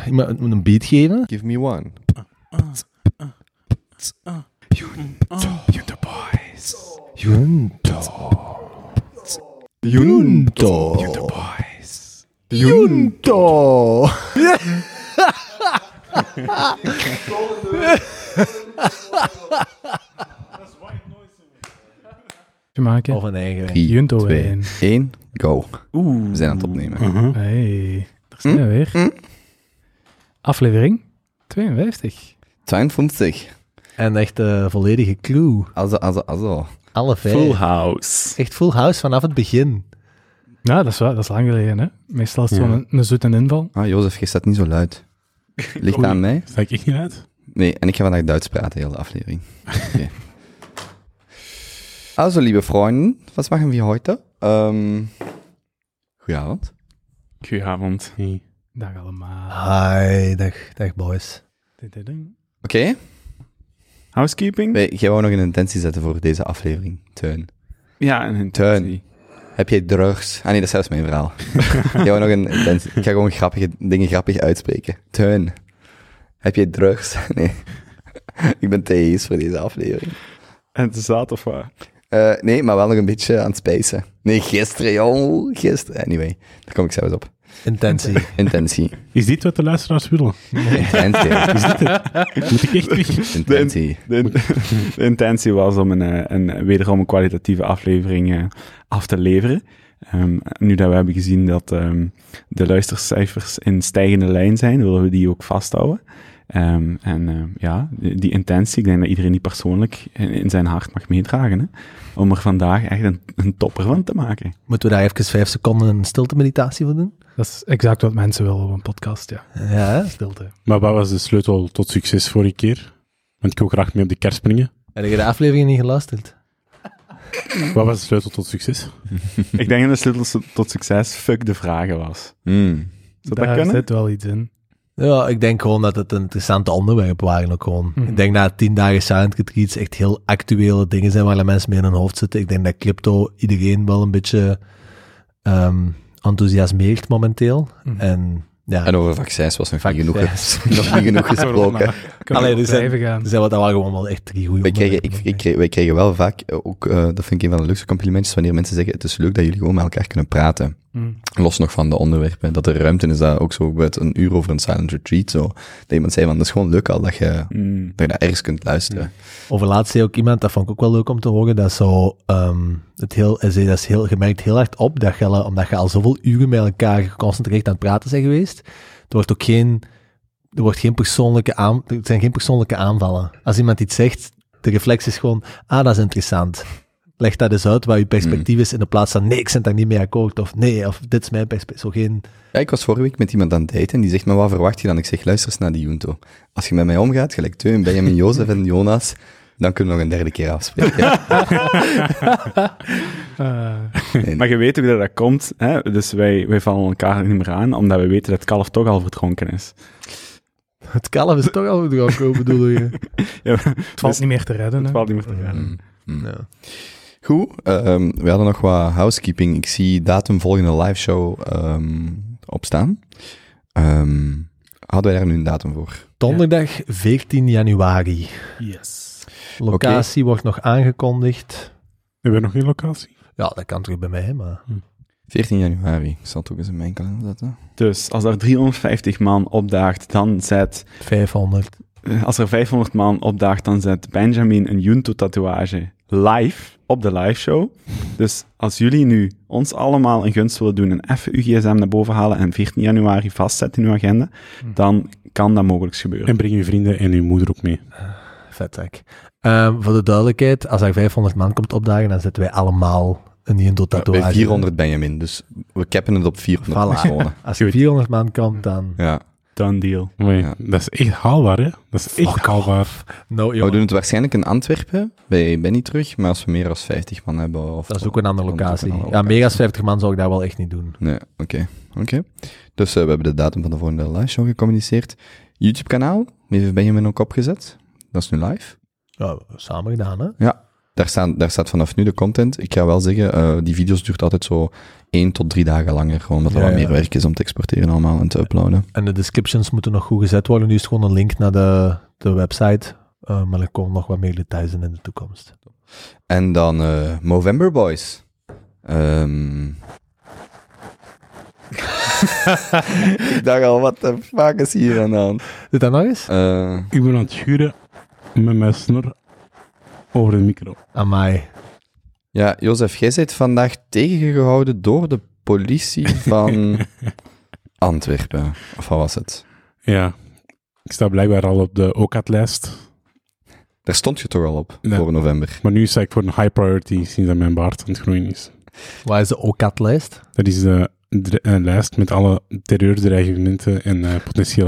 iemand moet een beat geven. Give me one. Junto boys. Junto. Junto boys. Junto. Maken. Of een eigen. 3, Junto 2, wijn. 1, go. We zijn aan het opnemen. Hey, daar zijn we weer. Aflevering 52. 52. En echt volledige clue. Also. Alle 5. Full House. Echt full house vanaf het begin. Ja, dat is lang geleden, hè. Meestal is het Ja. gewoon een zoete inval. Ah, Jozef, je staat niet zo luid. Ligt dat aan mij? Sta ik niet uit? Nee, en ik ga vandaag Duits praten, de hele aflevering. Okay. Also, liebe Freunde, was machen wir heute? Goedenavond. Goedenavond. Hey. Dag allemaal. Hi, dag boys. Oké. Housekeeping? Jij wou nog een intentie zetten voor deze aflevering, Teun. Ja, een Teun. intentie. Heb jij drugs? Ah nee, dat is zelfs mijn verhaal. Jij wou nog een intentie. Ik ga gewoon dingen grappig uitspreken. Teun. Heb jij drugs? Nee. Ik ben theïst voor deze aflevering. En het is dat of wat? Nee, maar wel nog een beetje aan het spijzen. Nee, gisteren, joh. Gisteren. Anyway, daar kom ik zelfs op. Intentie. Intentie. Is dit wat de luisteraars willen? Intentie. Is dit het? Moet ik echt weg? Intentie. De intentie was om wederom een kwalitatieve aflevering af te leveren. Nu dat we hebben gezien dat de luistercijfers in stijgende lijn zijn, willen we die ook vasthouden. Die intentie, ik denk dat iedereen die persoonlijk in zijn hart mag meedragen, hè, om er vandaag echt een topper van te maken. Moeten we daar even 5 seconden een stilte meditatie voor doen? Dat is exact wat mensen willen op een podcast, ja. Ja, hè? Stilte. Maar wat was de sleutel tot succes vorige keer? Want ik wil graag mee op de kerst springen. Heb je de aflevering niet geluisterd? Wat was de sleutel tot succes? Ik denk dat de sleutel tot succes fuck de vragen was. Zou dat Daar kunnen? zit wel iets in. Ja, ik denk gewoon dat het een interessante onderwerpen waren ook gewoon. Mhm. Ik denk dat 10 dagen silent retreats echt heel actuele dingen zijn waar de mensen mee in hun hoofd zitten. Ik denk dat crypto iedereen wel een beetje enthousiasmeert momenteel. Mhm. En ja, En over vaccins was nog niet genoeg, Vaccins. nog niet genoeg gesproken. Kan Allee, ook er zijn- blijven gaan. er zijn wat dat waren gewoon wel echt 3 goede Wij krijgen wel vaak, ook, dat vind ik een van de leukste complimentjes, wanneer mensen zeggen, het is leuk dat jullie gewoon met elkaar kunnen praten. Los nog van de onderwerpen. Dat er ruimte is, dat ook zo bij een uur over een silent retreat, zo. Dat iemand zei van, dat is gewoon leuk al dat je naar ergens kunt luisteren. Over laatst zei ook iemand, dat vond ik ook wel leuk om te horen, dat zo, je merkt heel hard op, dat je, omdat je al zoveel uren met elkaar geconcentreerd aan het praten bent geweest, er zijn geen persoonlijke aanvallen. Als iemand iets zegt, de reflex is gewoon, dat is interessant. Leg dat eens uit wat je perspectief is, in de plaats van, nee, ik ben daar niet mee akkoord, of nee, of dit is mijn perspectief. Zo geen... Ja, ik was vorige week met iemand aan het daten en die zegt, maar wat verwacht je dan? Ik zeg, luister eens naar die Junto. Als je met mij omgaat, gelijk Teun, Benjamin, Jozef en Jonas, dan kunnen we nog een 3e keer afspreken. Nee, Maar je weet ook dat dat komt, hè? Dus wij vallen elkaar niet meer aan, omdat we weten dat het kalf toch al verdronken is. Het kalf is toch al gedronken, bedoel je? Ja, Het valt niet meer te redden, het hè. valt niet meer te redden. Ja. Goed, we hadden nog wat housekeeping. Ik zie datum volgende liveshow opstaan. Hadden wij daar nu een datum voor? Donderdag 14 januari. Yes. Locatie wordt nog aangekondigd. Hebben we nog geen locatie? Ja, dat kan terug bij mij, maar... 14 januari. Ik zal het ook eens in mijn kalender zetten. Dus als er 350 man opdaagt, dan zet... 500. Als er 500 man opdaagt, dan zet Benjamin een Junto-tatoeage live op de liveshow. Dus als jullie nu ons allemaal een gunst willen doen en even uw gsm naar boven halen en 14 januari vastzetten in uw agenda, dan kan dat mogelijk gebeuren. En breng je vrienden en uw moeder ook mee. Vetzak. Voor de duidelijkheid, als er 500 man komt opdagen, dan zetten wij allemaal een Junto-tatoeage. Bij 400 Benjamin, dus we cappen het op 400 Voilà. personen. Als er 400 man komt, dan... Ja. Done deal. Maar Ja. dat is echt haalbaar, hè? Dat is echt Fuck haalbaar. No, We doen het waarschijnlijk in Antwerpen, bij Benny terug, maar als we meer dan 50 man hebben... Of, dat is ook een andere dan is het locatie. een andere Ja, locatie. meer dan 50 man zou ik dat wel echt niet doen. Nee, oké. Dus we hebben de datum van de volgende liveshow gecommuniceerd. YouTube-kanaal, heeft Benjamin ook opgezet. Dat is nu live. Ja, samen gedaan, hè? Ja, daar staat vanaf nu de content. Ik ga wel zeggen, die video's duurt altijd zo 1 tot 3 dagen langer, gewoon omdat er Ja, wat ja. meer werk is om te exporteren allemaal en te uploaden. En de descriptions moeten nog goed gezet worden. Nu is het gewoon een link naar de website. Maar er komen nog wat meer details in de toekomst. En dan Movember Boys. Ik dacht al, wat de fuck is hier aan de hand? Doe dat nog eens? Ik ben aan het schuren met mijn snor over de micro. Amai. Ja, Jozef, jij bent vandaag tegengehouden door de politie van Antwerpen. Of wat was het? Ja, ik sta blijkbaar al op de OCAT-lijst. Daar stond je toch al op, Ja. voor november. Maar nu sta ik voor een high priority sinds dat mijn baard aan het groeien is. Waar is de OCAT-lijst? Dat is de lijst met alle terreurdreigementen en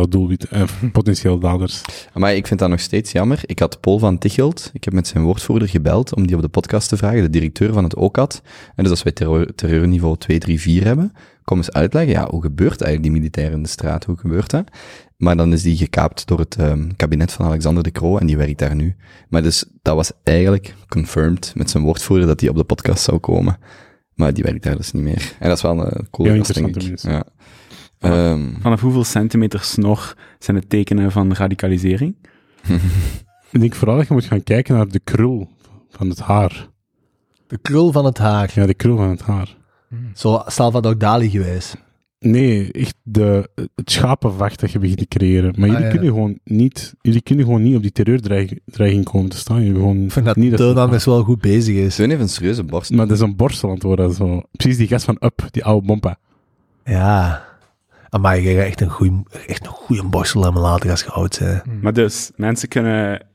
potentiële daders. Maar ik vind dat nog steeds jammer. Ik had Paul van Tichelt, ik heb met zijn woordvoerder gebeld om die op de podcast te vragen, de directeur van het OCAT. En dus als wij terreurniveau 2, 3, 4 hebben, kom eens uitleggen, ja, hoe gebeurt eigenlijk die militair in de straat? Hoe gebeurt dat? Maar dan is die gekaapt door het kabinet van Alexander De Croo en die werkt daar nu. Maar dus dat was eigenlijk confirmed met zijn woordvoerder dat hij op de podcast zou komen. Maar die werkt daar dus niet meer. En dat is wel een coole Ja, gast, denk interessante ik. Ja. Vanaf hoeveel centimeter snor zijn het tekenen van radicalisering? Ik denk vooral dat je moet gaan kijken naar de krul van het haar. De krul van het haar. Ja, de krul van het haar. Zo Salvador Dali geweest. Nee, echt het schapenvacht dat je begint te creëren. Maar jullie ja. kunnen gewoon niet op die terreurdreiging komen te staan. Jullie gewoon Ik vind dat niet dat Teun anders wel goed bezig is. Steun heeft een serieuze borst. Maar dat is een borstel aan het worden. Zo. Precies die gast van Up, die oude bompa. Ja. Amai, jij gaat echt een goede borstel aan me later als je oud bent. Maar dus, mensen kunnen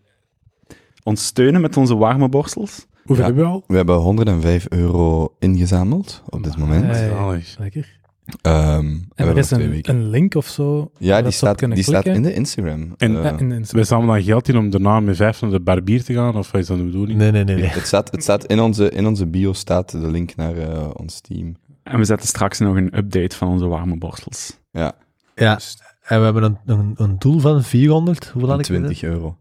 ons steunen met onze warme borstels. Hoeveel Ja. hebben we al? We hebben €105 ingezameld op dit moment. Zalig. Lekker. We En er hebben is 2 weken. een link of zo. Ja, waar die dat ze op kunnen staat klikken. in de Instagram. En- Ja, in de Wij zamelen dan geld in om daarna met 5 naar de barbier te gaan? Of wat is dat de bedoeling? Nee. Het staat in onze bio staat de link naar ons team. En we zetten straks nog een update van onze warme borstels. Ja, Ja. En we hebben een doel van 400. Hoeveel had ik €20.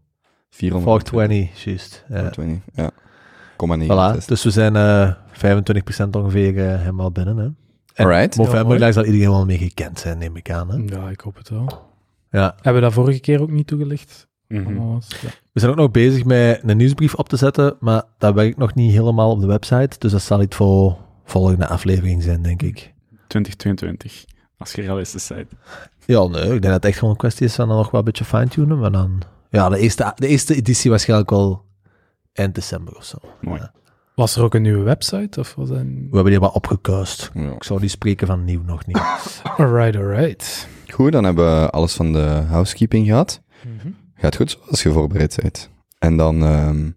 420, juist. Ja. 420, ja. 0,9. Voilà, dus we zijn 25% ongeveer helemaal binnen. Hè. En Alright. Movember, mooi. daar zal iedereen wel mee gekend zijn, neem ik aan. Hè. Ja, ik hoop het wel. Ja. Hebben we dat vorige keer ook niet toegelicht? Mhm. Allemaal was? Ja. We zijn ook nog bezig met een nieuwsbrief op te zetten, maar dat werkt nog niet helemaal op de website. Dus dat zal iets voor volgende aflevering zijn, denk ik. 2022, als je realistisch bent. Ja, nee, ik denk dat het echt gewoon een kwestie is van dan nog wel een beetje fine-tunen. Maar dan, ja, de eerste editie waarschijnlijk wel eind december of zo. Mooi. Ja. Was er ook een nieuwe website? Of was dat We hebben die wat opgekuist. Ja. Ik zou niet spreken van nieuw nog niet. Alright. Goed, dan hebben we alles van de housekeeping gehad. Gaat goed zoals je voorbereid bent. En dan gaan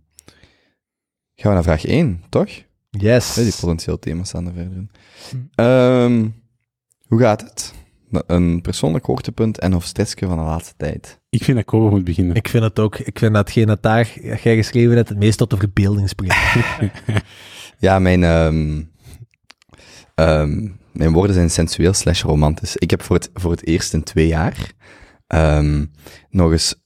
we naar vraag 1, toch? Yes. Die potentieel thema's staan er verder in. Hm. Hoe gaat het? Een persoonlijk hoogtepunt en of stressje van de laatste tijd? Ik vind dat Kobe moet beginnen. Ik vind het ook. Ik vind dat hetgeen dat daar dat jij geschreven hebt het meest tot de verbeelding spreekt. Ja, mijn woorden zijn sensueel / romantisch. Ik heb voor het eerst in 2 jaar nog eens...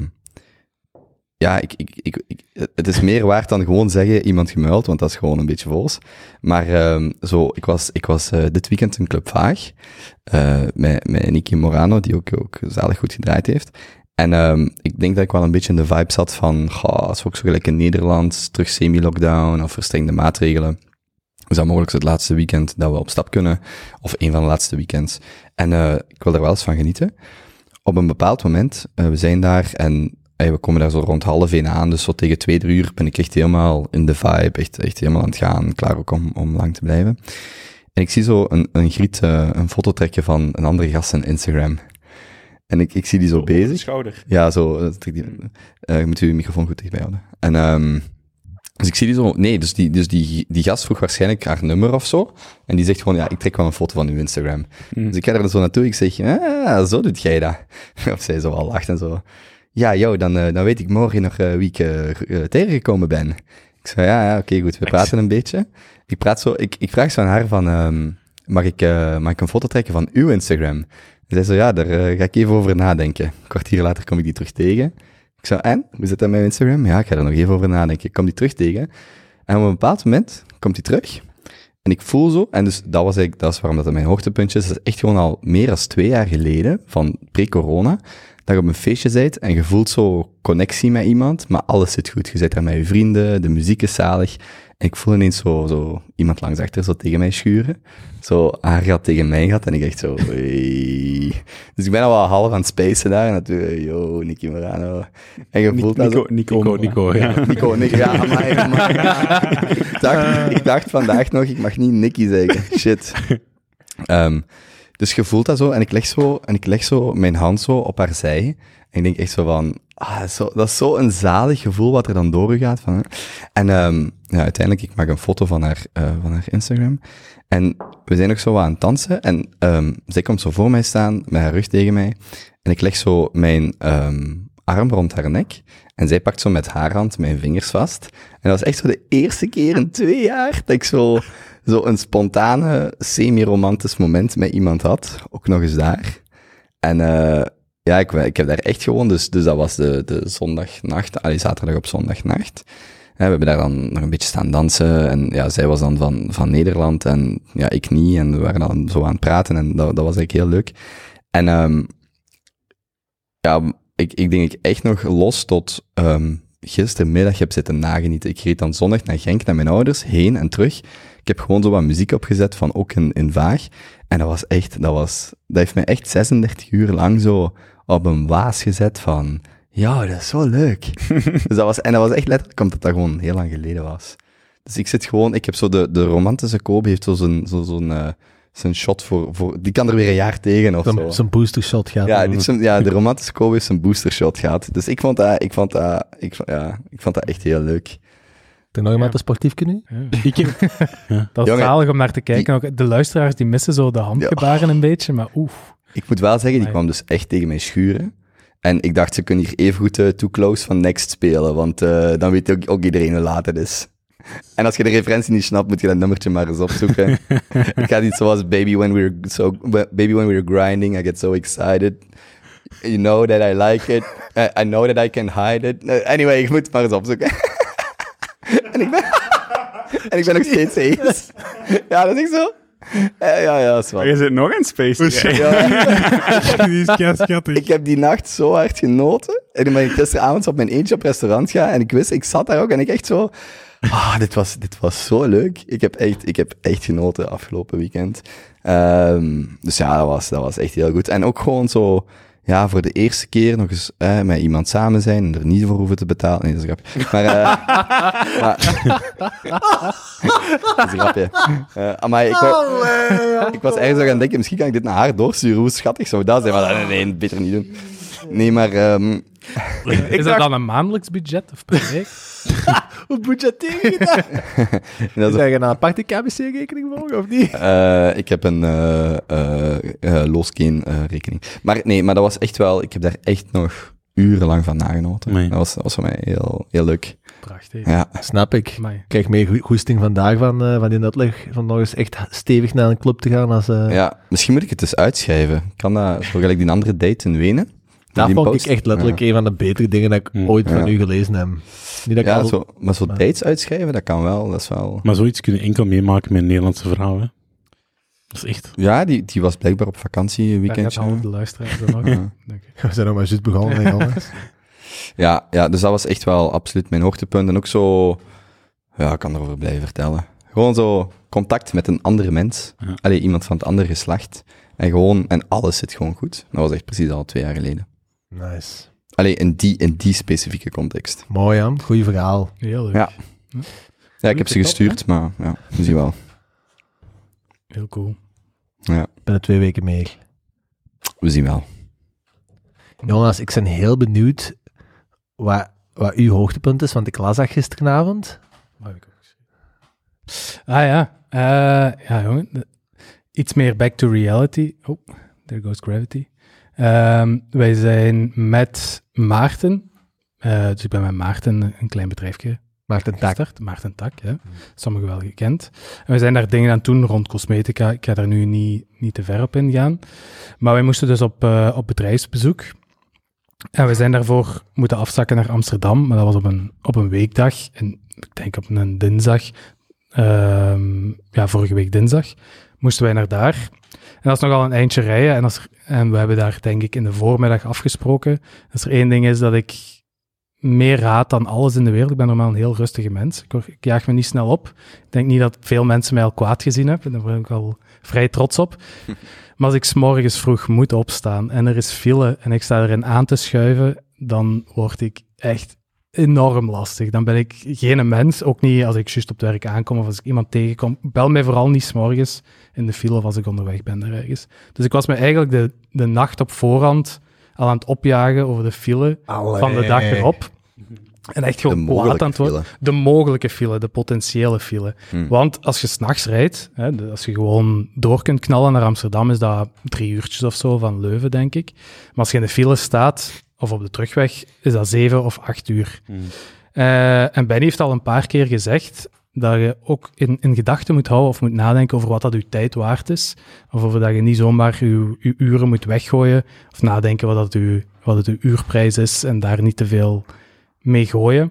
het is meer waard dan gewoon zeggen iemand gemuild, want dat is gewoon een beetje vols. Maar ik was dit weekend in Club Vaag met Niki Morano, die ook zalig goed gedraaid heeft. En ik denk dat ik wel een beetje in de vibe zat van, als we ook zo gelijk in Nederland, terug semi-lockdown of verstrengde maatregelen. Is dat mogelijk het laatste weekend dat we op stap kunnen, of een van de laatste weekends. En ik wil er wel eens van genieten. Op een bepaald moment, we zijn daar en we komen daar zo rond 12:30 aan, dus zo tegen 2-3 uur ben ik echt helemaal in de vibe, echt helemaal aan het gaan, klaar ook om lang te blijven. En ik zie zo een griet, een foto trekken van een andere gast in Instagram. En ik zie die zo Over de bezig. schouder. Ja, zo. Je moet je microfoon goed dichtbij houden. En dus ik zie die zo... Nee, dus die gast vroeg waarschijnlijk haar nummer of zo. En die zegt gewoon, ja, ik trek wel een foto van uw Instagram. Mm. Dus ik ga er zo naartoe. Ik zeg, zo doet jij dat. Of zij zo al lacht en zo. Ja, joh, dan weet ik morgen nog wie ik tegengekomen ben. Ik zei, ja, oké, goed. We praten een beetje. Ik vraag zo aan haar van, mag ik een foto trekken van uw Instagram? Zij zo, ja, daar ga ik even over nadenken. Een kwartier later kom ik die terug tegen. Ik zei, en? Hoe zit dat met mijn Instagram? Ja, ik ga er nog even over nadenken. Ik kom die terug tegen. En op een bepaald moment komt hij terug. En ik voel zo, en dus dat is waarom dat mijn hoogtepuntje is. Dat is echt gewoon al meer dan 2 jaar geleden, van pre-corona, dat je op een feestje bent en je voelt zo connectie met iemand, maar alles zit goed. Je zit daar met je vrienden, de muziek is zalig. En ik voel ineens zo iemand langs achter zo tegen mij schuren. Zo haar gaat tegen mij gaat en ik echt zo... Hey. Dus ik ben al wel half aan het spacen daar en natuurlijk, yo, Nicky Morano. En je voelt dat zo... Nico, ja. Nico, ja, maar ik dacht vandaag nog, ik mag niet Nicky zeggen. Shit. Dus je voelt dat zo en ik leg zo mijn hand zo op haar zij. En ik denk echt zo van, dat is zo een zalig gevoel wat er dan doorgaat. Van, en uiteindelijk, ik maak een foto van haar Instagram. En we zijn nog zo wat aan het dansen. En zij komt zo voor mij staan, met haar rug tegen mij. En ik leg zo mijn arm rond haar nek. En zij pakt zo met haar hand mijn vingers vast. En dat was echt zo de eerste keer in 2 jaar dat ik zo een spontane, semi-romantisch moment met iemand had. Ook nog eens daar. En ja, ik heb daar echt gewoon, dus dat was de zondagnacht, zaterdag op zondagnacht. We hebben daar dan nog een beetje staan dansen en ja, zij was dan van Nederland en ja, ik niet. En we waren dan zo aan het praten en dat was eigenlijk heel leuk. En ja, ik denk ik echt nog los tot gistermiddag heb zitten nagenieten. Ik reed dan zondag naar Genk, naar mijn ouders, heen en terug. Ik heb gewoon zo wat muziek opgezet van ook in Vaag. En dat heeft mij echt 36 uur lang zo op een waas gezet van, ja, dat is zo leuk. Dus dat was echt letterlijk omdat dat gewoon heel lang geleden was. Dus ik heb zo de romantische Kobe heeft zo zo'n shot voor, die kan er weer een jaar tegen of zo. Zo'n booster shot gaat. Ja, de romantische Kobe heeft zijn booster shot gehad. Dus ik vond dat echt heel leuk. Er nog iemand een sportief nu? Ja. Dat is zalig om naar te kijken. Ook de luisteraars die missen zo de handgebaren een beetje, maar oef. Ik moet wel zeggen, die kwam dus echt tegen mij schuren. En ik dacht, ze kunnen hier evengoed Too Close van Next spelen, want dan weet ook iedereen hoe laat het is. En als je de referentie niet snapt, moet je dat nummertje maar eens opzoeken. Het gaat iets zoals Baby when we were grinding, I get so excited. You know that I like it. I know that I can hide it. Anyway, je moet het maar eens opzoeken. En ik ben nog steeds eens. Ja, dat is echt zo. Ja, dat is wel. Je zit nog in space. Die is schattig. Ik heb die nacht zo hard genoten. En dan ben ik gisteravond op mijn eentje op restaurant gaan. En ik zat daar ook en ik echt zo... dit was zo leuk. Ik heb echt genoten afgelopen weekend. Dus ja, dat was echt heel goed. En ook gewoon zo... Ja, voor de eerste keer nog eens met iemand samen zijn en er niet voor hoeven te betalen. Nee, dat is een grapje. Maar dat is een grapje. Ik was ergens zo gaan denken, misschien kan ik dit naar haar doorsturen. Hoe schattig zou dat zijn? Maar nee, beter niet doen. Nee, maar... is dat dan een maandelijks budget of per week? Hoe budgetteer je dat? Zeg je een aparte KBC-rekening voor, of niet? Ik heb een Loosgeen-rekening. Maar dat was echt wel... Ik heb daar echt nog urenlang van nagenoten. Nee. Dat was voor mij heel, heel leuk. Prachtig. Ja. Snap ik. Ik krijg meer goesting vandaag van die uitleg, van nog eens echt stevig naar een club te gaan. Als, Ja, misschien moet ik het eens uitschrijven. Kan dat, zo gelijk die andere date in Wenen? Dat vond ik echt letterlijk een van de betere dingen dat ik ooit van u gelezen heb. Niet dat ik maar zo dates uitschrijven, dat kan wel, dat is wel... Maar zoiets kun je enkel meemaken met een Nederlandse vrouw, hè? Dat is echt... Ja, die was blijkbaar op vakantie, weekendje. Ja, de luisteraars dan ook. We zijn nog maar juist begonnen, jongens. Ja, dus dat was echt wel absoluut mijn hoogtepunt. En ook zo... Ja, ik kan erover blijven vertellen. Gewoon zo contact met een andere mens. Ja. Allee, iemand van het andere geslacht. En alles zit gewoon goed. Dat was echt precies al 2 jaar geleden. Nice. Allee, in die specifieke context. Mooi, Jan. Goeie verhaal. Heel leuk. Ja, ik heb ze gestuurd, maar ja, we zien wel. Heel cool. Ja. Ik ben er 2 weken mee. We zien wel. Jonas, ik ben heel benieuwd wat uw hoogtepunt is, want ik las dat gisteravond. Ja, jongen. Iets meer back to reality. Oh, there goes gravity. Wij zijn met Maarten, dus ik ben met Maarten een klein bedrijfje gestart. Maarten Tak, ja. Sommigen wel gekend. En we zijn daar dingen aan het doen rond cosmetica. Ik ga daar nu niet te ver op ingaan. Maar wij moesten dus op bedrijfsbezoek. En we zijn daarvoor moeten afzakken naar Amsterdam, maar dat was op een weekdag. En ik denk op een dinsdag vorige week dinsdag, moesten wij naar daar. En dat is nogal een eindje rijden. En we hebben daar, denk ik, in de voormiddag afgesproken. Als er één ding is dat ik meer raad dan alles in de wereld. Ik ben normaal een heel rustige mens. Ik jaag me niet snel op. Ik denk niet dat veel mensen mij al kwaad gezien hebben. Daar ben ik al vrij trots op. Maar als ik 's morgens vroeg moet opstaan en er is file en ik sta erin aan te schuiven, dan word ik echt enorm lastig. Dan ben ik geen mens, ook niet als ik juist op het werk aankom of als ik iemand tegenkom. Bel mij vooral niet 's morgens in de file of als ik onderweg ben daar ergens. Dus ik was me eigenlijk de nacht op voorhand al aan het opjagen over de file van de dag erop. En echt gewoon kwaad aan het worden. De mogelijke file, de potentiële file. Want als je 's nachts rijdt, als je gewoon door kunt knallen naar Amsterdam, is dat 3 uurtjes of zo van Leuven, denk ik. Maar als je in de file staat, of op de terugweg, is dat 7 of 8 uur. En Benny heeft al een paar keer gezegd dat je ook in gedachten moet houden of moet nadenken over wat dat je tijd waard is. Of over dat je niet zomaar je uren moet weggooien. Of nadenken wat het je uurprijs is en daar niet te veel mee gooien.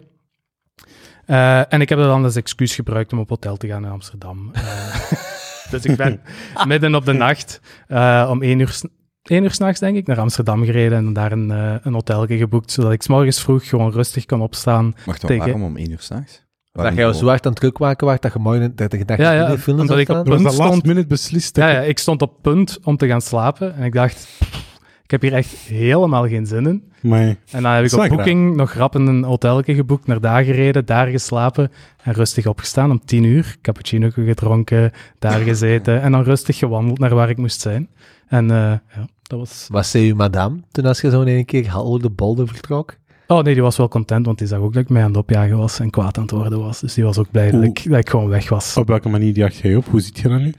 En ik heb dat dan als excuus gebruikt om op hotel te gaan in Amsterdam. Dus ik ben midden op de nacht om 1 uur 's nachts, denk ik, naar Amsterdam gereden en daar een hotelje geboekt, zodat ik 's morgens vroeg gewoon rustig kon opstaan. Wacht, waarom om 1 uur 's nachts? Dat je zo hard aan het drukwaken was, dat je morgen dat je gedacht Ja, in de film omdat ik op Dat was punt dat last stond. minute beslist. Ja, ik stond op punt om te gaan slapen en ik dacht, ik heb hier echt helemaal geen zin in. Maar En dan heb ik op Booking nog rap een hotelje geboekt, naar daar gereden, daar geslapen en rustig opgestaan om 10 uur. Cappuccino gedronken, daar gezeten en dan rustig gewandeld naar waar ik moest zijn. En dat was... Wat zei uw madame toen als je zo in één keer hallo de bolde vertrok? Oh nee, die was wel content, want die zag ook dat ik mij aan het opjagen was en kwaad aan het worden was. Dus die was ook blij dat ik gewoon weg was. op welke manier jaag jij op? Hoe zit je dat nu?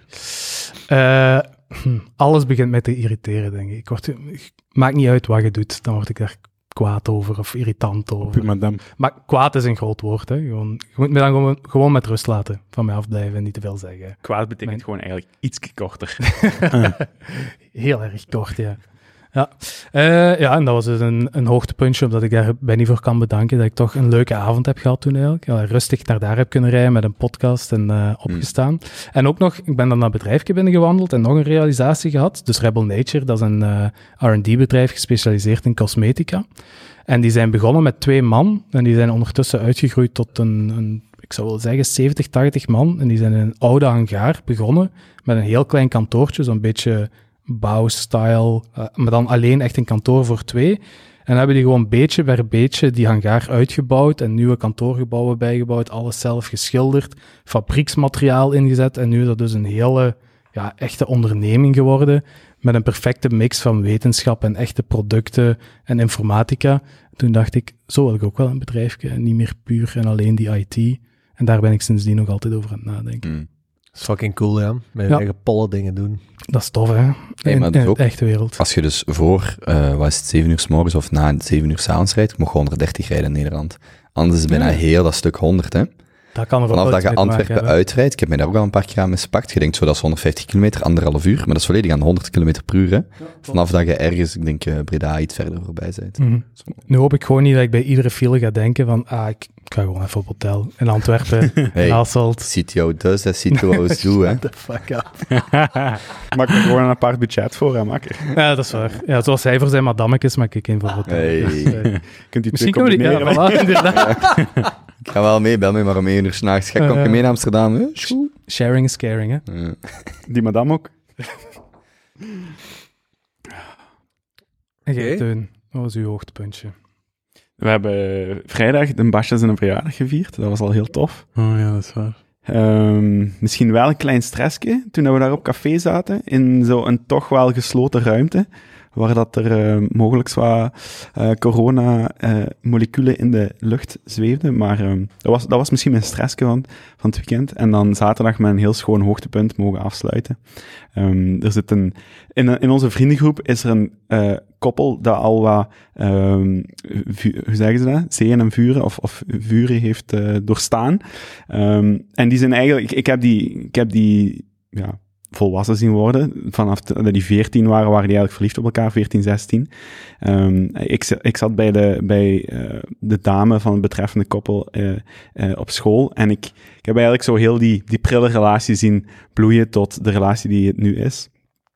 Alles begint mij te irriteren, denk ik. Maakt niet uit wat je doet, dan word ik daar kwaad over of irritant Op je over. madame. Maar kwaad is een groot woord, hè. Je moet me dan gewoon met rust laten, van mij afblijven en niet te veel zeggen. Kwaad betekent gewoon eigenlijk iets korter. Heel erg kort, ja. En dat was dus een hoogtepuntje, omdat ik daar Benny voor kan bedanken, dat ik toch een leuke avond heb gehad toen eigenlijk. Ja, rustig naar daar heb kunnen rijden met een podcast en opgestaan. En ook nog, ik ben dan naar het bedrijfje binnengewandeld en nog een realisatie gehad. Dus Rebel Nature, dat is een R&D-bedrijf gespecialiseerd in cosmetica. En die zijn begonnen met 2 man en die zijn ondertussen uitgegroeid tot ik zou wel zeggen 70, 80 man. En die zijn in een oude hangar begonnen met een heel klein kantoortje, zo'n beetje bouwstyle, maar dan alleen echt een kantoor voor 2. En dan hebben die gewoon beetje per beetje die hangar uitgebouwd en nieuwe kantoorgebouwen bijgebouwd, alles zelf geschilderd, fabrieksmateriaal ingezet en nu is dat dus een hele echte onderneming geworden met een perfecte mix van wetenschap en echte producten en informatica. Toen dacht ik, zo wil ik ook wel een bedrijfje en niet meer puur en alleen die IT. En daar ben ik sindsdien nog altijd over aan het nadenken. Dat is fucking cool, ja. Met je eigen polle dingen doen. Dat is tof, hè? Maar In de echte wereld. Als je dus voor, 7 uur 's morgens of na 7 uur 's avonds rijdt, je mag 130 rijden in Nederland. Anders is bijna heel dat stuk 100, hè. Dat kan er Vanaf ook dat je uit maken, Antwerpen hè. uitrijdt, ik heb mij daar ook al een paar keer aan mispakt. Je denkt zo, dat is 150 kilometer, 1,5 uur, maar dat is volledig aan 100 kilometer per uur, hè. Vanaf dat je ergens, ik denk, Breda iets verder voorbij bent. Nu hoop ik gewoon niet dat ik bij iedere file ga denken van, ik ga gewoon even op hotel in Antwerpen, in Hasselt. CTO does as CTO's do, hè. Shut the fuck up. Maak er gewoon een apart budget voor, hè, makker. Ja, dat is waar. Ja, zoals hij voor zijn madammetjes maak ik in voor hotel. Hey. Dus, Kunt u misschien twee kunnen we die... combineren, Ja, voilà, inderdaad. Ik ga wel mee, bel mij maar om 1 uur 's nachts. Kom je mee naar Amsterdam, hè? Sharing is caring, hè. Ja. Die madame ook. En jij, Teun, wat was uw hoogtepuntje? We hebben vrijdag de Basjes en een verjaardag gevierd. Dat was al heel tof. Oh ja, dat is waar. Misschien wel een klein stressje toen we daar op café zaten, in zo'n toch wel gesloten ruimte, waar dat er mogelijk wat corona-moleculen in de lucht zweefden. Maar dat was misschien mijn stressje van het weekend. En dan zaterdag met een heel schoon hoogtepunt mogen afsluiten. Er zit in onze vriendengroep is er een koppel dat al wat, hoe zeggen ze dat? Zeeën en vuren, of vuren heeft doorstaan. En die zijn eigenlijk, ik heb die volwassen zien worden. Vanaf dat die 14 waren die eigenlijk verliefd op elkaar, 14, 16. Ik zat bij de dame van het betreffende koppel op school en ik heb eigenlijk zo heel die prille relatie zien bloeien tot de relatie die het nu is.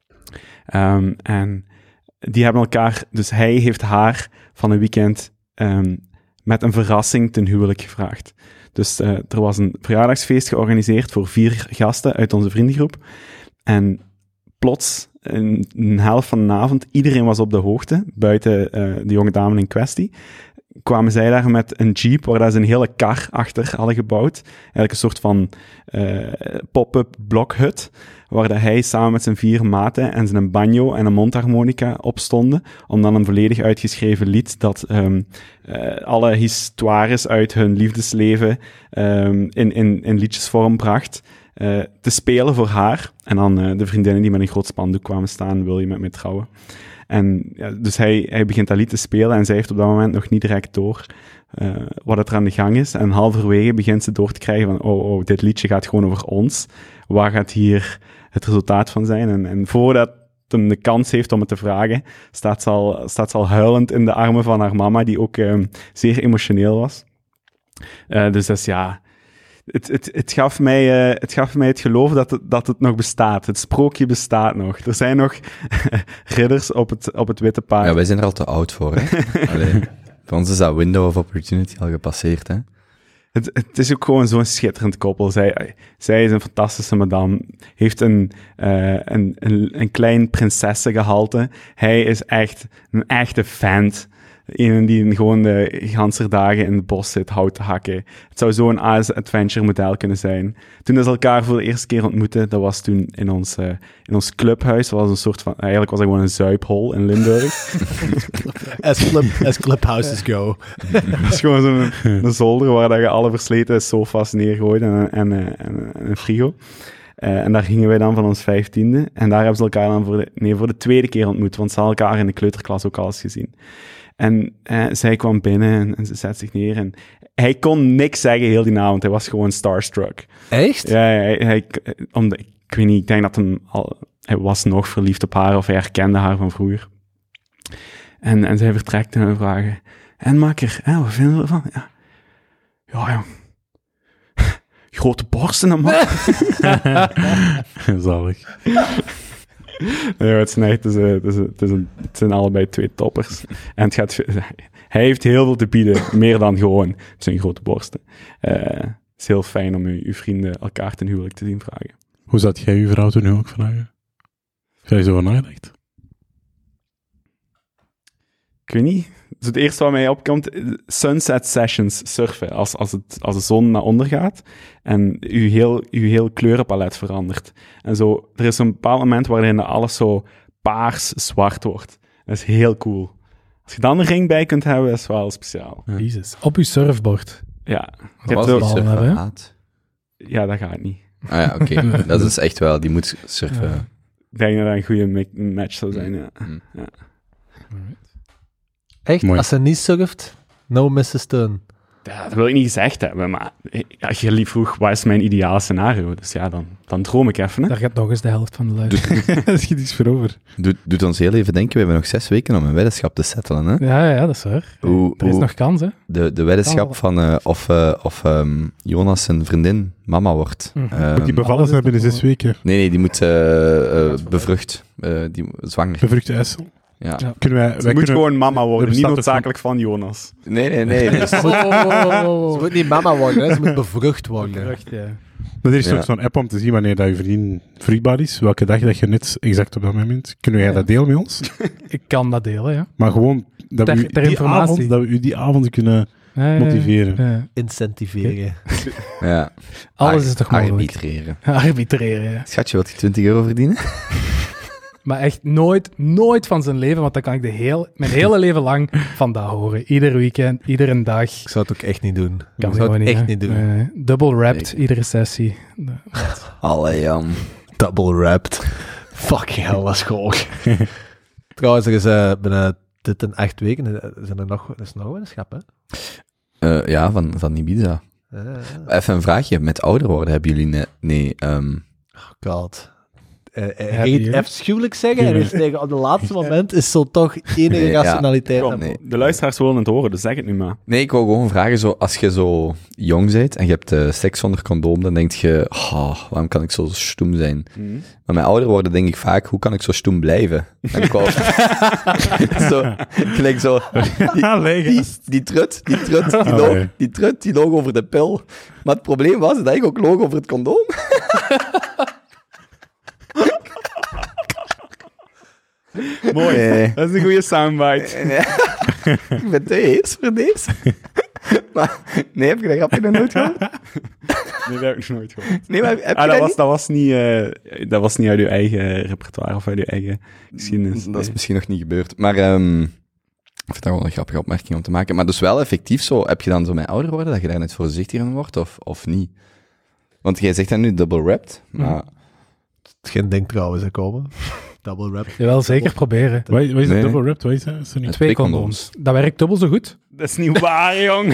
En die hebben elkaar, dus hij heeft haar van een weekend met een verrassing ten huwelijk gevraagd. Dus er was een verjaardagsfeest georganiseerd voor 4 gasten uit onze vriendengroep. En plots, een helft van de avond, iedereen was op de hoogte, buiten de jonge dame in kwestie, kwamen zij daar met een jeep, waar ze een hele kar achter hadden gebouwd. Eigenlijk een soort van pop-up blokhut, waar hij samen met zijn 4 maten en zijn banjo en een mondharmonica opstonden, om dan een volledig uitgeschreven lied dat alle histoires uit hun liefdesleven in liedjesvorm bracht, te spelen voor haar. En dan de vriendinnen die met een groot spandoek kwamen staan, wil je met mij trouwen? En ja, dus hij begint dat lied te spelen en zij heeft op dat moment nog niet direct door wat er aan de gang is. En halverwege begint ze door te krijgen van, oh, dit liedje gaat gewoon over ons. Waar gaat hier het resultaat van zijn? En voordat hem de kans heeft om het te vragen, staat ze al huilend in de armen van haar mama, die ook zeer emotioneel was. Dus ja... Het gaf mij het geloof dat het nog bestaat. Het sprookje bestaat nog. Er zijn nog ridders op het witte paard. Ja, wij zijn er al te oud voor, hè. Allee, voor ons is dat window of opportunity al gepasseerd, hè. Het is ook gewoon zo'n schitterend koppel. Zij is een fantastische madame. Heeft een klein prinsessengehalte. Hij is echt een echte vent. Een die gewoon de ganse dagen in het bos zit, hout te hakken. Het zou zo'n Adventure model kunnen zijn. Toen ze elkaar voor de eerste keer ontmoetten, dat was toen in ons clubhuis. Dat was een soort van, eigenlijk was dat gewoon een zuiphol in Limburg. As clubhouses go. Dat is gewoon zo'n zolder waar je alle versleten sofa's neergooit en een frigo. En daar gingen wij dan van ons 15e. En daar hebben ze elkaar dan voor de tweede keer ontmoet, want ze hadden elkaar in de kleuterklas ook al eens gezien. En zij kwam binnen en ze zette zich neer en hij kon niks zeggen heel die avond. Hij was gewoon starstruck. Echt? Ja, ik weet niet, ik denk dat hij was nog verliefd op haar of hij herkende haar van vroeger. En zij vertrekt en we vragen, en makker, wat vinden we ervan? Ja. Grote borsten, man. Zalig. Ja, het zijn allebei 2 toppers. En hij heeft heel veel te bieden, meer dan gewoon zijn grote borsten. Het is heel fijn om uw vrienden elkaar ten huwelijk te zien vragen. Hoe zat jij uw vrouw ten huwelijk vragen? Heb jij zo over nagedacht? Ik weet niet. Dus het eerste wat mij opkomt, sunset sessions, surfen. Als de zon naar onder gaat en uw heel kleurenpalet verandert. En zo, er is een bepaald moment waarin alles zo paars-zwart wordt. Dat is heel cool. Als je dan een ring bij kunt hebben, is wel speciaal. Ja. Jezus. Op uw surfboard. Ja. Wat was die surfhaat? Ja, dat gaat niet. Ah ja, oké. Dat is echt wel, die moet surfen. Ja. Ik denk dat dat een goede match zou zijn, ja. Ja. Echt? Mooi. Als ze niet surft, no Mrs. Stone. Ja, dat wil ik niet gezegd hebben, maar jullie vroeg, wat is mijn ideale scenario? Dus ja, dan droom ik even, hè. Daar gaat nog eens de helft van de luisteraars. Daar schiet iets voor over. Doet ons heel even denken, we hebben nog 6 weken om een weddenschap te settelen, hè? Ja, dat is waar. Er is nog kans, hè. De weddenschap van of Jonas zijn vriendin mama wordt. Moet die bevallen zijn binnen 6 weken? Nee, die moet bevrucht. Zwanger. Bevruchte IJssel. Ja. Ja. Ze moet gewoon mama worden, er niet bestaat noodzakelijk van Jonas. Nee. Dus, Ze moet niet mama worden, hè. Ze moet bevrucht worden. Vrucht, ja. Maar er is Ja. ook zo'n app om te zien wanneer dat je vriendin vruchtbaar is, welke dag dat je net exact op dat moment bent. Kunnen jij dat delen met ons? Ik kan dat delen, ja. Maar gewoon dat we Ter informatie. dat we u die avond kunnen Ja. motiveren. Incentiveren. ja. Alles is toch mogelijk? Arbitreren. Arbitreren, ja. Schatje, wilt je 20 euro verdienen? Maar echt nooit van zijn leven, want dan kan ik mijn hele leven lang van dat horen. Ieder weekend, iedere dag. Ik zou het ook echt niet doen. Kan Ik zou het echt hè. niet doen. Nee. Double wrapped, iedere sessie. Allee, Jan. Double wrapped. Fucking hell, dat is goor. Trouwens, er is binnen dit en 8 weken, er is nog een weddenschap, hè? Ja, van Ibiza. Even een vraagje. Met ouder worden hebben jullie... Oh God. Hij ging het afschuwelijk zeggen en is tegen op het laatste moment is zo toch enige Nee, ja. rationaliteit. Kom, nee. de luisteraars willen het horen, dus zeg het nu maar. Nee, ik wou gewoon vragen, zo, als je zo jong bent en je hebt seks zonder condoom, dan denk je, waarom kan ik zo stoem zijn? Maar met ouder worden denk ik vaak, hoe kan ik zo stoem blijven? En ik wou... zo, gelijk zo... Die trut, die loog over de pil. Maar het probleem was dat ik ook loog over het condoom. Mooi, Nee. dat is een goede soundbite. Ik ben te hees voor deze. Maar, nee, heb je dat grapje nog nooit gehoord? Nee, dat heb ik nog nooit gehoord. Nee, maar heb je Dat was niet uit je eigen repertoire of uit je eigen geschiedenis. Dat is misschien nog niet gebeurd. Maar, ik vind dat wel een grappige opmerking om te maken. Maar dus wel effectief zo, heb je dan zo met ouder worden, dat je daar net voorzichtiger in wordt, of niet? Want jij zegt dat nu double wrapped, maar... Het is geen ding trouwens, hè, komen. Double wrap. Jawel, zeker proberen. Wat is Nee. dat double wrapped? Wat is dat? Is dat niet? 2 condooms. Dat werkt dubbel zo goed. Dat is niet waar, jong.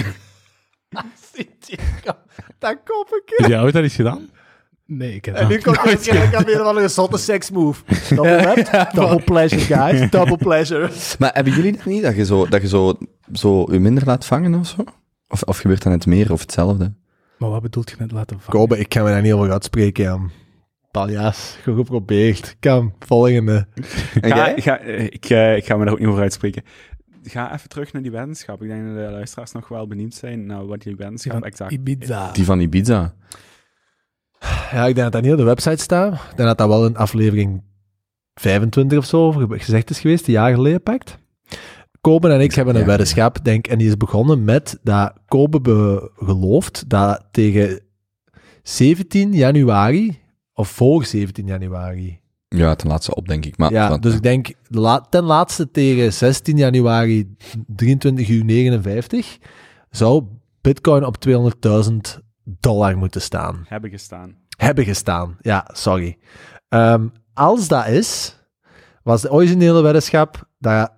Dat kop ik. Heb je ooit dat eens gedaan? Nee, ik heb En nu komt er ik heb weer een zotte seksmove. Double wrap, double pleasure, guys. Double pleasure. Maar hebben jullie dat niet, dat je zo je minder laat vangen of zo? Of gebeurt dat net meer of hetzelfde? Maar wat bedoelt je met laten vangen? Kobe, ik kan me daar niet over uitspreken, Jan. Paljas, goed geprobeerd. Kan, volgende. En jij? Ik ga me daar ook niet over uitspreken. Ga even terug naar die wetenschap. Ik denk dat de luisteraars nog wel benieuwd zijn naar wat die wetenschap exact Ibiza. Die van Ibiza. Ja, ik denk dat dat niet op de website staat. Ik denk dat dat wel in aflevering 25 of zo over gezegd is geweest, een jaar geleden pakt. Kobe en ik hebben een weddenschap, denk en die is begonnen met dat Kobe gelooft dat tegen 17 januari, of voor 17 januari... Ja, ten laatste op, denk ik. Maar, Ja, dus ik denk ten laatste tegen 16 januari 23 uur 59 zou Bitcoin op $200.000 moeten staan. Hebben gestaan, ja, sorry. Als dat is, was de originele weddenschap dat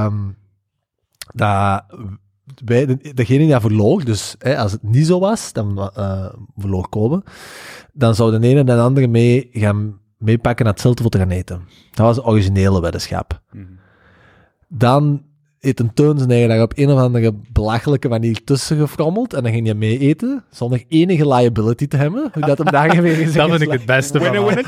degene die dat verloor, dus als het niet zo was, dan verloor Kobe, dan zou de ene en de andere gaan meepakken naar het Zilte te gaan eten. Dat was de originele weddenschap. Dan heeft een Teun zijn eigen daar op een of andere belachelijke manier tussen gefrommeld en dan ging hij mee eten, zonder enige liability te hebben. Hoe dat hem daar weer gezegd. Dat vind ik het beste van al.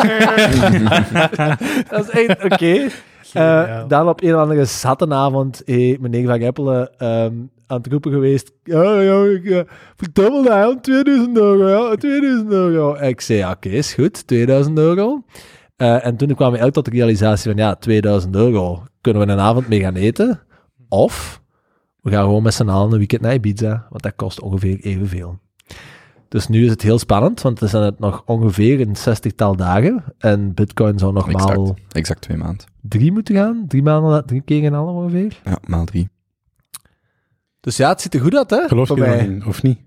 Dat is echt oké. Dan op een of andere zattenavond meneer Van Eppelen aan het roepen geweest. Ik verdubbel dat om €2000. Ja, €2000. En ik zei, oké, is goed, €2000. En toen kwam ik uit tot de realisatie van, ja, €2000 kunnen we een avond mee gaan eten. Of we gaan gewoon met z'n allen een weekend naar Ibiza, want dat kost ongeveer evenveel. Dus nu is het heel spannend, want we zijn het nog ongeveer in 60-tal dagen. En Bitcoin zou nogmaals exact 2 maanden. 3 moeten gaan. 3 keer in alle ongeveer. Ja, maal 3. Dus ja, het ziet er goed uit, hè? Geloof je voor mij. daarin, of niet?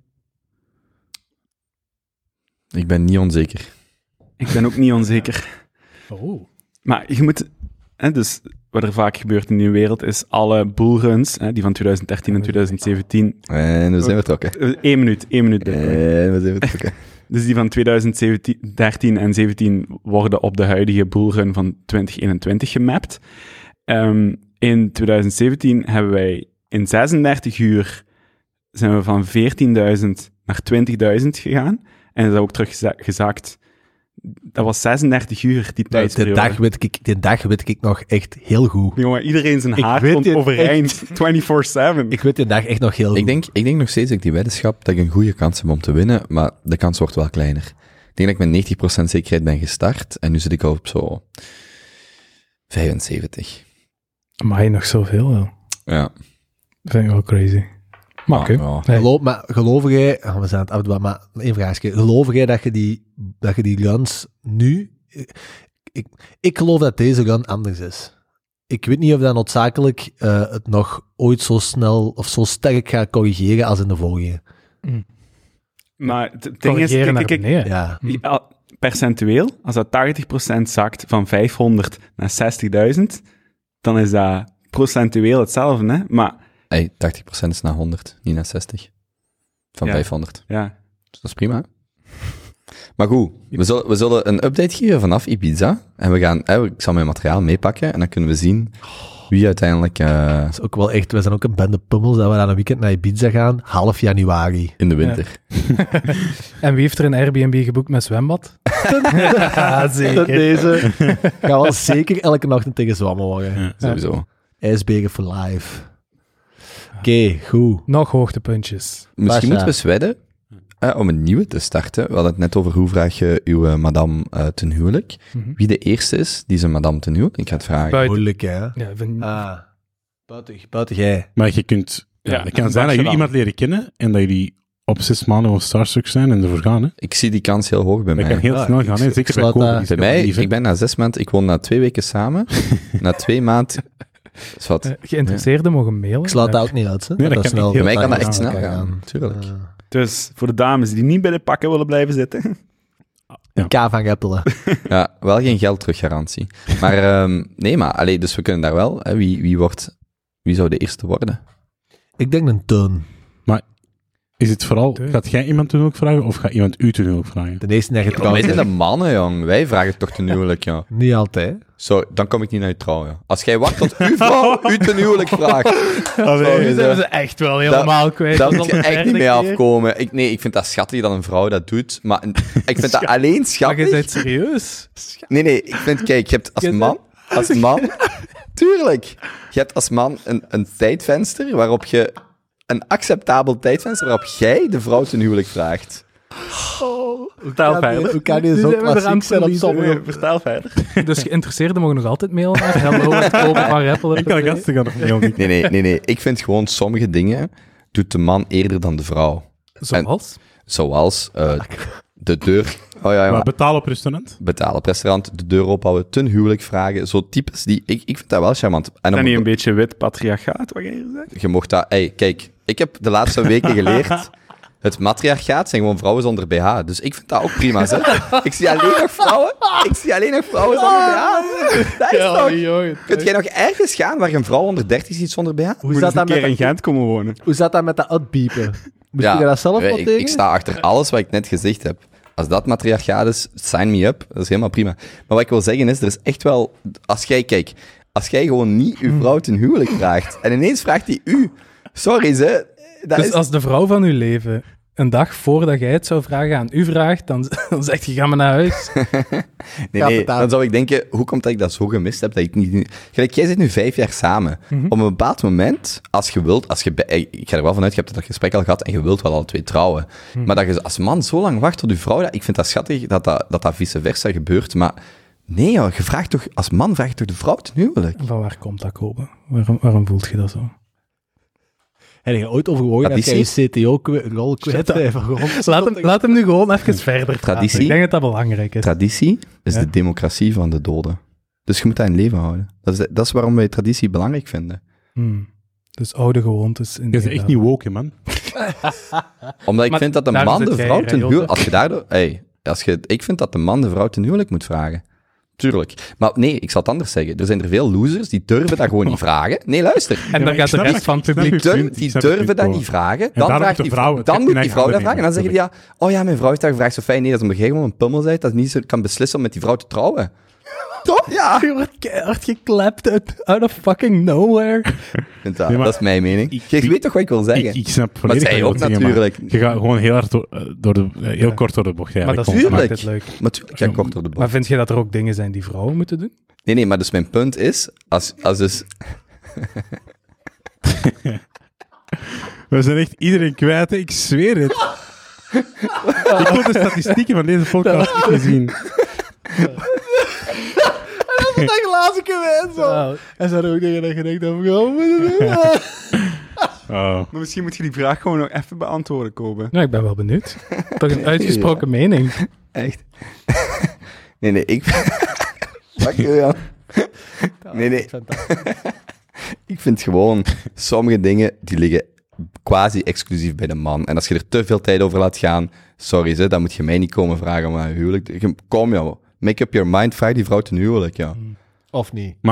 Ik ben niet onzeker. Ik ben ook niet onzeker. Oh. Maar je moet... dus wat er vaak gebeurt in die wereld is alle bullruns, die van 2013 en 2017... En we zijn vertrokken. 1 minuut. En we zijn vertrokken. Dus die van 2013 en 17 worden op de huidige bullrun van 2021 gemapt. In 2017 hebben wij in 36 uur zijn we van 14.000 naar 20.000 gegaan. En dat is ook teruggezakt. Dat was 36 uur, die tijdsperiode. Die dag weet ik nog echt heel goed. Jongen, iedereen zijn Ik haar weet stond dit overeind, 24/7. Ik weet die dag echt nog heel goed. Ik denk nog steeds dat ik die weddenschap, dat ik een goede kans heb om te winnen, maar de kans wordt wel kleiner. Ik denk dat ik met 90% zekerheid ben gestart, en nu zit ik al op zo 75. Maar je nog zoveel wel. Ja. Dat vind ik wel crazy. Maar oké. Ja. Nee. Geloof jij... we zijn het afdoen, maar één vraagje. Geloof jij dat je die runs nu... Ik geloof dat deze run anders is. Ik weet niet of dat noodzakelijk het nog ooit zo snel of zo sterk gaat corrigeren als in de vorige. Maar het ding is, Corrigeren naar kijk, beneden. Ja. ja, percentueel, als dat 80% zakt van 500 naar 60.000, dan is dat procentueel hetzelfde, hè? Maar Hey, 80% is naar 100, niet naar 60. Van Ja. 500. ja, Dus dat is prima, hè? Maar goed, we zullen een update geven vanaf Ibiza. En we gaan, ik zal mijn materiaal meepakken en dan kunnen we zien wie uiteindelijk Dat is ook wel echt, we zijn ook een bende pummels dat we aan een weekend naar Ibiza gaan, half januari. in de winter. En wie heeft er een Airbnb geboekt met zwembad? Ja, zeker. Deze gaan wel zeker elke nacht tegen zwammen worden. Ja. Sowieso. IJsberen for life. Oké, goed. Nog hoogtepuntjes. Misschien Basja. moeten we wedden om een nieuwe te starten. We hadden het net over hoe vraag je uw madame ten huwelijk. Mhm. Wie de eerste is die zijn madame ten huwelijk. Ik ga het vragen. Buiten. Moeilijk, hè? Ja, Buiten jij. Maar je kunt... Ja, het kan een zijn dat jullie bakje iemand leren kennen en dat jullie op 6 maanden gewoon starstruck zijn en ervoor gaan. Hè. Ik zie die kans heel hoog bij Dat mij. kan heel Ja, snel ik- gaan, hè. ik Zeker bij sluit Kobe. dat- Die is Bij heel mij, lief, hè. ik ben na 6 maanden, ik woon na 2 weken samen. Na 2 maanden... Is wat. Geïnteresseerden mogen mailen. Ik sluit dat ook niet uit, hè? Nee, dat kan snel. niet. Bij mij kan dat echt Ja, snel kan gaan. Tuurlijk. Dus voor de dames die niet bij de pakken willen blijven zitten. K van Geppelen. Ja, wel geen geld teruggarantie. Maar nee, maar allee, dus we kunnen daar wel. Hè, wie zou de eerste worden? Ik denk een Teun. Is het vooral, Tuurlijk. gaat jij iemand ten huwelijk vragen of gaat iemand u ten huwelijk vragen? De eerste naar Wij getrouwd. zijn de mannen, jong. Wij vragen toch ten huwelijk, ja. Niet altijd. Zo, dan kom ik niet naar je trouw, ja. Als jij wacht tot uw vrouw u ten huwelijk vraagt, Nu zijn ze echt wel helemaal kwijt. daar Dat moet is je al de echt niet mee derde keer. afkomen. Ik vind dat schattig dat een vrouw dat doet, maar ik vind dat alleen Maar je schattig. bent serieus? Nee, ik vind, kijk, je hebt als man, tuurlijk, je hebt als man een tijdvenster waarop je, een acceptabel tijdvenster waarop jij de vrouw ten huwelijk vraagt. Vertel verder. Hoe kan je Nu zo zijn we eraan klassiek zijn op sommige... Vertel verder. Dus geïnteresseerden mogen nog altijd mailen naar hello@kopen.rappelen. Ik kan gasten gaan nog niet. Nee. Ik vind gewoon sommige dingen doet de man eerder dan de vrouw. Zoals? Zoals de deur... Oh ja, Maar maar betalen op restaurant? betalen op restaurant, de deur ophouden, ten huwelijk vragen. Zo types die... Ik vind dat wel charmant. En Is dat dan niet een beetje wit patriarchaat, wat jij hier zegt? je mocht dat... Hey, kijk, ik heb de laatste weken geleerd... Het matriarchaat zijn gewoon vrouwen zonder BH. Dus ik vind dat ook prima, zeg. Ik zie alleen nog vrouwen zonder BH. Dat is toch... Kunt jij nog ergens gaan waar een vrouw onder 30 ziet zonder BH? Hoe Moet zat eens een dat keer met in Gent komen wonen. Hoe zat dat met dat uitbiepen? Moest je dat zelf wat tegen? ik sta achter alles wat ik net gezegd heb. Als dat matriarchaat is, sign me up. Dat is helemaal prima. Maar wat ik wil zeggen is, er is echt wel... Als jij gewoon niet uw vrouw ten huwelijk vraagt, en ineens vraagt hij u... Sorry, ze... Dat Dus is... als de vrouw van uw leven een dag voordat jij het zou vragen aan u vraagt, dan zegt je, ga maar naar huis. Nee, dan zou ik denken, hoe komt dat ik dat zo gemist heb, dat ik niet... Gelijk, jij zit nu 5 jaar samen. Op een bepaald moment, als je wilt, ik ga er wel vanuit, je hebt dat gesprek al gehad en je wilt wel alle 2 trouwen. Maar dat je als man zo lang wacht tot je vrouw, ik vind dat schattig dat vice versa gebeurt, maar nee joh, je vraagt toch, als man vraag je toch de vrouw ten huwelijk? Van waar komt dat, Kobe? Waarom voelt je dat zo? Heb je ooit overwogen dat jij je CTO-rol kwijt bent? Laat hem nu gewoon even verder praten. Traditie? Ik denk dat dat belangrijk is. Traditie is Ja. de democratie van de doden. Dus je moet dat in leven houden. Dat is waarom wij traditie belangrijk vinden. Dus oude gewoontes. Je bent echt niet woke, hè, man. Omdat ik Maar vind dat de daar man zit de jij, vrouw hè, ten Jotte. huwelijk... Als je daardoor... ik vind dat de man de vrouw ten huwelijk moet vragen. Tuurlijk. Maar nee, ik zal het anders zeggen. Er zijn er veel losers die durven dat gewoon niet vragen. Nee, luister. En dan gaat de rest van het publiek... Die durven dat niet vragen. Dan, daarom vraagt moet de vrouw het dan echt moet in die eigen vrouw dat handen vragen. En dan zeggen die, ja, oh ja, mijn vrouw heeft dat gevraagd. Zo fijn. Nee, dat is omdat jij gewoon een pummel bent, dat niet zo kan beslissen om met die vrouw te trouwen. Toch? Ja. Je wordt keihard geklapt out of fucking nowhere. Vind dat, Nee, maar dat is mijn mening. ik- Je weet toch wat ik wil zeggen? Ik snap Maar volledig zij wat ook je wilt zeggen, maar natuurlijk. Je gaat gewoon heel hard heel kort door de bocht. Maar eigenlijk. dat maakt Tuurlijk. het leuk. Maar tuurlijk, ja, kort door de bocht. Maar vind je dat er ook dingen zijn die vrouwen moeten doen? Nee, maar dus mijn punt is, als dus... We zijn echt iedereen kwijt, hè. Ik zweer het. Ik wil de statistieken van deze podcast niet zien. Dat glazen kwijt, zo. En ze hadden ook tegen dat gedacht over Oh. Maar misschien moet je die vraag gewoon nog even beantwoorden, Kobe. Nou, ik ben wel benieuwd. Toch een uitgesproken mening. Echt? Nee, ik... Fuck you, ja. Nee. Ik vind gewoon, sommige dingen, die liggen quasi exclusief bij de man. En als je er te veel tijd over laat gaan, sorry, dan moet je mij niet komen vragen om een huwelijk. Kom, joh. Make up your mind, vraag die vrouw ten huwelijk, ja. Of niet? Maar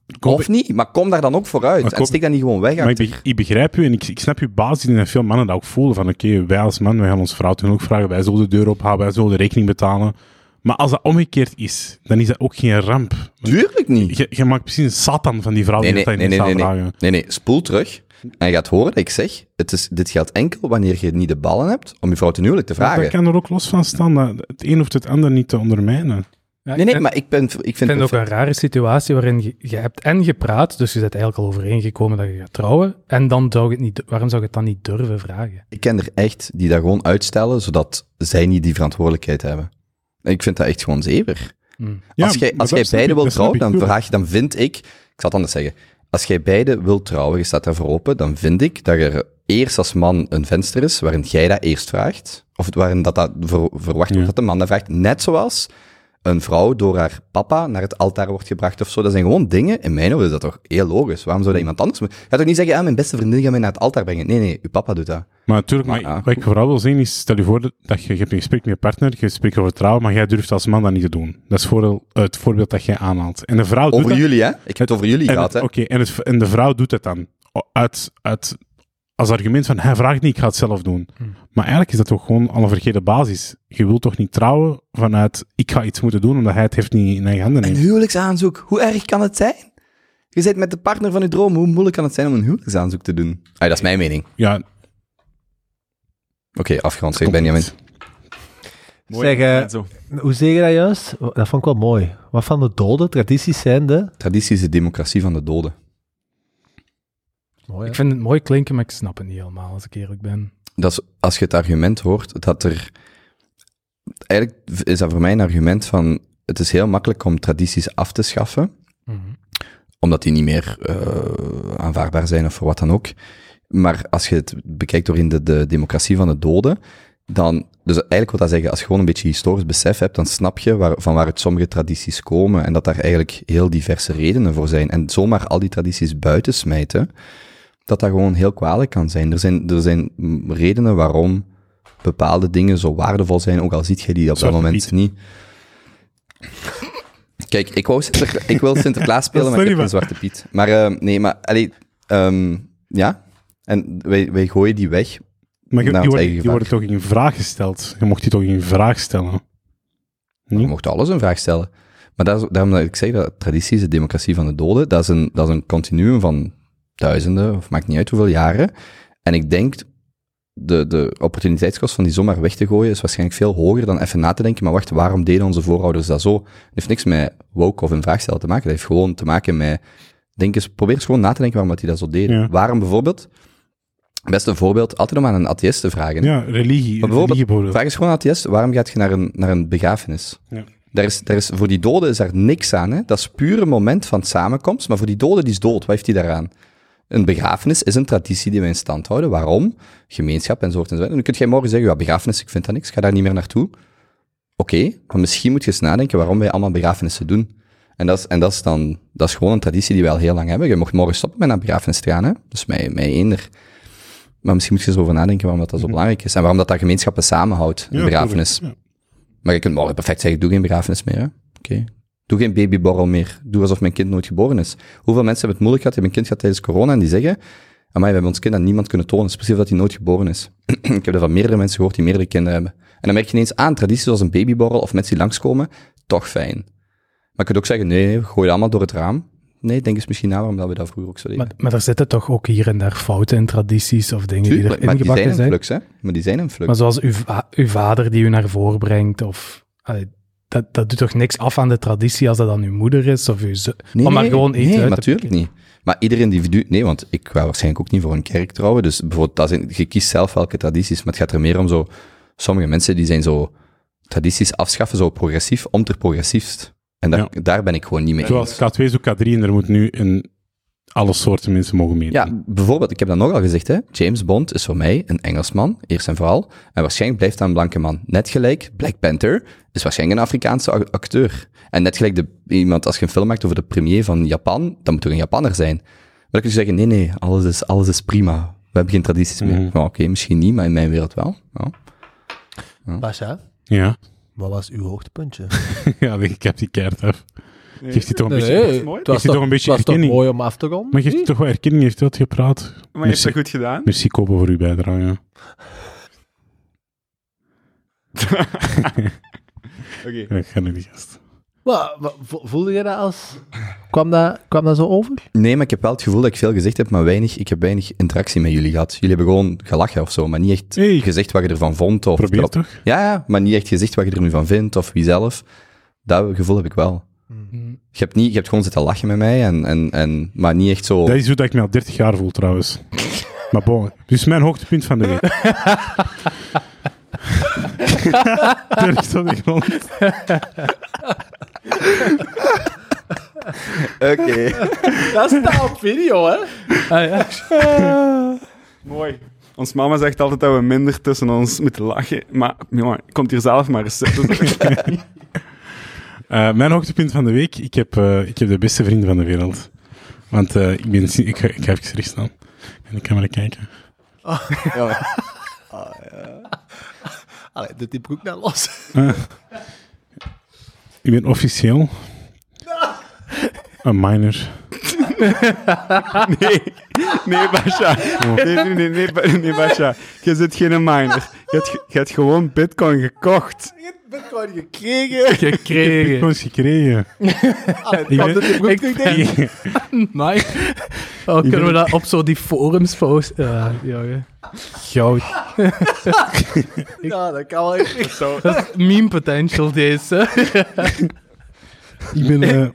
Of niet, maar kom daar dan ook vooruit. En steek dat niet gewoon weg. Maar ik begrijp u en ik snap uw basis en veel mannen dat ook voelen. Van oké, wij als man, wij gaan onze vrouw toen ook vragen, wij zullen de deur ophalen, wij zullen de rekening betalen. Maar als dat omgekeerd is, dan is dat ook geen ramp. Tuurlijk niet. Je maakt precies een satan van die vrouw die dat in staat vragen. Nee, spoel terug. En je gaat horen dat ik zeg, dit geldt enkel wanneer je niet de ballen hebt om je vrouw ten huwelijk te vragen. Dat kan er ook los van staan. Het een hoeft het ander niet te ondermijnen. Ja, Nee, maar ik vind het ook een rare situatie waarin je hebt en gepraat, dus je bent eigenlijk al overeengekomen dat je gaat trouwen, en dan waarom zou je het dan niet durven vragen? Ik ken er echt die dat gewoon uitstellen, zodat zij niet die verantwoordelijkheid hebben. En ik vind dat echt gewoon zever. Ja, als jij beide wilt trouwen, dan vind ik zal het anders zeggen, als jij beide wilt trouwen, je staat daarvoor open, dan vind ik dat er eerst als man een venster is waarin jij dat eerst vraagt, of waarin dat verwacht wordt dat de man dat vraagt, net zoals een vrouw door haar papa naar het altaar wordt gebracht of zo. Dat zijn gewoon dingen, in mijn ogen is dat toch heel logisch. Waarom zou dat iemand anders moeten? Je gaat toch niet zeggen, mijn beste vriendin gaat mij naar het altaar brengen. Nee, uw papa doet dat. Maar natuurlijk, wat ik vooral wil zien is, stel je voor dat je hebt een gesprek met je partner, je spreekt over trouwen, maar jij durft als man dat niet te doen. Dat is het voorbeeld dat jij aanhaalt. En de vrouw doet over jullie, hè? Ik heb het over jullie gehad, hè? Oké, en de vrouw doet het dan als argument van, hij vraagt niet, ik ga het zelf doen. Maar eigenlijk is dat toch gewoon al een verkeerde basis. Je wilt toch niet trouwen vanuit, ik ga iets moeten doen, omdat hij het heeft niet in eigen handen neemt. Een huwelijksaanzoek, hoe erg kan het zijn? Je zit met de partner van je droom, hoe moeilijk kan het zijn om een huwelijksaanzoek te doen? Dat is mijn mening. Ja. Oké, afgerond, zeg Benjamin. Zeg, hoe zeg je dat juist? Dat vond ik wel mooi. Wat van de doden, tradities zijn de... Traditie is de democratie van de doden. Mooi, ik vind het mooi klinken, maar ik snap het niet helemaal, als ik eerlijk ben. Dat is, als je het argument hoort, dat er... Eigenlijk is dat voor mij een argument van... Het is heel makkelijk om tradities af te schaffen, omdat die niet meer aanvaardbaar zijn of voor wat dan ook. Maar als je het bekijkt door in de democratie van de doden, dan... Dus eigenlijk wil dat zeggen, als je gewoon een beetje historisch besef hebt, dan snap je van waaruit sommige tradities komen en dat daar eigenlijk heel diverse redenen voor zijn. En zomaar al die tradities buitensmijten, dat gewoon heel kwalijk kan zijn. Er zijn redenen waarom bepaalde dingen zo waardevol zijn, ook al ziet je die op dat moment niet. Kijk, ik wil Sinterklaas spelen, maar ik heb een Zwarte Piet. Maar ja, en wij gooien die weg. Maar die worden toch in vraag gesteld? Je mocht die toch in vraag stellen? Je mocht alles in vraag stellen. Maar daarom dat ik zeg, dat traditie is de democratie van de doden. Dat is een continuum van duizenden, of maakt niet uit hoeveel jaren. En ik denk, de opportuniteitskost van die zomaar weg te gooien is waarschijnlijk veel hoger dan even na te denken, maar wacht, waarom deden onze voorouders dat zo? Het heeft niks met woke of in vraag stellen te maken. Dat heeft gewoon te maken met, probeer eens gewoon na te denken waarom die dat zo deden. Ja. Waarom bijvoorbeeld... Best een voorbeeld, altijd om aan een atheïst te vragen. Ja, religie. Maar bijvoorbeeld, vraag eens gewoon aan een atheïst, waarom gaat je naar een begrafenis? Ja. Daar is, voor die doden is daar niks aan. Hè? Dat is puur een moment van samenkomst, maar voor die doden, die is dood. Wat heeft die daaraan? Een begrafenis is een traditie die wij in stand houden. Waarom? Gemeenschap en zo. En dan kun jij morgen zeggen, ja, begrafenis, ik vind dat niks, ik ga daar niet meer naartoe. Oké, maar misschien moet je eens nadenken waarom wij allemaal begrafenissen doen. En dat is gewoon een traditie die wij al heel lang hebben. Je mocht morgen stoppen met naar een begrafenis te gaan, hè? Dus mij eender. Maar misschien moet je eens over nadenken waarom dat zo belangrijk is. En waarom dat gemeenschappen samenhoudt, een begrafenis. Ja. Maar je kunt morgen perfect zeggen, doe geen begrafenis meer. Oké. Doe geen babyborrel meer. Doe alsof mijn kind nooit geboren is. Hoeveel mensen hebben het moeilijk gehad, die hebben een kind gehad tijdens corona en die zeggen, amai, we hebben ons kind aan niemand kunnen tonen. Het is precies dat hij nooit geboren is. Ik heb dat van meerdere mensen gehoord die meerdere kinderen hebben. En dan merk je ineens aan, tradities zoals een babyborrel of mensen die langskomen, toch fijn. Maar je kunt ook zeggen, nee, gooi het allemaal door het raam. Nee, denk eens misschien na waarom dat we dat vroeger ook zo deden. Maar er zitten toch ook hier en daar fouten in tradities of dingen die erin gebakken zijn? Flux, hè? Maar die zijn in flux. Maar zoals uw vader die u naar voren brengt, of... Dat doet toch niks af aan de traditie als dat dan uw moeder is, of uw Nee, natuurlijk niet. Maar ieder individu... Nee, want ik wou waarschijnlijk ook niet voor een kerk trouwen, dus bijvoorbeeld, je kiest zelf welke tradities, maar het gaat er meer om zo... Sommige mensen die zijn zo tradities afschaffen, zo progressief, om ter progressiefst. En daar ben ik gewoon niet mee eens. Zoals K2 zoekt K3 en er moet nu alle soorten mensen mogen meedoen. Ja, bijvoorbeeld, ik heb dat nogal gezegd, hè. James Bond is voor mij een Engelsman, eerst en vooral. En waarschijnlijk blijft dat een blanke man. Net gelijk Black Panther is waarschijnlijk een Afrikaanse acteur. En net gelijk iemand, als je een film maakt over de premier van Japan, dan moet er een Japanner zijn. Maar dan kun je zeggen, nee, alles is prima. We hebben geen tradities meer. Nou, oké, misschien niet, maar in mijn wereld wel. Basja? Ja? Wat was uw hoogtepuntje? Ja, ik heb die kaart af. Geeft hij toch een beetje... Nee, mooi. het was Is hij toch een beetje was toch erkenning? mooi om af te ronden? Maar geeft hij toch wel erkenning? Heeft hij wat gepraat? Maar je hebt dat goed gedaan. Merci, Kopen, voor uw bijdrage. Oké. Ja, ik ga naar die gast. Voelde je dat als... Kwam dat zo over? Nee, maar ik heb wel het gevoel dat ik veel gezegd heb, maar ik heb weinig interactie met jullie gehad. Jullie hebben gewoon gelachen of zo, maar niet echt Hey. gezegd wat je ervan vond. Of Probeer het toch? Ja, maar niet echt gezegd wat je er nu van vindt, of wie zelf. Dat gevoel heb ik wel. Je hebt gewoon zitten lachen met mij, maar niet echt zo... Dat is hoe dat ik me al 30 jaar voel, trouwens. Maar bon, dus mijn hoogtepunt van de week. Daar is op de grond. Oké. Dat staat op video, hè? Mooi. Ons mama zegt altijd dat we minder tussen ons moeten lachen. Maar jongen, komt hier zelf maar eens zitten. Mijn hoogtepunt van de week. Ik heb de beste vrienden van de wereld. Want ik ga even recht staan. En ik kan maar kijken. Allee, doet die broek nou los. Ik ben officieel een minor. Nee, Basha. Nee, Basha. Je zit geen minor. Je hebt gewoon Bitcoin gekocht. Je hebt Bitcoin gekregen. Bitcoins gekregen. Maar kunnen we dat op zo die forums posten? Ja. Goud. Ja, dat kan wel echt. Zo. Dat is meme potential, deze. Ik ben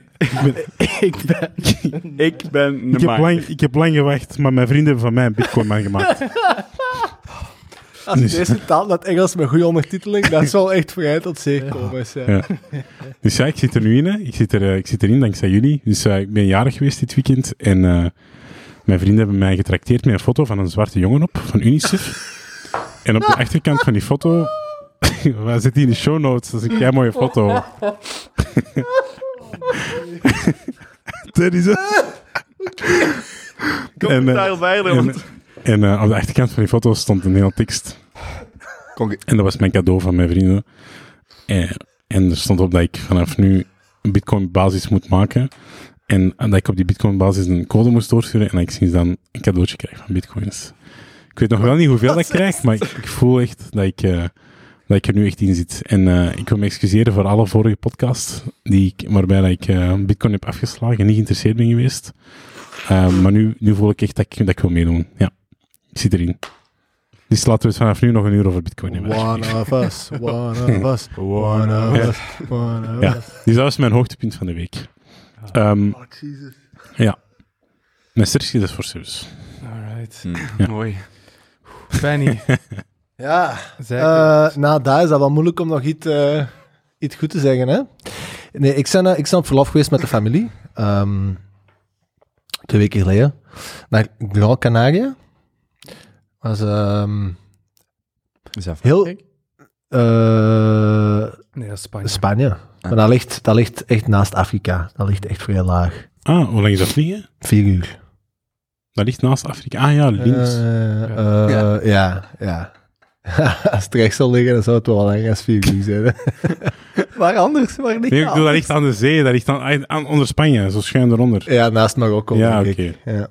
Ik ben een minor. ik heb lang gewacht, maar mijn vrienden hebben van mij een Bitcoin-man gemaakt. Als je Dus- deze taal dat Engels met goede ondertiteling, dat zal echt vooruit tot zeer komen. Ja. Dus ja, ik zit er nu in. Hè. Ik zit erin dankzij jullie. Dus ik ben jarig geweest dit weekend. En mijn vrienden hebben mij getrakteerd met een foto van een zwarte jongen op, van UNICEF. En op de achterkant van die foto... Waar zit die in de show notes? Dat is een kei mooie foto. Dat is het. Kom er daarbij, want... En op de achterkant van die foto stond een hele tekst. En dat was mijn cadeau van mijn vrienden. En er stond op dat ik vanaf nu een Bitcoin-basis moet maken. En dat ik op die Bitcoin-basis een code moest doorsturen. En dat ik sinds dan een cadeautje krijg van Bitcoins. Ik weet nog wel niet hoeveel dat ik krijg, maar ik voel echt dat ik er nu echt in zit. En ik wil me excuseren voor alle vorige podcasts waarbij dat ik Bitcoin heb afgeslagen en niet geïnteresseerd ben geweest. Maar nu voel ik echt dat ik wil meedoen. Ja, ik zit erin. Dus laten we het vanaf nu nog een uur over Bitcoin hebben. One of us, one of us, one of us, one of Ja, us. dus dat was mijn hoogtepunt van de week. Ja. Mijn sterkste is voor service. Alright. Ja. Mooi. Benny. Ja, Zeker. daar is dat wel moeilijk om nog iets goed te zeggen, hè? Nee, ik ben op verlof geweest met de familie. 2 weken geleden. Naar Gran Canaria. Was Is dat heel... Nee, dat is Spanje. Spanje. Maar dat ligt echt naast Afrika. Dat ligt echt vrij laag. Hoe lang is dat vliegen? 4 uur. Dat ligt naast Afrika. Ah ja, links. Ja. Als het rechts zou liggen, dan zou het wel langer als 4 uur zijn. Hè. Maar anders, maar niet Nee, ik bedoel, dat ligt aan de zee. Dat ligt onder Spanje, zo schuin eronder. Ja, naast Marokko. Ja, denk oké. ik. Ja.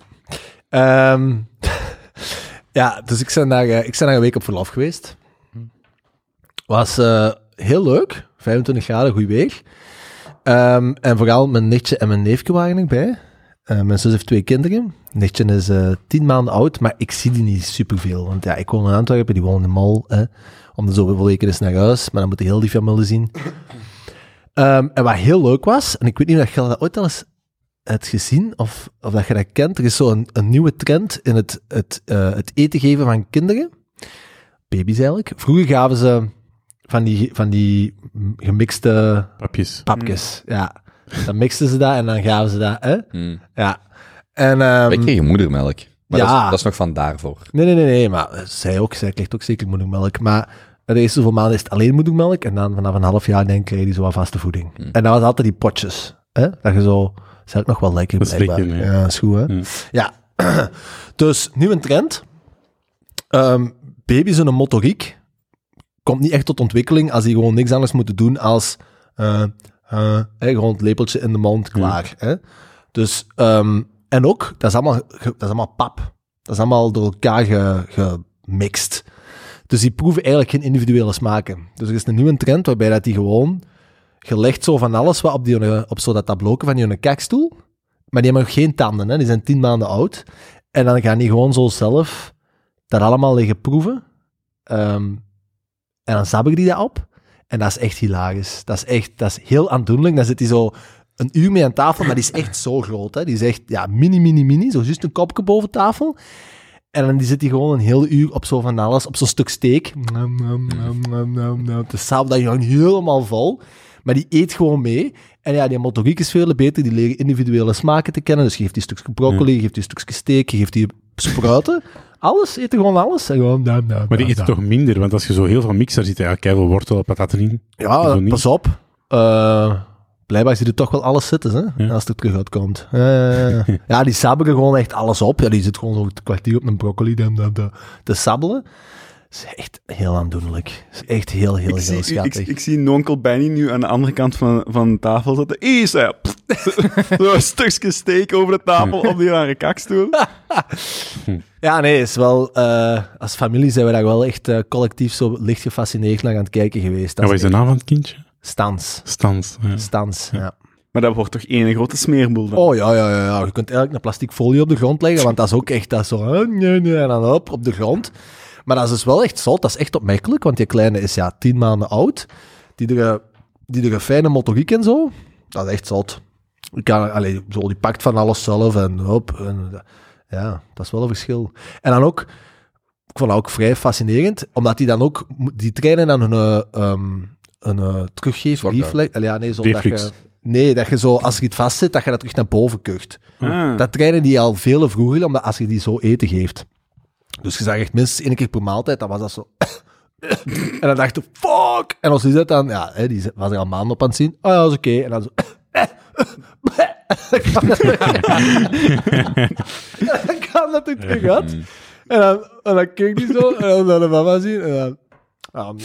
Ja, dus ik ben daar een week op verlof geweest. Was heel leuk. 25 graden, goed weer. En vooral mijn nichtje en mijn neefje waren erbij. Mijn zus heeft 2 kinderen. Nichtje is 10 maanden oud, maar ik zie die niet superveel. Want ja, ik woon in Antwerpen, die woont in Mol. Om de zoveel weken eens naar huis, maar dan moet je heel die familie zien. En wat heel leuk was, en ik weet niet of je dat ooit al eens hebt gezien, of dat je dat kent, er is zo een nieuwe trend in het eten geven van kinderen. Baby's eigenlijk. Vroeger gaven ze van die gemixte papjes. Ja. Dan mixten ze dat en dan gaven ze dat. Hè? Ja. En, Wij kregen moedermelk. Maar ja. dat is nog van daarvoor. Nee, maar zij krijgt ook zeker moedermelk. Maar de eerste zoveel maanden is het alleen moedermelk. En dan vanaf een half jaar denk ik, krijg je zo wat vaste voeding. En dat was altijd die potjes. Hè? Dat je zo... Dat is ook nog wel lekker, Dat is blijkbaar. lekker, ja. Ja, is goed, hè? Ja. Dus, nieuwe trend. Baby's in een motoriek komt niet echt tot ontwikkeling als die gewoon niks anders moeten doen als Gewoon het lepeltje in de mond, klaar. Hè? Dus, en ook, dat is allemaal pap. Dat is allemaal door elkaar gemixt. Dus die proeven eigenlijk geen individuele smaken. Dus er is een nieuwe trend waarbij dat die gewoon... Je legt zo van alles wat op zo dat tableauke van die kakstoel. Maar die hebben nog geen tanden, hè. Die zijn 10 maanden oud. En dan gaan die gewoon zo zelf dat allemaal liggen proeven. En dan sabber die dat op. En dat is echt hilarisch. Dat is heel aandoenlijk. Dan zit hij zo een uur mee aan tafel, maar die is echt zo groot. Hè. Die is echt mini. Zo juist een kopje boven tafel. En dan zit hij gewoon een hele uur op zo van alles, op zo'n stuk steak. De sabber dat je gewoon helemaal vol. Maar die eet gewoon mee. En ja, die motoriek is veel beter. Die leren individuele smaken te kennen. Dus je geeft die stukje broccoli, je geeft die stukje steak, je geeft die spruiten. Alles, eten gewoon alles. En gewoon, maar die eten toch minder? Want als je zo heel veel mixt, daar zit eigenlijk keiveel wortel, pataten in. Ja, pas op. Blijkbaar zit er toch wel alles zitten, hè? Als het er terug uitkomt. Ja, die sabberen gewoon echt alles op. Ja, die zit gewoon zo een kwartier op een broccoli te sabbelen. Dat is echt heel aandoenlijk. Dat is echt heel schattig. Ik zie nonkel Benny nu aan de andere kant van de tafel zitten. Zo'n stukje steak over de tafel op die rare kakstoel. Ja, nee, is wel... als familie zijn we daar wel echt collectief zo licht gefascineerd naar aan het kijken geweest. En wat is de naam van het kindje? Stans, ja. Maar dat wordt toch één grote smeerboel dan? Oh, ja. Je kunt eigenlijk een plastic folie op de grond leggen, want dat is ook echt dat zo... En dan op de grond... Maar dat is dus wel echt zot, dat is echt opmerkelijk, want die kleine is 10 maanden oud. Die een fijne motoriek en zo, dat is echt zot. Die pakt van alles zelf en hop. Ja, dat is wel een verschil. En dan ook, ik vond dat ook vrij fascinerend, omdat die dan ook, die trainen dan een teruggeef, reflex. Dat je zo, als je het vastzet, dat je dat terug naar boven kucht. Dat trainen die al veel vroeger, omdat als je die zo eten geeft. Dus je zag echt minstens 1 keer per maaltijd, dan was dat zo... en dan dacht je, fuck! En als hij zit dan, die was er al maanden op aan het zien. Oh ja, dat is oké. En dan zo... dan kwam dat er terug uit. En dan keek hij zo, en dan naar de mama zien, en dan...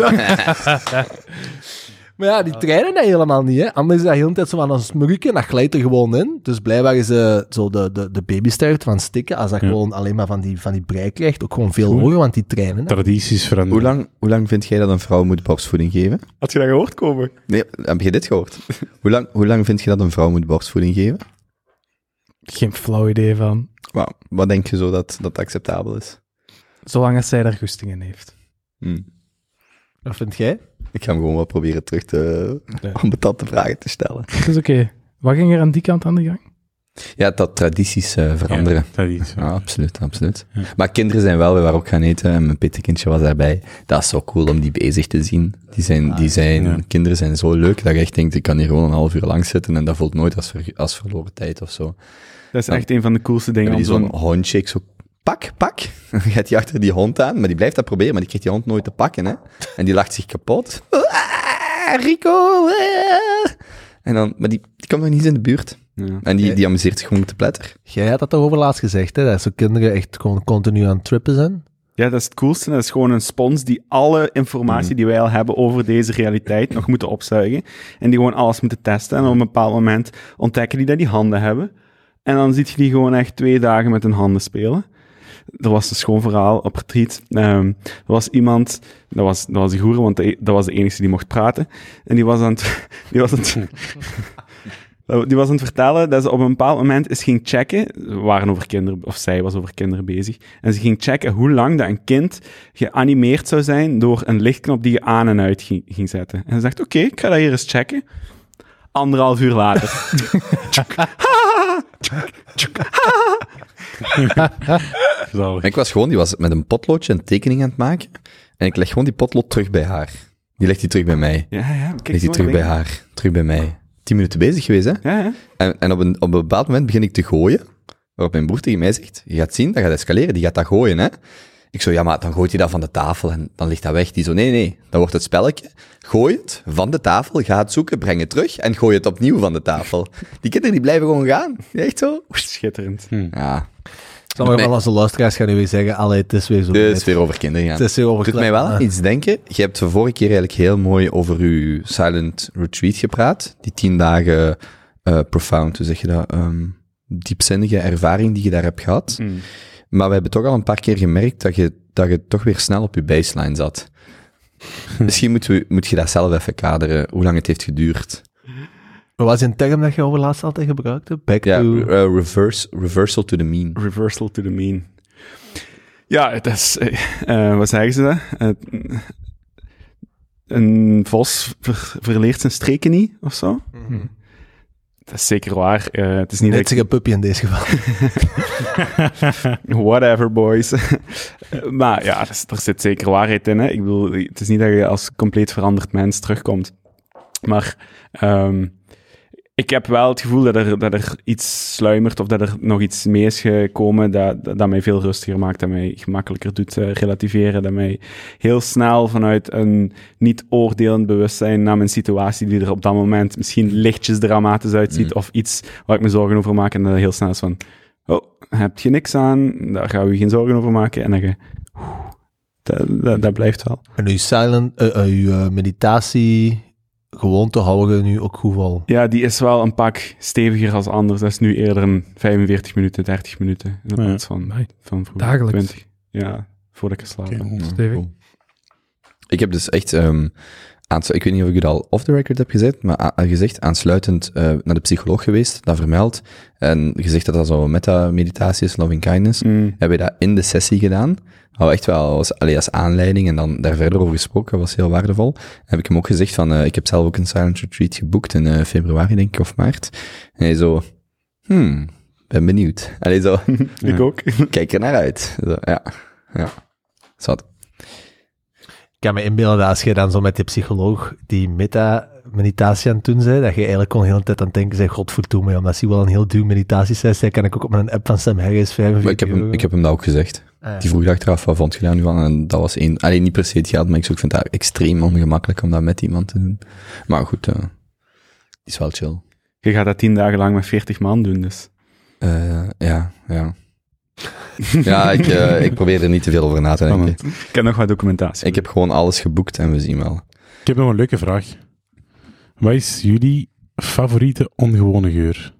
Maar ja, die trainen dat helemaal niet, hè. Anders is dat de hele tijd zo aan een smurken, en dat glijdt er gewoon in. Dus blijkbaar is zo de babysterfte van stikken, als dat gewoon alleen maar van die brei krijgt, ook gewoon veel hoger, want die trainen. Tradities veranderen. Hoe lang vind jij dat een vrouw moet borstvoeding geven? Had je dat gehoord komen? Nee, heb je dit gehoord? Hoe lang vind je dat een vrouw moet borstvoeding geven? Geen flauw idee van. Wat denk je zo dat acceptabel is? Zolang als zij daar goesting in heeft. Wat vind jij? Ik ga hem gewoon wel proberen terug ambetante vragen te stellen. Dat is oké. Wat ging er aan die kant aan de gang? Ja, dat tradities veranderen. Ja, tradities. Ja, absoluut. Ja. Maar kinderen zijn wel, we waren ook gaan eten en mijn pittekindje was daarbij. Dat is zo cool om die bezig te zien. Kinderen zijn zo leuk dat je echt denkt, ik kan hier gewoon een half uur lang zitten en dat voelt nooit als verloren tijd of zo. Dat is echt een van de coolste dingen. Die zo'n hondje, zo pak. Dan gaat hij achter die hond aan, maar die blijft dat proberen, maar die krijgt die hond nooit te pakken, hè. En die lacht zich kapot. Rico! En dan, maar die komt nog niet eens in de buurt. Ja. En die amuseert zich gewoon met de pletter. Jij had dat toch over laatst gezegd, hè? Dat zo kinderen echt gewoon continu aan het trippen zijn. Ja, dat is het coolste. Dat is gewoon een spons die alle informatie die wij al hebben over deze realiteit nog moeten opzuigen. En die gewoon alles moeten testen. En op een bepaald moment ontdekken die dat die handen hebben. En dan ziet je die gewoon echt 2 dagen met hun handen spelen. Er was een schoon verhaal op retreat. Er was iemand, dat was die goeroe, want dat was de enige die mocht praten. En die was aan het vertellen dat ze op een bepaald moment eens ging checken. We waren over kinderen, of zij was over kinderen bezig. En ze ging checken hoe lang dat een kind geanimeerd zou zijn door een lichtknop die je aan en uit ging zetten. En ze zegt, oké, ik ga dat hier eens checken. 1,5 uur later. Ik was gewoon, die was met een potloodje een tekening aan het maken. En ik leg gewoon die potlood terug bij haar. Die legt die terug bij mij. Ja. Leg die terug bij haar. Terug bij mij. 10 minuten bezig geweest, hè? Ja. En op een bepaald moment begin ik te gooien. Waarop mijn broer tegen mij zegt, je gaat zien, dat gaat escaleren. Die gaat dat gooien, hè? Ik zo, ja, maar dan gooit hij dat van de tafel en dan ligt dat weg. Die zo, nee, dat wordt het spelletje. Gooi het van de tafel, ga het zoeken, breng het terug en gooi het opnieuw van de tafel. Die kinderen die blijven gewoon gaan. Echt zo. Schitterend. Ja. Sommige van onze luisteraars gaan nu weer zeggen, allee, het is weer zo. Het is weer over kinderen gaan. Het is weer over Het doet mij wel aan iets denken. Je hebt de vorige keer eigenlijk heel mooi over je silent retreat gepraat. Die 10 dagen profound, hoe zeg je dat? Diepzinnige ervaring die je daar hebt gehad. Maar we hebben toch al een paar keer gemerkt dat je toch weer snel op je baseline zat. Misschien moet je dat zelf even kaderen, hoe lang het heeft geduurd. Wat was een term dat je over laatst altijd gebruikte? Reversal to the mean. Reversal to the mean. Ja, het is... wat zeggen ze dat? Een vos verleert zijn streken niet, of zo? Dat is zeker waar. Het is niet net een puppy in deze geval. Whatever, boys. Maar ja, er zit zeker waarheid in. Hè? Ik bedoel, het is niet dat je als compleet veranderd mens terugkomt. Maar ik heb wel het gevoel dat er iets sluimert of dat er nog iets mee is gekomen dat mij veel rustiger maakt, dat mij gemakkelijker doet relativeren, dat mij heel snel vanuit een niet oordelend bewustzijn naar mijn situatie die er op dat moment misschien lichtjes dramatisch uitziet of iets waar ik me zorgen over maak en dan heel snel is van, heb je niks aan, daar gaan we geen zorgen over maken en dan dat blijft wel. En uw meditatie gewoonte houden we nu ook goed vol. Ja, die is wel een pak steviger als anders. Dat is nu eerder een 45 minuten, 30 minuten. In plaats van vroeger. Dagelijks? 20. Ja, voordat ik slaap. Stevig. Cool. Ik heb dus echt, ik weet niet of ik het al off the record heb gezegd, aansluitend naar de psycholoog geweest, dat vermeld, en gezegd dat dat zo'n meta-meditatie is, loving kindness, hebben we dat in de sessie gedaan. Hou echt wel als aanleiding en dan daar verder over gesproken, was heel waardevol. Heb ik hem ook gezegd van, ik heb zelf ook een silent retreat geboekt in februari, denk ik, of maart. En hij zo, ben benieuwd. Allee, zo, Ik ook. Kijk er naar uit. Zo, ja. Zat. Ik kan me inbeelden dat als je dan zo met die psycholoog die meta-meditatie aan het doen bent, dat je eigenlijk al de hele tijd aan het denken bent, godverdomme, omdat zie wel een heel duur meditatiesessie, kan ik ook op mijn app van Sam Harris 45 euro. Ik heb hem dat ook gezegd. Die vroeg achteraf, wat vond je daar nu van? En dat was niet per se het geld, maar ik vind het extreem ongemakkelijk om dat met iemand te doen. Maar goed, die is wel chill. Je gaat dat 10 dagen lang met 40 man doen, dus. Ja. Ja, ik probeer er niet te veel over na te denken. Ik heb nog wat documentatie. Ik heb gewoon alles geboekt en we zien wel. Ik heb nog een leuke vraag. Wat is jullie favoriete ongewone geur?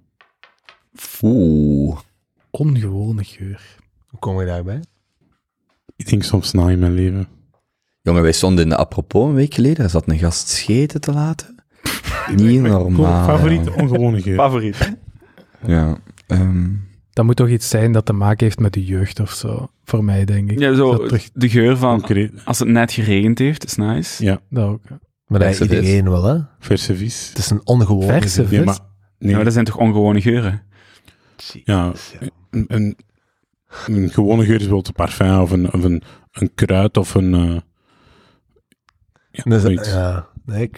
Ongewone geur. Hoe kom je daarbij? Ik denk soms na in mijn leven. Jongen, wij stonden in de apropos een week geleden. Er zat een gast scheten te laten. Niet normaal. Favoriete ongewone geur. Favoriet, hè? Ja. Dat moet toch iets zijn dat te maken heeft met de jeugd of zo. Voor mij, denk ik. Ja, zo Dat terug- de geur van, Concreet. als het net geregend heeft, is nice. Ja, Dat ook. Ja. Maar dat Verse iedereen wel, hè? verse vis. Het is een ongewone Verse geur. vis? Ja, maar, nee, Ja, maar dat zijn toch ongewone geuren? ja, een gewone geur is bijvoorbeeld een parfum of een kruid of een... Dus, zoiets. ja, nee,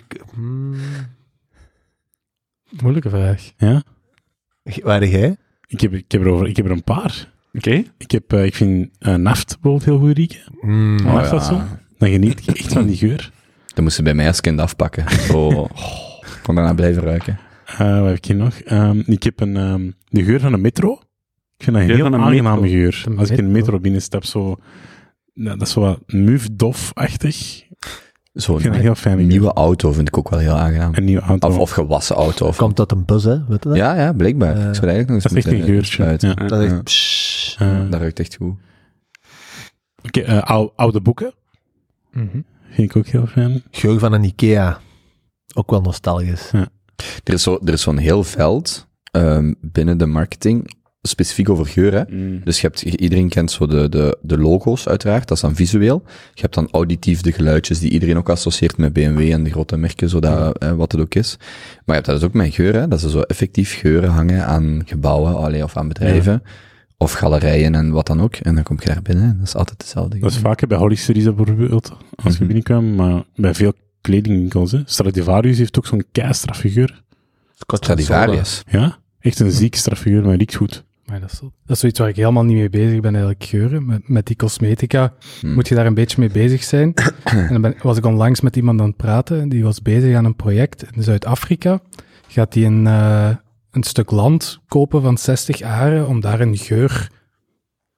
Moeilijke vraag. Ja? Waar jij? Ik heb er een paar. Oké. Ik vind Naft bijvoorbeeld heel goed rieken. Naft dat zo? Dan geniet ik echt van die geur. Dat moesten bij mij als kind afpakken. Zo, kon daarna blijven ruiken. Wat heb ik hier nog? Ik heb de geur van de metro. Ik vind dat een Geur heel van een aangename metro. geur. De Als ik in de metro. metro binnenstap, zo... Dat is zo wat muf-dof-achtig. Zo'n Ik vind dat heel fijn. nieuwe auto vind ik ook wel heel aangenaam. Een nieuwe auto. Of gewassen auto. Of... Komt dat een bus, hè? Weet je dat? Ja, blijkbaar. Ik zou eigenlijk nog eens Dat is echt een moeten geurtje. sluiten. Ja. Dat is Ja. echt... pssst. Dat ruikt echt goed. Oké, oude boeken. Vind ik ook heel fijn. Geur van een Ikea. Ook wel nostalgisch. Er is zo'n heel veld binnen de marketing, specifiek over geur, hè. Dus iedereen kent zo de logo's uiteraard, dat is dan visueel. Je hebt dan auditief de geluidjes die iedereen ook associeert met BMW en de grote merken, wat het ook is. Maar je hebt dat dus ook met geur, hè, dat ze zo effectief geuren hangen aan gebouwen, of aan bedrijven, of galerijen en wat dan ook. En dan kom je daar binnen, dat is altijd hetzelfde. Dat is vaker bij Holly Series bijvoorbeeld, als je binnenkwam, maar bij veel kledingwinkels. Hè. Stradivarius heeft ook zo'n keistraffe geur. Stradivarius. Ja, echt een ziek straffe geur, maar riekt goed. Maar dat is zoiets waar ik helemaal niet mee bezig ben, eigenlijk geuren. Met die cosmetica moet je daar een beetje mee bezig zijn. En dan was ik onlangs met iemand aan het praten, die was bezig aan een project in Zuid-Afrika. Gaat die een stuk land kopen van 60 aren om daar een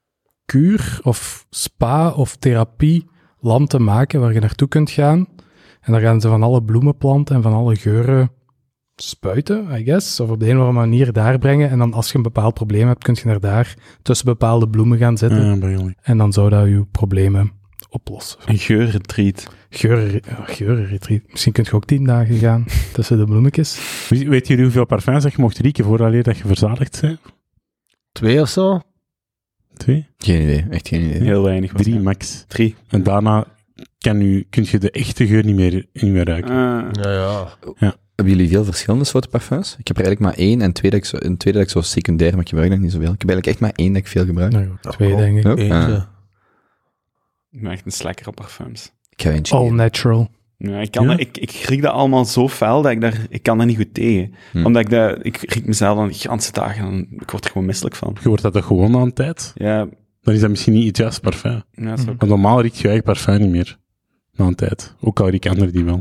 kuur of spa of therapieland te maken waar je naartoe kunt gaan. En daar gaan ze van alle bloemenplanten en van alle geuren spuiten, I guess. Of op de een of andere manier daar brengen. En dan als je een bepaald probleem hebt, kun je naar daar tussen bepaalde bloemen gaan zitten. En dan zou dat je problemen oplossen. Een geurretreat. Geurenretreat. Misschien kun je ook 10 dagen gaan tussen de bloemetjes. Weet jullie hoeveel parfums dat je mocht rieken vooraleer dat je verzadigd bent? 2 of zo? 2? Geen idee, echt geen idee. Heel weinig. 3 max. 3. En daarna kun je de echte geur niet meer ruiken. Ja. Hebben jullie veel verschillende soorten parfums? Ik heb er eigenlijk maar 1 en 2 dat ik zo secundair, maar ik gebruik dat niet zoveel. Ik heb eigenlijk echt maar 1 dat ik veel gebruik. Nou, 2 denk ik. Ook? Eentje. Ik ben echt een slekker op parfums. Ik ga eentje All geven. natural. Ja, ik riek dat allemaal zo fel dat ik kan daar niet goed tegen. Omdat ik riek mezelf dan de ganse dagen en ik word er gewoon misselijk van. Je wordt dat toch gewoon aan tijd? Ja, Dan is dat misschien niet iets juist parfum. ja, dat is ook... Want normaal riekt je eigen parfum niet meer na een tijd. Ook al riek anderen die wel.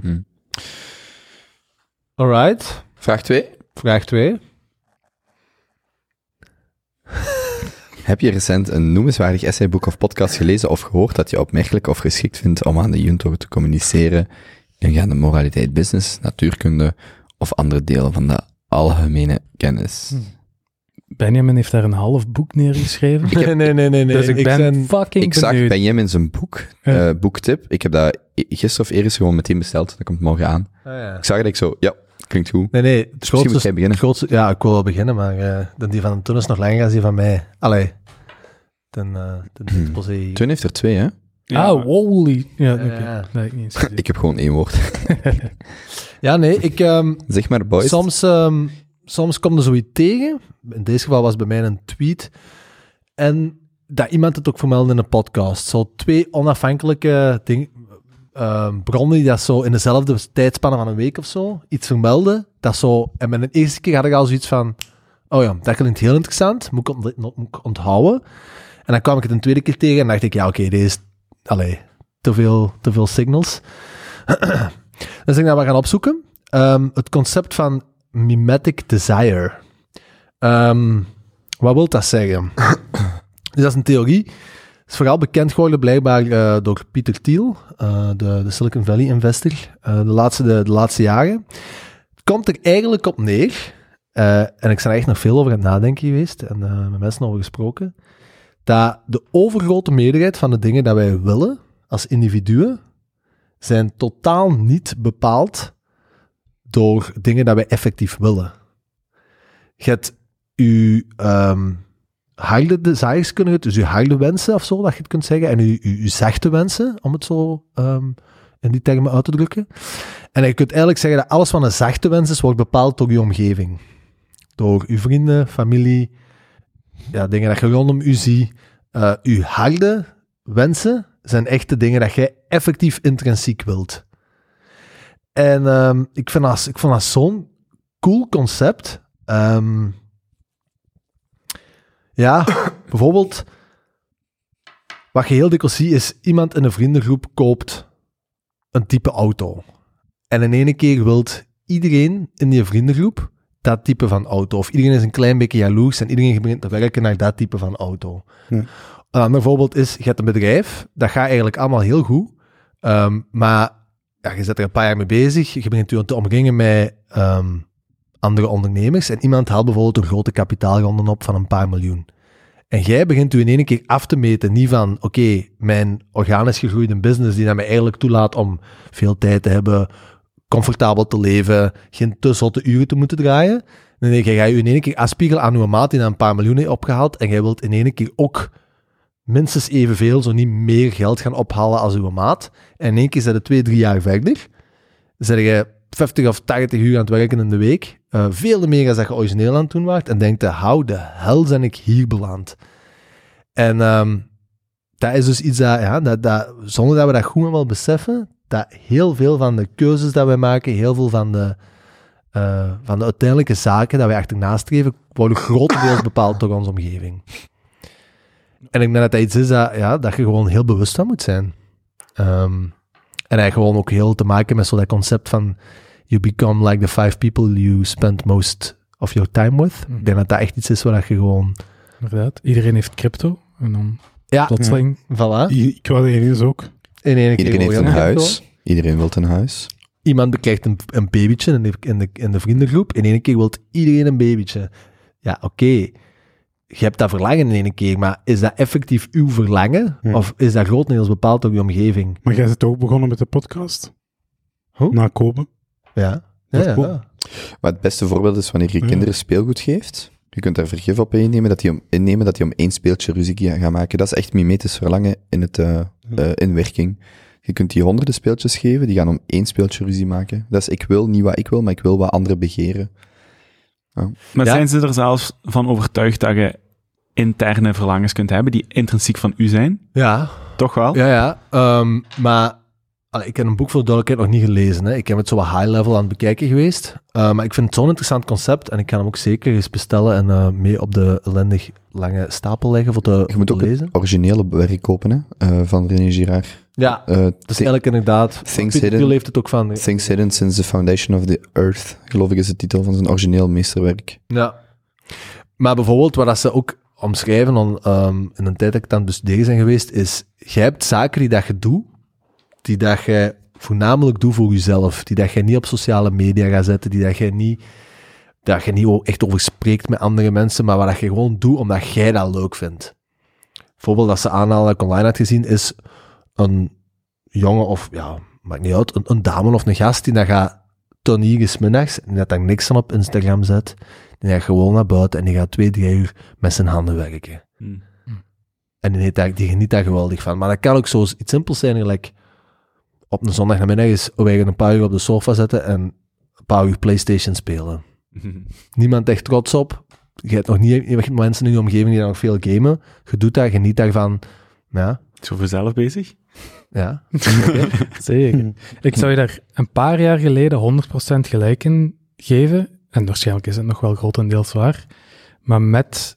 Alright. Vraag 2. Vraag 2. Heb je recent een noemenswaardig essayboek of podcast gelezen of gehoord dat je opmerkelijk of geschikt vindt om aan de Junto te communiceren ingaande moraliteit, business, natuurkunde of andere delen van de algemene kennis? Benjamin heeft daar een half boek neergeschreven. Nee. Dus ik ben fucking Ik zag benieuwd. Benjamin zijn boek, boektip. Ik heb dat gisteren of eerder gewoon meteen besteld. Dat komt morgen aan. Ik zag dat ik zo, ja, klinkt goed. Nee. Het misschien moet jij beginnen. ja, ik wil wel beginnen, maar die van toen is nog langer dan die van mij. Allee. De exposé. Twin heeft er 2, hè? Ah, holy. Ja, oké. Ja. Dat heb ik niet eens gezien. Ik heb gewoon 1 woord. Ja, nee, Zeg maar, boys. soms komt er zoiets tegen. In deze geval was het bij mij een tweet. En dat iemand het ook vermeldde in een podcast. Zo 2 onafhankelijke bronnen die dat zo in dezelfde tijdspanne van een week of zo iets vermelden. Dat zo, en met de eerste keer had ik al zoiets van, oh ja, dat klinkt heel interessant, moet ik onthouden. En dan kwam ik het een tweede keer tegen en dacht ik, ja oké, deze is te veel signals. Dus ik dat maar gaan opzoeken. Het concept van mimetic desire. Wat wil dat zeggen? Dus dat is een theorie. Het is vooral bekend geworden blijkbaar door Peter Thiel, de Silicon Valley investor, de laatste jaren. Het komt er eigenlijk op neer, en ik ben er echt nog veel over aan het nadenken geweest en met mensen over gesproken, dat de overgrote meerderheid van de dingen dat wij willen als individuen zijn totaal niet bepaald door dingen dat wij effectief willen. Je hebt je harde desires kunnen, dus je harde wensen of zo, dat je het kunt zeggen, en je zachte wensen, om het zo in die termen uit te drukken. En je kunt eigenlijk zeggen dat alles wat een zachte wens is, wordt bepaald door je omgeving. Door je vrienden, familie, ja, dingen dat je rondom je ziet. Je harde wensen zijn echt de dingen dat jij effectief intrinsiek wilt. En ik vond dat zo'n cool concept. Ja, bijvoorbeeld, wat je heel dikwijls ziet, is iemand in een vriendengroep koopt een type auto. En in ene keer wilt iedereen in die vriendengroep dat type van auto. Of iedereen is een klein beetje jaloers en iedereen begint te werken naar dat type van auto. Ja. Een ander voorbeeld is, je hebt een bedrijf, dat gaat eigenlijk allemaal heel goed, maar ja, je zit er een paar jaar mee bezig, je begint je te omringen met andere ondernemers en iemand haalt bijvoorbeeld een grote kapitaalronde op van een paar miljoen. En jij begint u in één keer af te meten, niet van, oké, mijn organisch gegroeide business die dat mij eigenlijk toelaat om veel tijd te hebben, comfortabel te leven, geen te zotte uren te moeten draaien. Nee, jij gaat je in één keer afspiegelen aan uw maat die naar een paar miljoen heeft opgehaald en jij wilt in één keer ook minstens evenveel, zo niet meer geld gaan ophalen als uw maat. En in één keer zijn je 2-3 jaar verder. Zeg je 50 of 80 uur aan het werken in de week. Veel meer dan dat je origineel aan het doen waart. En denkt, how the hell ben ik hier beland? En dat is dus iets dat, zonder dat we dat goed wel beseffen, dat heel veel van de keuzes dat wij maken, heel veel van de uiteindelijke zaken dat wij achterna streven, worden grotendeels bepaald door onze omgeving. En ik denk dat iets is dat je gewoon heel bewust van moet zijn. En eigenlijk gewoon ook heel te maken met zo dat concept van you become like the 5 people you spend most of your time with. Ik denk dat dat echt iets is waar je gewoon... Inderdaad. Iedereen heeft crypto. En dan Ja, plotseling. voilà. Ik wou dat ineens ook. In één keer Iedereen heeft gewoon een heel huis. Iedereen wil een huis. Iemand bekijkt een babytje in de vriendengroep. In één keer wil iedereen een babytje. Ja, oké. Je hebt dat verlangen in één keer, maar is dat effectief uw verlangen? Ja. Of is dat grotendeels bepaald door je omgeving? Maar jij bent ook begonnen met de podcast? Hoe? Na Kobe? Ja. Dat is Ja, cool. ja. Maar het beste voorbeeld is wanneer je Ja. kinderen speelgoed geeft. Je kunt daar vergif op innemen dat die om 1 speeltje ruzie gaan maken. Dat is echt mimetisch verlangen in werking. Je kunt die honderden speeltjes geven, die gaan om 1 speeltje ruzie maken. Dat is, ik wil niet wat ik wil, maar ik wil wat anderen begeren. Maar Ja. zijn ze er zelfs van overtuigd dat je interne verlangens kunt hebben die intrinsiek van u zijn? Ja, Toch wel? ja. Maar ik heb een boek voor de duidelijkheid nog niet gelezen. Hè. Ik heb het zo wat high-level aan het bekijken geweest. Maar ik vind het zo'n interessant concept en ik ga hem ook zeker eens bestellen en mee op de ellendig lange stapel leggen voor Je moet te ook lezen. het originele werk kopen, hè, van René Girard. Ja, dat is eigenlijk inderdaad... Things Peter Hidden. Thiel heeft het ook van... Things Hidden Since the Foundation of the Earth, geloof ik is de titel van zijn origineel meesterwerk. Ja. Maar bijvoorbeeld, wat dat ze ook omschrijven in een tijd dat ik aan het bestuderen ben geweest, is, jij hebt zaken die dat je doet, die dat je voornamelijk doet voor jezelf, die dat je niet op sociale media gaat zetten, die dat je niet echt over spreekt met andere mensen, maar wat dat je gewoon doet omdat jij dat leuk vindt. Bijvoorbeeld, dat ze aanhalen dat ik online had gezien, is een jongen of, ja, maakt niet uit, een dame of een gast die dat gaat tonieren 's middags en dat daar niks aan op Instagram zet. Die gaat gewoon naar buiten en die gaat 2-3 uur met zijn handen werken. Hmm. En die geniet daar geweldig van. Maar dat kan ook zo iets simpels zijn, gelijk op een zondagnamiddag is wij een paar uur op de sofa zetten en een paar uur PlayStation spelen. Niemand echt trots op. Je hebt nog niet mensen in je omgeving die daar nog veel gamen. Je doet dat, geniet daarvan. Ja. Zo voor zelf bezig? Ja. Zeker. Ik zou je daar een paar jaar geleden 100% gelijk in geven. En waarschijnlijk is het nog wel grotendeels waar. Maar met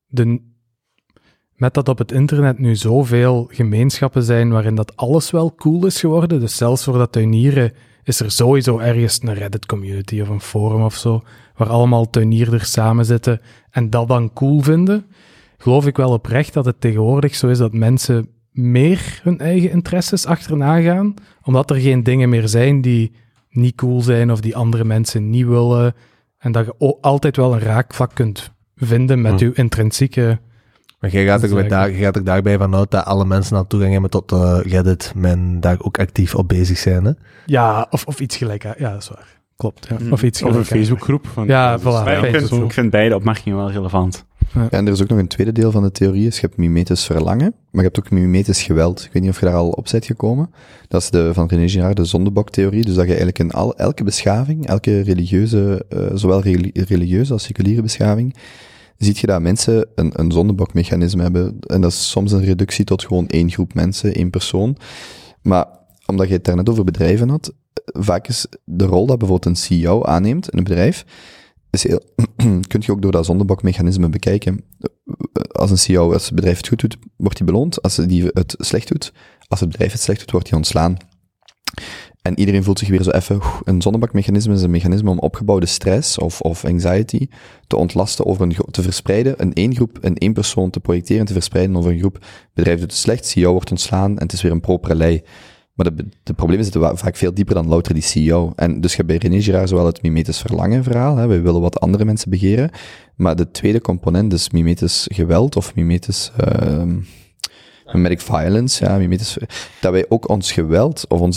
dat op het internet nu zoveel gemeenschappen zijn waarin dat alles wel cool is geworden, dus zelfs voor dat tuinieren is er sowieso ergens een Reddit-community of een forum of zo, waar allemaal tuinierders samen zitten en dat dan cool vinden, geloof ik wel oprecht dat het tegenwoordig zo is dat mensen meer hun eigen interesses achterna gaan, omdat er geen dingen meer zijn die niet cool zijn of die andere mensen niet willen. En dat je altijd wel een raakvlak kunt vinden met je intrinsieke... Maar jij gaat er daarbij vanuit dat alle mensen al toegang hebben tot Reddit en daar ook actief op bezig zijn, hè? Ja, of iets gelijk. Ja, dat is waar. Klopt. Ja. Of iets Of een gelijk. Facebookgroep. Van, Ja, voilà. Maar Facebook. ik vind beide opmerkingen wel relevant. Ja, en er is ook nog een tweede deel van de theorie, is je hebt mimetisch verlangen, maar je hebt ook mimetisch geweld. Ik weet niet of je daar al op bent gekomen. Dat is van René Girard, de zondeboktheorie. Dus dat je eigenlijk in elke beschaving, elke religieuze, zowel religieuze als seculiere beschaving, ziet je dat mensen een zondebokmechanisme hebben. En dat is soms een reductie tot gewoon 1 groep mensen, 1 persoon. Maar omdat je het daar net over bedrijven had, vaak is de rol dat bijvoorbeeld een CEO aanneemt in een bedrijf, kun je ook door dat zondebokmechanisme bekijken. Als een CEO, als het bedrijf het goed doet, wordt hij beloond. Als die het slecht doet, als het bedrijf het slecht doet, wordt hij ontslaan. En iedereen voelt zich weer zo even... Een zondebokmechanisme is een mechanisme om opgebouwde stress of anxiety te ontlasten te verspreiden, in 1 groep, in 1 persoon te projecteren en te verspreiden over een groep. Het bedrijf doet het slecht, CEO wordt ontslaan en het is weer een propere lei. Maar de problemen zitten vaak veel dieper dan louter die CEO. En dus je hebt bij René Girard zowel het mimetisch verlangen verhaal, hè, wij willen wat andere mensen begeren, maar de tweede component is mimetisch geweld of mimetisch... mimetic violence, ja, mimetisch, dat wij ook ons geweld, of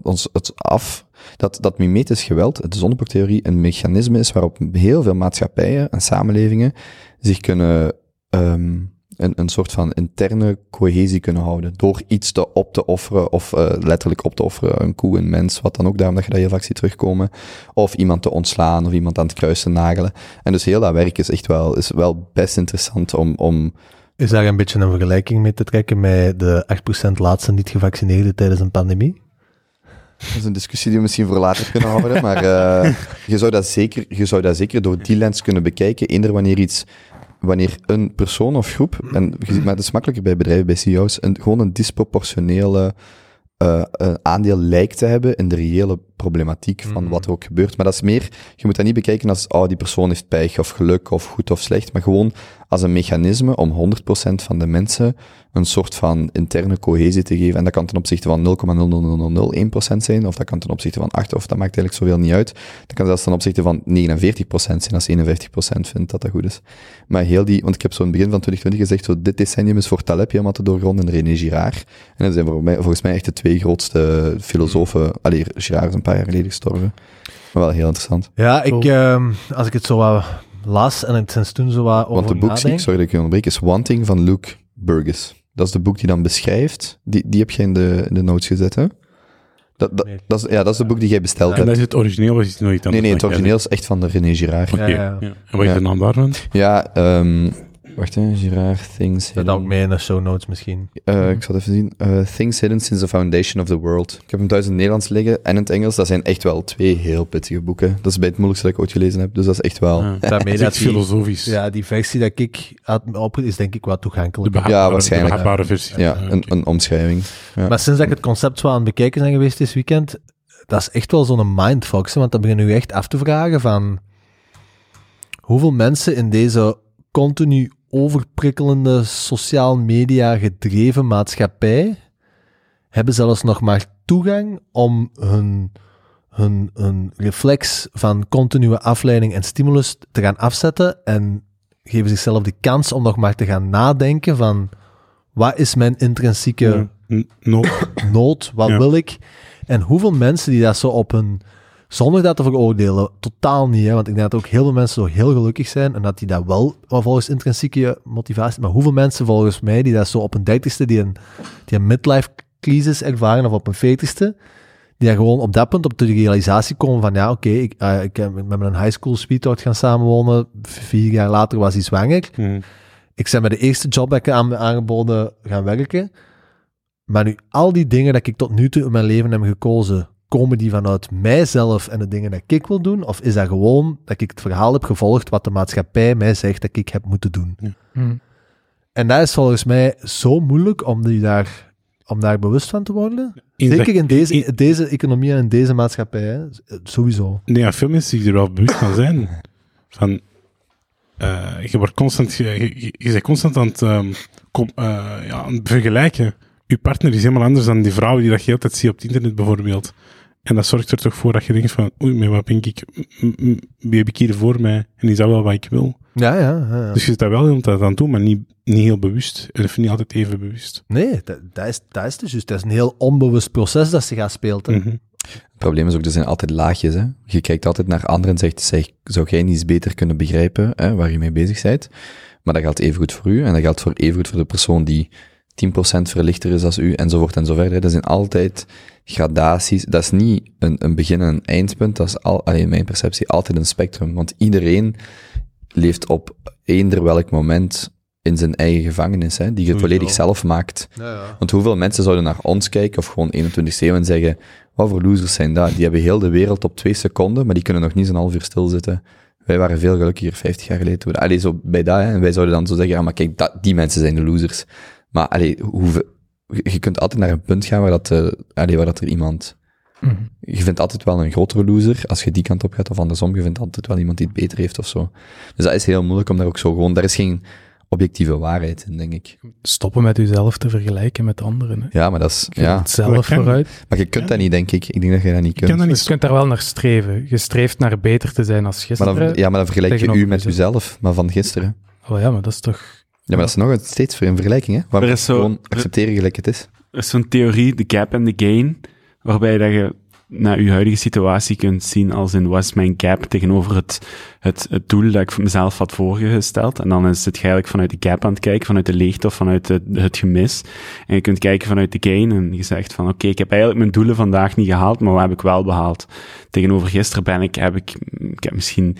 dat mimetisch geweld, de zondeboktheorie, een mechanisme is waarop heel veel maatschappijen en samenlevingen zich kunnen, een soort van interne cohesie kunnen houden, door iets op te offeren, of letterlijk op te offeren, een koe, een mens, wat dan ook, daarom dat je dat heel vaak ziet terugkomen, of iemand te ontslaan, of iemand aan het kruis te nagelen. En dus heel dat werk is echt wel best interessant om Is daar een beetje een vergelijking mee te trekken met de 8% laatste niet-gevaccineerden tijdens een pandemie? Dat is een discussie die we misschien voor later kunnen houden, maar je zou dat zeker door die lens kunnen bekijken, eender wanneer een persoon of groep, en je ziet, maar het is makkelijker bij bedrijven, bij CEO's, gewoon een disproportionele aandeel lijkt te hebben in de reële problematiek van wat er ook gebeurt. Maar dat is meer, je moet dat niet bekijken als, die persoon heeft pech of geluk of goed of slecht, maar gewoon als een mechanisme om 100% van de mensen een soort van interne cohesie te geven. En dat kan ten opzichte van 0,00001% zijn, of dat kan ten opzichte van 8, of dat maakt eigenlijk zoveel niet uit. Dat kan zelfs ten opzichte van 49% zijn, als 51% vindt dat dat goed is. Maar heel die, want ik heb zo in het begin van 2020 gezegd, zo dit decennium is voor Taleb helemaal te doorgronden en René Girard. En dat zijn volgens mij echt de 2 grootste filosofen. Allee, Girard is een paar jaar geleden gestorven. Maar wel heel interessant. Ja, als ik het zo wat las en het sinds toen zo wat over Want de boek, nadenk... sorry dat ik je onderbreek, is Wanting van Luke Burgess. Dat is de boek die dan beschrijft. Die heb je in de notes gezet, hè? Dat is de boek die jij besteld En hebt. dat is het origineel, of is het nog iets anders? Nee, het origineel is echt van de René Girard. Oké. Ja. En wat is de naam daarvan? Ja, wacht hè, Girard, Things Dat Hidden. ook mee in de show notes misschien. Ik zal het even zien. Things Hidden Since the Foundation of the World. Ik heb hem thuis in het Nederlands liggen en in het Engels. Dat zijn echt wel 2 heel pittige boeken. Dat is bij het moeilijkste dat ik ooit gelezen heb, dus dat is echt wel... Daarmee Dat dat is filosofisch. Ja, die versie dat ik had op is denk ik wat toegankelijk. waarschijnlijk. De behapbare versie. Ja, een omschrijving. Ja. Maar sinds dat ik het concept zo aan het bekijken ben geweest dit weekend, dat is echt wel zo'n mindfuck, want dan begin je echt af te vragen van hoeveel mensen in deze continu overprikkelende sociaal media gedreven maatschappij hebben zelfs nog maar toegang om hun reflex van continue afleiding en stimulus te gaan afzetten en geven zichzelf de kans om nog maar te gaan nadenken van wat is mijn intrinsieke nood, wat wil ik? En hoeveel mensen die dat zo op hun, zonder dat te veroordelen, totaal niet, hè, want ik denk dat ook heel veel mensen zo heel gelukkig zijn en dat die dat wel volgens intrinsieke motivatie, maar hoeveel mensen volgens mij die dat zo op een 30ste die een midlife crisis ervaren of op een 40ste, die daar gewoon op dat punt op de realisatie komen van ja, oké, ik ben met een high school sweetheart gaan samenwonen, 4 jaar later was hij zwanger. Ik ben bij de eerste job dat ik aangeboden gaan werken. Maar nu, al die dingen dat ik tot nu toe in mijn leven heb gekozen, komen die vanuit mijzelf en de dingen dat ik wil doen? Of is dat gewoon dat ik het verhaal heb gevolgd wat de maatschappij mij zegt dat ik heb moeten doen? En dat is volgens mij zo moeilijk om daar bewust van te worden. Zeker in deze economie en in deze maatschappij, hè? Sowieso. Nee, ja, veel mensen die er wel bewust van zijn. Van, je wordt constant, je bent constant aan het vergelijken. Je partner is helemaal anders dan die vrouw die dat je altijd ziet op het internet bijvoorbeeld. En dat zorgt er toch voor dat je denkt van, oei, maar wat denk ik, wie heb ik hier voor mij? En is dat wel wat ik wil? Ja. Dus je zit daar wel de hele tijd aan toe, maar niet heel bewust. En of niet altijd even bewust. Nee, dat is dus juist. Dat is een heel onbewust proces dat zich afspeelt. Hè. Het probleem is ook, er zijn altijd laagjes. Hè? Je kijkt altijd naar anderen en zegt, zou jij niet eens beter kunnen begrijpen waar je mee bezig bent? Maar dat geldt evengoed voor u en dat geldt evengoed voor de persoon die 10% verlichter is als u, enzovoort en zo verder. Dat zijn altijd gradaties. Dat is niet een begin en een eindpunt. Dat is in mijn perceptie altijd een spectrum. Want iedereen leeft op eender welk moment in zijn eigen gevangenis, hè, die je volledig zelf maakt. Ja. Want hoeveel mensen zouden naar ons kijken, of gewoon 21 eeuw en zeggen, wat voor losers zijn dat? Die hebben heel de wereld op 2 seconden, maar die kunnen nog niet zo'n half uur stilzitten. Wij waren veel gelukkiger 50 jaar geleden. Allee, zo bij dat, hè. En wij zouden dan zo zeggen, ja, maar kijk, die mensen zijn de losers. Maar allee, je kunt altijd naar een punt gaan waar dat er iemand... Je vindt altijd wel een grotere loser als je die kant op gaat, of andersom, je vindt altijd wel iemand die het beter heeft of zo. Dus dat is heel moeilijk om daar ook zo gewoon... Daar is geen objectieve waarheid in, denk ik. Stoppen met jezelf te vergelijken met anderen. Hè. Ja, maar dat is... Je moet zelf vooruit. Maar je kunt dat niet, denk ik. Ik denk dat je dat niet kunt. Je kunt daar wel naar streven. Je streeft naar beter te zijn als gisteren. Maar dan vergelijk je u met jezelf, maar van gisteren. Oh ja, maar dat is toch... Ja, maar dat is nog steeds een vergelijking, hè? Waarom gewoon accepteren gelijk het is? Er is zo'n theorie, de gap en de gain, waarbij dat je naar je huidige situatie kunt zien als in wat is mijn gap tegenover het doel dat ik voor mezelf had voorgesteld. En dan zit je eigenlijk vanuit de gap aan het kijken, vanuit de leegte of vanuit het gemis. En je kunt kijken vanuit de gain en je zegt van oké, ik heb eigenlijk mijn doelen vandaag niet gehaald, maar wat heb ik wel behaald? Tegenover gisteren heb ik misschien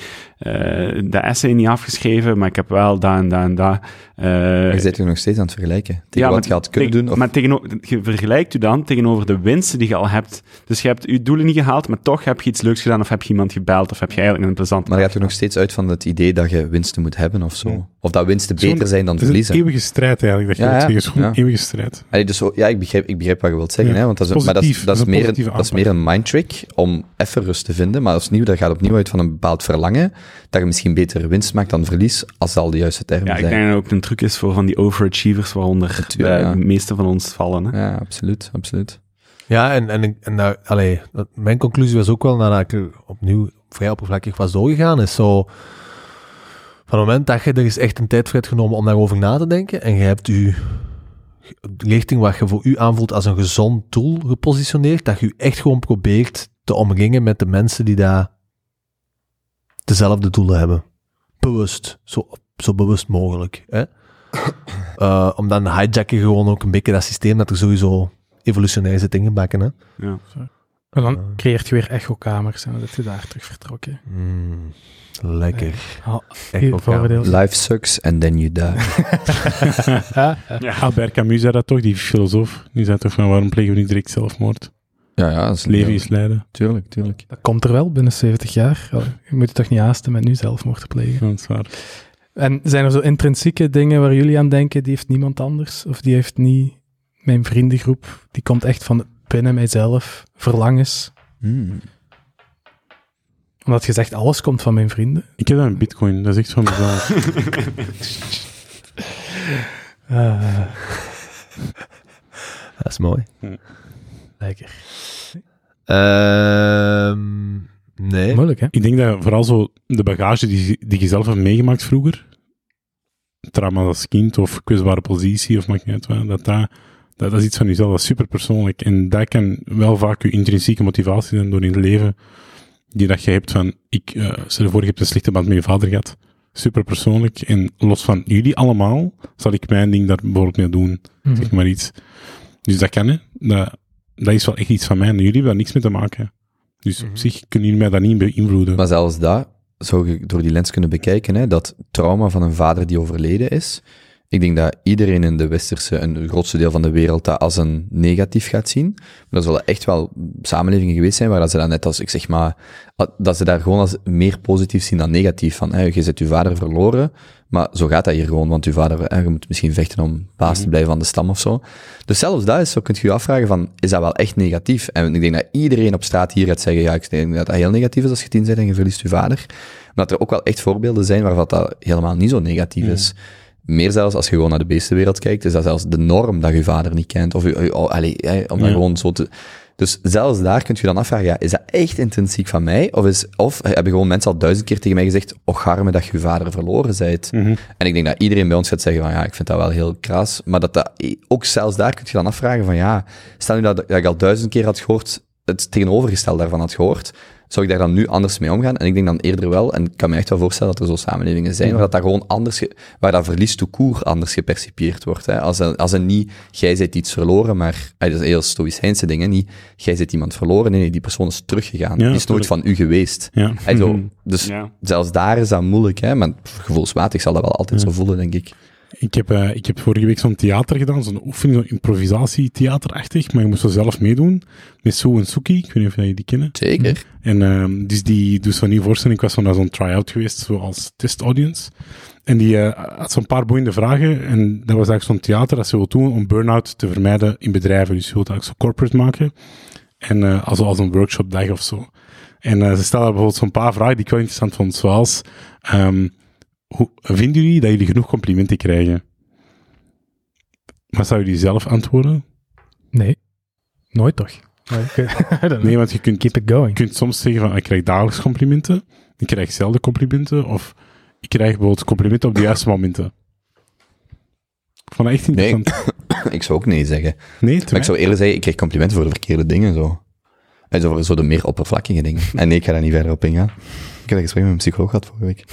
de essay niet afgeschreven, maar ik heb wel dat en dat en dat. Maar je bent er nog steeds aan het vergelijken. Tegen wat je had kunnen doen? Of... Maar je vergelijkt u dan tegenover de winsten die je al hebt. Dus je hebt je doelen niet gehaald, maar toch heb je iets leuks gedaan, of heb je iemand gebeld, of heb je eigenlijk een plezante... Maar je gaat er nog steeds uit van het idee dat je winsten moet hebben, of zo. Ja. Of dat winsten beter zijn dan Het is verliezen. een eeuwige strijd eigenlijk, dat je wilt zeggen. Het is gewoon een eeuwige strijd. Allee, dus, ik begrijp wat je wilt zeggen, Ja, hè, want dat is, positief, dat is een positieve meer een mindtrick om even rust te vinden, maar dat gaat opnieuw uit van een bepaald verlangen, dat je misschien beter winst maakt dan verlies, als dat al de juiste termen Ja, ik zijn. denk dat het ook een truc is voor van die overachievers, waaronder de meeste van ons vallen. Hè? Ja, absoluut, absoluut. Ja, mijn conclusie was ook wel, nadat ik er opnieuw vrij oppervlakkig was doorgegaan, is zo, van het moment dat je er eens echt een tijd voor hebt genomen om daarover na te denken, en je hebt je richting wat je voor u aanvoelt als een gezond doel gepositioneerd, dat je echt gewoon probeert te omringen met de mensen die daar dezelfde doelen hebben. Bewust. Zo bewust mogelijk. Hè? Om dan hijacken gewoon ook een beetje dat systeem dat er sowieso evolutionair zit ingebakken. Hè? Ja. En dan creëert je weer echokamers en dan zit je daar terug vertrokken. Lekker. Voordeel. Life sucks and then you die. Albert Camus zei dat toch, die filosoof. Die zei toch van, waarom plegen we niet direct zelfmoord? Ja, dat is Leven is lijden. Tuurlijk. Dat komt er wel binnen 70 jaar. Je moet het toch niet haasten met nu zelfmoord te plegen. Ja, dat is waar. En zijn er zo intrinsieke dingen waar jullie aan denken, die heeft niemand anders? Of die heeft niet mijn vriendengroep? Die komt echt van binnen mijzelf. Verlangens. Omdat je zegt, alles komt van mijn vrienden. Ik heb dat in Bitcoin, dat is echt van mezelf. Dat is mooi. Lekker. Nee. Moeilijk, hè? Ik denk dat vooral zo de bagage die je zelf hebt meegemaakt vroeger, trauma als kind of kwetsbare positie of maakt niet uit, dat is iets van jezelf, dat is super persoonlijk. En dat kan wel vaak je intrinsieke motivatie zijn door in het leven, die dat je hebt van, stel je voor, je hebt een slechte band met je vader gehad. Super persoonlijk. En los van jullie allemaal, zal ik mijn ding daar bijvoorbeeld mee doen. Zeg maar iets. Dus dat kan, hè. Dat is wel echt iets van mij. En jullie hebben daar niks mee te maken. Dus op zich kunnen jullie mij daar niet beïnvloeden. Maar zelfs dat zou je door die lens kunnen bekijken, hè, dat trauma van een vader die overleden is. Ik denk dat iedereen in de westerse en het grootste deel van de wereld dat als een negatief gaat zien. Maar er zullen echt wel samenlevingen geweest zijn waar dat ze dat net als, ik zeg maar, dat ze daar gewoon als meer positief zien dan negatief. Van, je zet je vader verloren, maar zo gaat dat hier gewoon, want je vader, je moet misschien vechten om baas te blijven van de stam of zo. Dus zelfs dat is, zo kunt je je afvragen van, is dat wel echt negatief? En ik denk dat iedereen op straat hier gaat zeggen, ja, ik denk dat dat heel negatief is als je 10 bent en je verliest je vader. Maar dat er ook wel echt voorbeelden zijn waarvan dat helemaal niet zo negatief is. Meer zelfs, als je gewoon naar de beestenwereld kijkt, is dat zelfs de norm dat je vader niet kent. Of om dat gewoon zo te... Dus zelfs daar kun je dan afvragen, ja, is dat echt intrinsiek van mij? Of hebben gewoon mensen al 1000 keer tegen mij gezegd, och, arme dat je je vader verloren bent. En ik denk dat iedereen bij ons gaat zeggen van, ja, ik vind dat wel heel kraas. Maar dat ook zelfs daar kun je dan afvragen van, ja, stel nu dat ik al 1000 keer had gehoord, het tegenovergestelde daarvan had gehoord, zou ik daar dan nu anders mee omgaan? En ik denk dan eerder wel, en ik kan me echt wel voorstellen dat er zo samenlevingen zijn, waar dat gewoon anders, waar dat verlies tout court anders gepercipieerd wordt. Hè. Als een niet, jij bent iets verloren, maar, dat is een heel stoïcijnse ding, hè, niet, jij bent iemand verloren, nee, die persoon is teruggegaan. Ja, die is nooit van u geweest. Ja. Dus zelfs daar is dat moeilijk, hè, maar gevoelsmatig zal dat wel altijd zo voelen, denk ik. Ik heb vorige week zo'n theater gedaan, zo'n oefening, zo'n improvisatietheaterachtig, maar je moest zo zelf meedoen, met Sue en Suki, ik weet niet of jullie die kennen. Zeker. En dus die doet zo'n nieuwe voorstelling, ik was zo naar zo'n try-out geweest, zo als test-audience, en die had zo'n paar boeiende vragen, en dat was eigenlijk zo'n theater dat ze wil doen om burn-out te vermijden in bedrijven, dus ze wil het eigenlijk zo corporate maken, en als een workshopdag of zo. En ze stelde bijvoorbeeld zo'n paar vragen die ik wel interessant vond, zoals... Hoe vinden jullie dat jullie genoeg complimenten krijgen? Maar zou jullie zelf antwoorden? Nee. Nooit toch? Nee, want je kunt, keep it going. Je kunt soms zeggen van, ik krijg dagelijks complimenten, ik krijg zelden complimenten, of ik krijg bijvoorbeeld complimenten op de juiste momenten. Ik vond dat echt interessant. Nee, ik zou ook nee zeggen. Nee, maar ik zou eerder zeggen, ik krijg complimenten voor de verkeerde dingen, zo. En voor zo de meer oppervlakkige dingen. En nee, ik ga daar niet verder op ingaan. Ik heb een gesprek met mijn psycholoog gehad vorige week.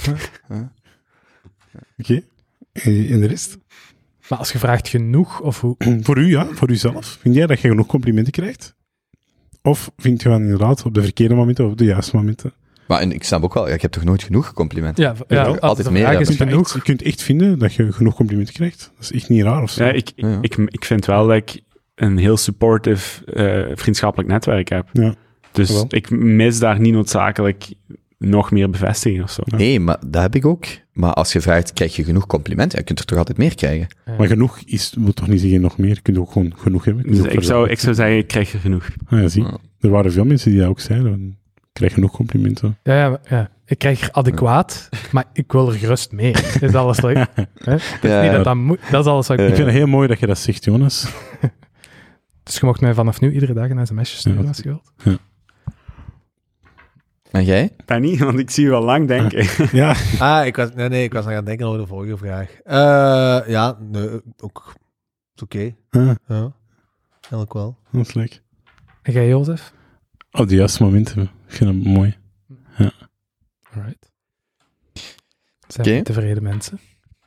Oké. En de rest? Maar als je vraagt genoeg, of hoe... Voor u, ja. Voor uzelf. Vind jij dat je genoeg complimenten krijgt? Of vind je van inderdaad op de verkeerde momenten of op de juiste momenten? Maar ik snap ook wel, ik heb toch nooit genoeg complimenten? Ja, altijd meer hebben. Je kunt echt vinden dat je genoeg complimenten krijgt. Dat is echt niet raar of zo. Ja, ik vind wel dat ik een heel supportive, vriendschappelijk netwerk heb. Ja. Dus Wel. ik mis daar niet noodzakelijk nog meer bevestiging of zo. Nee, maar dat heb ik ook. Maar als je vraagt, krijg je genoeg complimenten? Je kunt er toch altijd meer krijgen? Maar genoeg wil toch niet zeggen nog meer? Je kunt ook gewoon genoeg hebben. Je kunt Dus ook ik zou zeggen, ik krijg er genoeg. Ah, ja, zie. Ja. Er waren veel mensen die dat ook zeiden. Ik krijg genoeg complimenten. Ja. Ik krijg er adequaat, maar ik wil er gerust meer. Is alles wat ik... Hè? Het is niet dat moet. Dat is alles wat ik... Ik vind het heel mooi dat je dat zegt, Jonas. Dus je mocht mij vanaf nu iedere dag een sms'je sturen Ja. als je wilt. En jij? Penny, want ik zie je al lang denken. Ja, Ik was nog aan het denken over de vorige vraag. Ook. Is oké. Ja, eigenlijk wel. dat is leuk. En jij, Jozef? Op de juiste momenten. Ik vind het mooi. Alright. Zijn Oké. we tevreden mensen?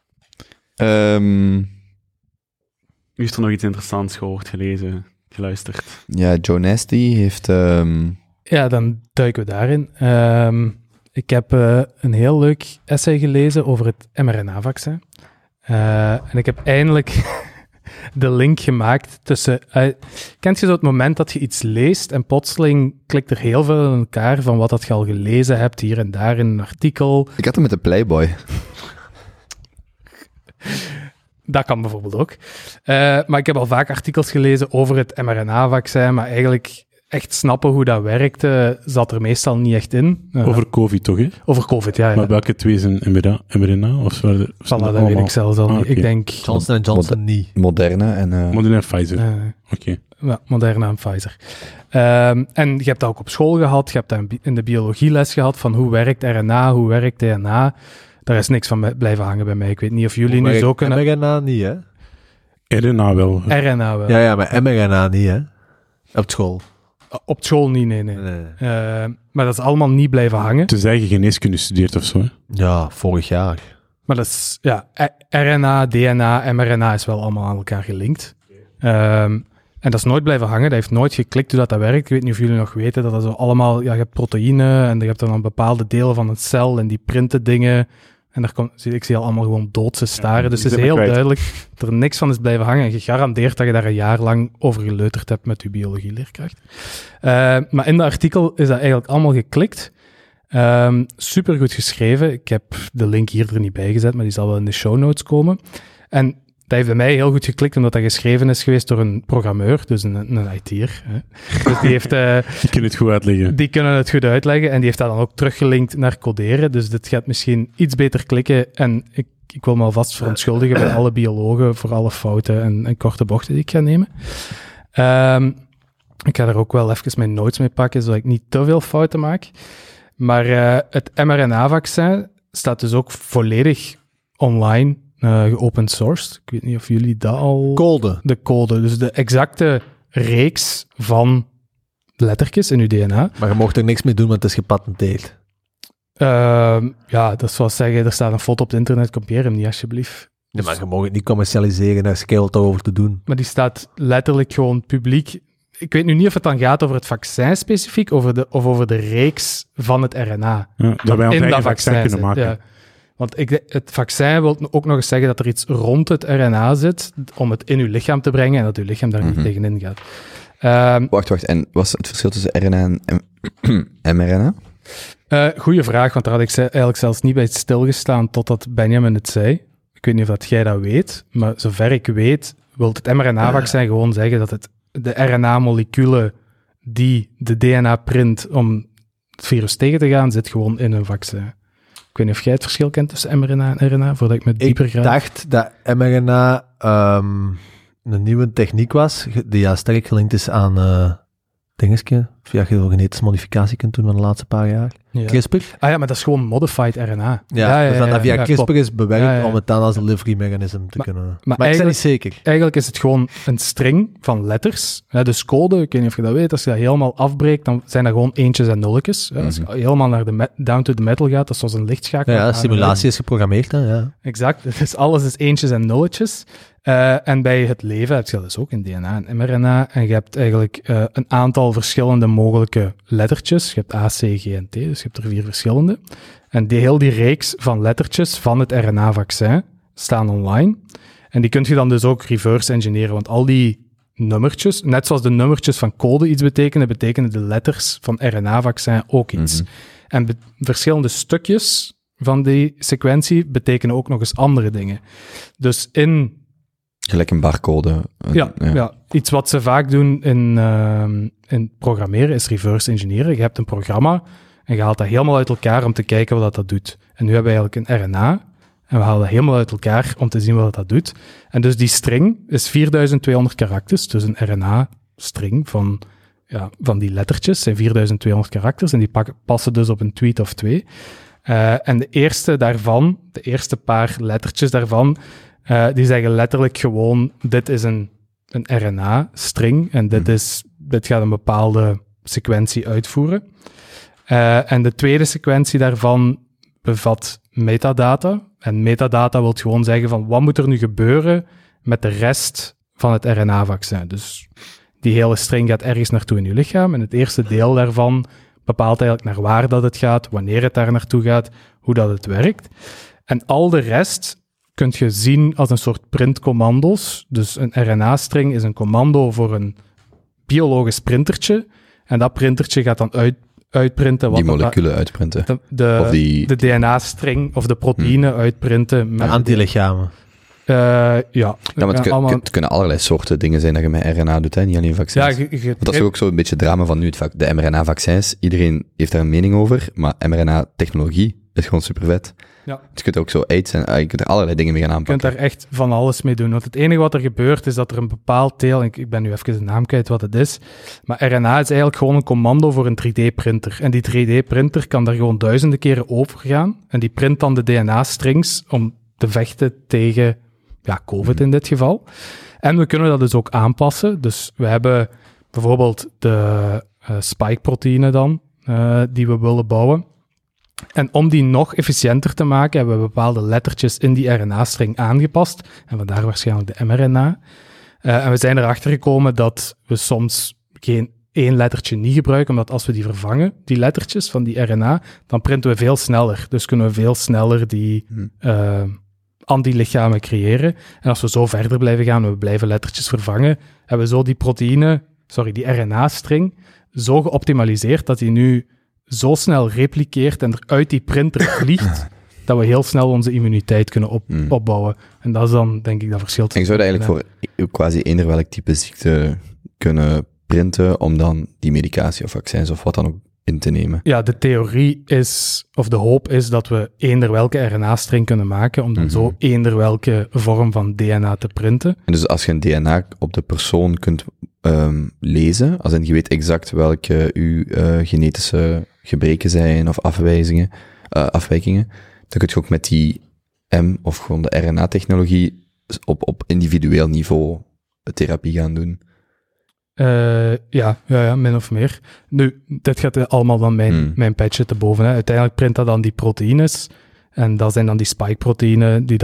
U heeft er nog iets interessants gehoord, gelezen, geluisterd. Ja, Joe Nasty heeft... Ja, dan duiken we daarin. Ik heb een heel leuk essay gelezen over het mRNA-vaccin. En ik heb eindelijk de link gemaakt tussen... kent je zo het moment dat je iets leest en plotseling klikt er heel veel in elkaar van wat dat je al gelezen hebt, hier en daar in een artikel. Ik had hem met de Playboy. Dat kan bijvoorbeeld ook. Maar ik heb al vaak artikels gelezen over het mRNA-vaccin, maar eigenlijk echt snappen hoe dat werkte, zat er meestal niet echt in. Over COVID toch, hè? Over COVID, ja. Maar welke twee zijn mRNA? Of waren er, Voilà, dat weet ik zelfs al niet. oké. Ik denk... Johnson Johnson niet. Moderna en... Moderna en Pfizer. Oké. Ja, Moderna en Pfizer. En je hebt dat ook op school gehad, je hebt dat in de biologieles gehad, van hoe werkt RNA, hoe werkt DNA. Daar is niks van blijven hangen bij mij. Ik weet niet of jullie nu zo kunnen... mRNA niet, hè? RNA wel. RNA wel. Ja, maar mRNA niet, hè? Op school. Op school niet, nee. Maar dat is allemaal niet blijven hangen. Tenzij je geneeskunde studeert of zo, hè? Ja, vorig jaar. Maar dat is, ja, RNA, DNA, mRNA is wel allemaal aan elkaar gelinkt. En dat is nooit blijven hangen. Dat heeft nooit geklikt hoe dat werkt. Ik weet niet of jullie nog weten dat dat zo allemaal... Ja, je hebt proteïne en je hebt dan bepaalde delen van een cel en die printen dingen. En daar ik zie al allemaal gewoon doodse staren. Ja, dus die het is zijn heel we kwijt. duidelijk dat er niks van is blijven hangen. En gegarandeerd dat je daar een jaar lang over geleuterd hebt met je biologieleerkracht. Maar in dat artikel is dat eigenlijk allemaal geklikt. Super goed geschreven. Ik heb de link hier er niet bij gezet, maar die zal wel in de show notes komen. En dat heeft bij mij heel goed geklikt, omdat dat geschreven is geweest door een programmeur, dus een IT'er. Hè. Dus die heeft... Die kunnen het goed uitleggen. Die kunnen het goed uitleggen en die heeft dat dan ook teruggelinkt naar coderen. Dus dit gaat misschien iets beter klikken. En ik wil me alvast verontschuldigen bij alle biologen voor alle fouten en korte bochten die ik ga nemen. Ik ga er ook wel even mijn notes mee pakken, zodat ik niet te veel fouten maak. Maar het mRNA-vaccin staat dus ook volledig online, geopen sourced. Ik weet niet of jullie dat al... Code. De code, dus de exacte reeks van lettertjes in uw DNA. Maar je mocht er niks mee doen, want het is gepatenteerd. Ja, dat is zoals zeggen, er staat een foto op het internet, kopieer hem niet alsjeblieft. Ja, maar je mag het niet commercialiseren, daar is keihard over te doen. Maar die staat letterlijk gewoon publiek. Ik weet nu niet of het dan gaat over het vaccin specifiek, of over de reeks van het RNA. Ja, dat wij ons in eigen dat vaccin vaccin kunnen zit, maken. ja. Want het vaccin wil ook nog eens zeggen dat er iets rond het RNA zit, om het in uw lichaam te brengen en dat uw lichaam daar niet tegenin gaat. Wacht. En wat is het verschil tussen RNA en mRNA? Goeie vraag, want daar had ik eigenlijk zelfs niet bij stilgestaan totdat Benjamin het zei. Ik weet niet of dat jij dat weet, maar zover ik weet, wil het mRNA-vaccin gewoon zeggen dat de RNA-moleculen die de DNA print om het virus tegen te gaan, zit gewoon in een vaccin. Ik weet niet of jij het verschil kent tussen mRNA en RNA, voordat ik me dieper ga. Ik dacht dat mRNA een nieuwe techniek was, die sterk gelinkt is aan dingetje, via je genetische modificatie kunt doen van de laatste paar jaar. Ja. CRISPR. Ah ja, maar dat is gewoon modified RNA. Dus dat via CRISPR klopt. is bewerkt Ja. om het dan als delivery mechanism te kunnen... Maar ik ben niet zeker. Eigenlijk is het gewoon een string van letters. Dus code, ik weet niet of je dat weet, als je dat helemaal afbreekt, dan zijn dat gewoon eentjes en nulletjes. Als je helemaal naar de down to the metal gaat, dat is zoals een lichtschakel. Ja, de simulatie is geprogrammeerd, hè, ja. Exact, dus alles is eentjes en nulletjes. En bij het leven heb je dat dus ook in DNA en mRNA. En je hebt eigenlijk een aantal verschillende mogelijke lettertjes. Je hebt A, C, G en T, dus je hebt er 4 verschillende. En heel die reeks van lettertjes van het RNA-vaccin staan online. En die kun je dan dus ook reverse engineeren, want al die nummertjes. Net zoals de nummertjes van code iets betekenen de letters van RNA-vaccin ook iets. En verschillende stukjes van die sequentie betekenen ook nog eens andere dingen. Dus gelijk een barcode. Ja, iets wat ze vaak doen in programmeren is reverse engineeren. Je hebt een programma en je haalt dat helemaal uit elkaar om te kijken wat dat doet. En nu hebben we eigenlijk een RNA en we halen dat helemaal uit elkaar om te zien wat dat doet. En dus die string is 4200 karakters, dus een RNA-string van die lettertjes zijn 4200 karakters en die passen dus op een tweet of 2. En de eerste paar lettertjes daarvan, die zeggen letterlijk gewoon, dit is een RNA-string en dit gaat een bepaalde sequentie uitvoeren. En de tweede sequentie daarvan bevat metadata. En metadata wil gewoon zeggen van, wat moet er nu gebeuren met de rest van het RNA-vaccin? Dus die hele string gaat ergens naartoe in je lichaam en het eerste deel daarvan bepaalt eigenlijk naar waar dat het gaat, wanneer het daar naartoe gaat, hoe dat het werkt. En al de rest kun je zien als een soort printcommando's. Dus een RNA-string is een commando voor een biologisch printertje. En dat printertje gaat dan uitprinten. Die moleculen uitprinten. De DNA-string of de proteïne uitprinten. Met antilichamen. Het kunnen allerlei soorten dingen zijn dat je met RNA doet, hè? Niet alleen vaccins. Want dat is ook zo'n beetje het drama van nu, de mRNA-vaccins. Iedereen heeft daar een mening over, maar mRNA-technologie is gewoon super vet. Ja. Dus je kunt ook zo AIDS en je kunt er allerlei dingen mee gaan aanpakken. Je kunt daar echt van alles mee doen. Want het enige wat er gebeurt is dat er een bepaald deel, ik ben nu even de naam kwijt wat het is, maar RNA is eigenlijk gewoon een commando voor een 3D-printer. En die 3D-printer kan daar gewoon duizenden keren over gaan. En die print dan de DNA-strings om te vechten tegen COVID in dit geval. En we kunnen dat dus ook aanpassen. Dus we hebben bijvoorbeeld de spike-proteïnen dan, die we willen bouwen. En om die nog efficiënter te maken, hebben we bepaalde lettertjes in die RNA-string aangepast. En vandaar waarschijnlijk de mRNA. En we zijn erachter gekomen dat we soms geen één lettertje niet gebruiken, omdat als we die vervangen, die lettertjes van die RNA, dan printen we veel sneller. Dus kunnen we veel sneller die antilichamen creëren. En als we zo verder blijven gaan en we blijven lettertjes vervangen, hebben we zo die RNA-string zo geoptimaliseerd dat die nu zo snel repliceert en er uit die printer vliegt, dat we heel snel onze immuniteit kunnen opbouwen. En dat is dan, denk ik, dat verschil. En je zou eigenlijk voor quasi eender welk type ziekte kunnen printen om dan die medicatie of vaccins of wat dan ook in te nemen. Ja, de theorie is, of de hoop is, dat we eender welke RNA-string kunnen maken om dan zo eender welke vorm van DNA te printen. En dus als je een DNA op de persoon kunt lezen, als in je weet exact welke uw genetische gebreken zijn of afwijkingen, dan kun je ook met die of gewoon de RNA-technologie op individueel niveau therapie gaan doen. Ja, min of meer. Nu, dit gaat allemaal van mijn patchje te boven. Hè. Uiteindelijk print dat dan die proteïnes. En dat zijn dan die spike-proteïnen die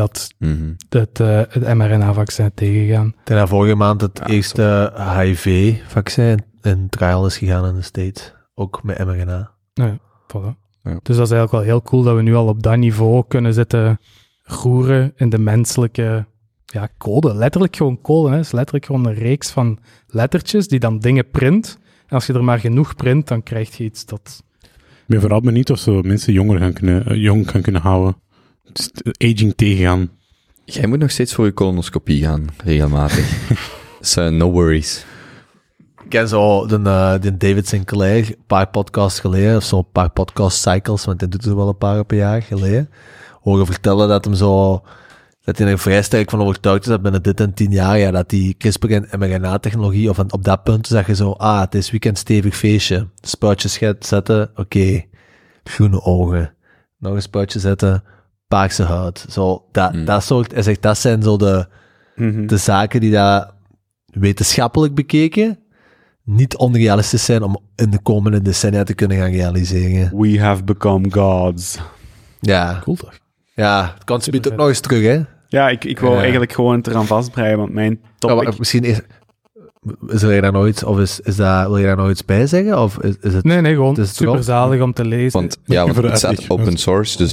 het mRNA-vaccin tegengaan. Ten vorige maand het eerste HIV-vaccin in trial is gegaan in de States. Ook met mRNA. Ja, voilà. Ja. Dus dat is eigenlijk wel heel cool dat we nu al op dat niveau kunnen zitten roeren in de menselijke code. Letterlijk gewoon code. Hè. Het is letterlijk gewoon een reeks van lettertjes die dan dingen print. En als je er maar genoeg print, dan krijg je iets dat... Ik ben vooral benieuwd of ze mensen jong gaan kunnen houden. Dus aging tegengaan. Jij moet nog steeds voor je colonoscopie gaan, regelmatig. So, no worries. Ik ken zo de David Sinclair, een paar podcasts geleden, of zo een paar podcast cycles, want hij doet er wel een paar per jaar geleden, horen vertellen dat hij er vrij sterk van overtuigd is dat binnen dit en 10 jaar, dat die CRISPR en mRNA-technologie, of op dat punt zeg je zo, het is weekend stevig feestje, spuitjes zetten, oké, groene ogen, nog een spuitje zetten, paarse huid, zo, dat soort, hij zegt, dat zijn zo de zaken die daar wetenschappelijk bekeken niet onrealistisch zijn om in de komende decennia te kunnen gaan realiseren. We have become gods. Ja. Cool toch? Ja, het kan ze ook nog eens terug, hè? Ja, ik wou eigenlijk gewoon het eraan vastbreien, want mijn topic... misschien is er daar nog iets, of wil je daar nog iets bij zeggen? Of is het... Nee, gewoon super zalig om te lezen. Want het staat open source,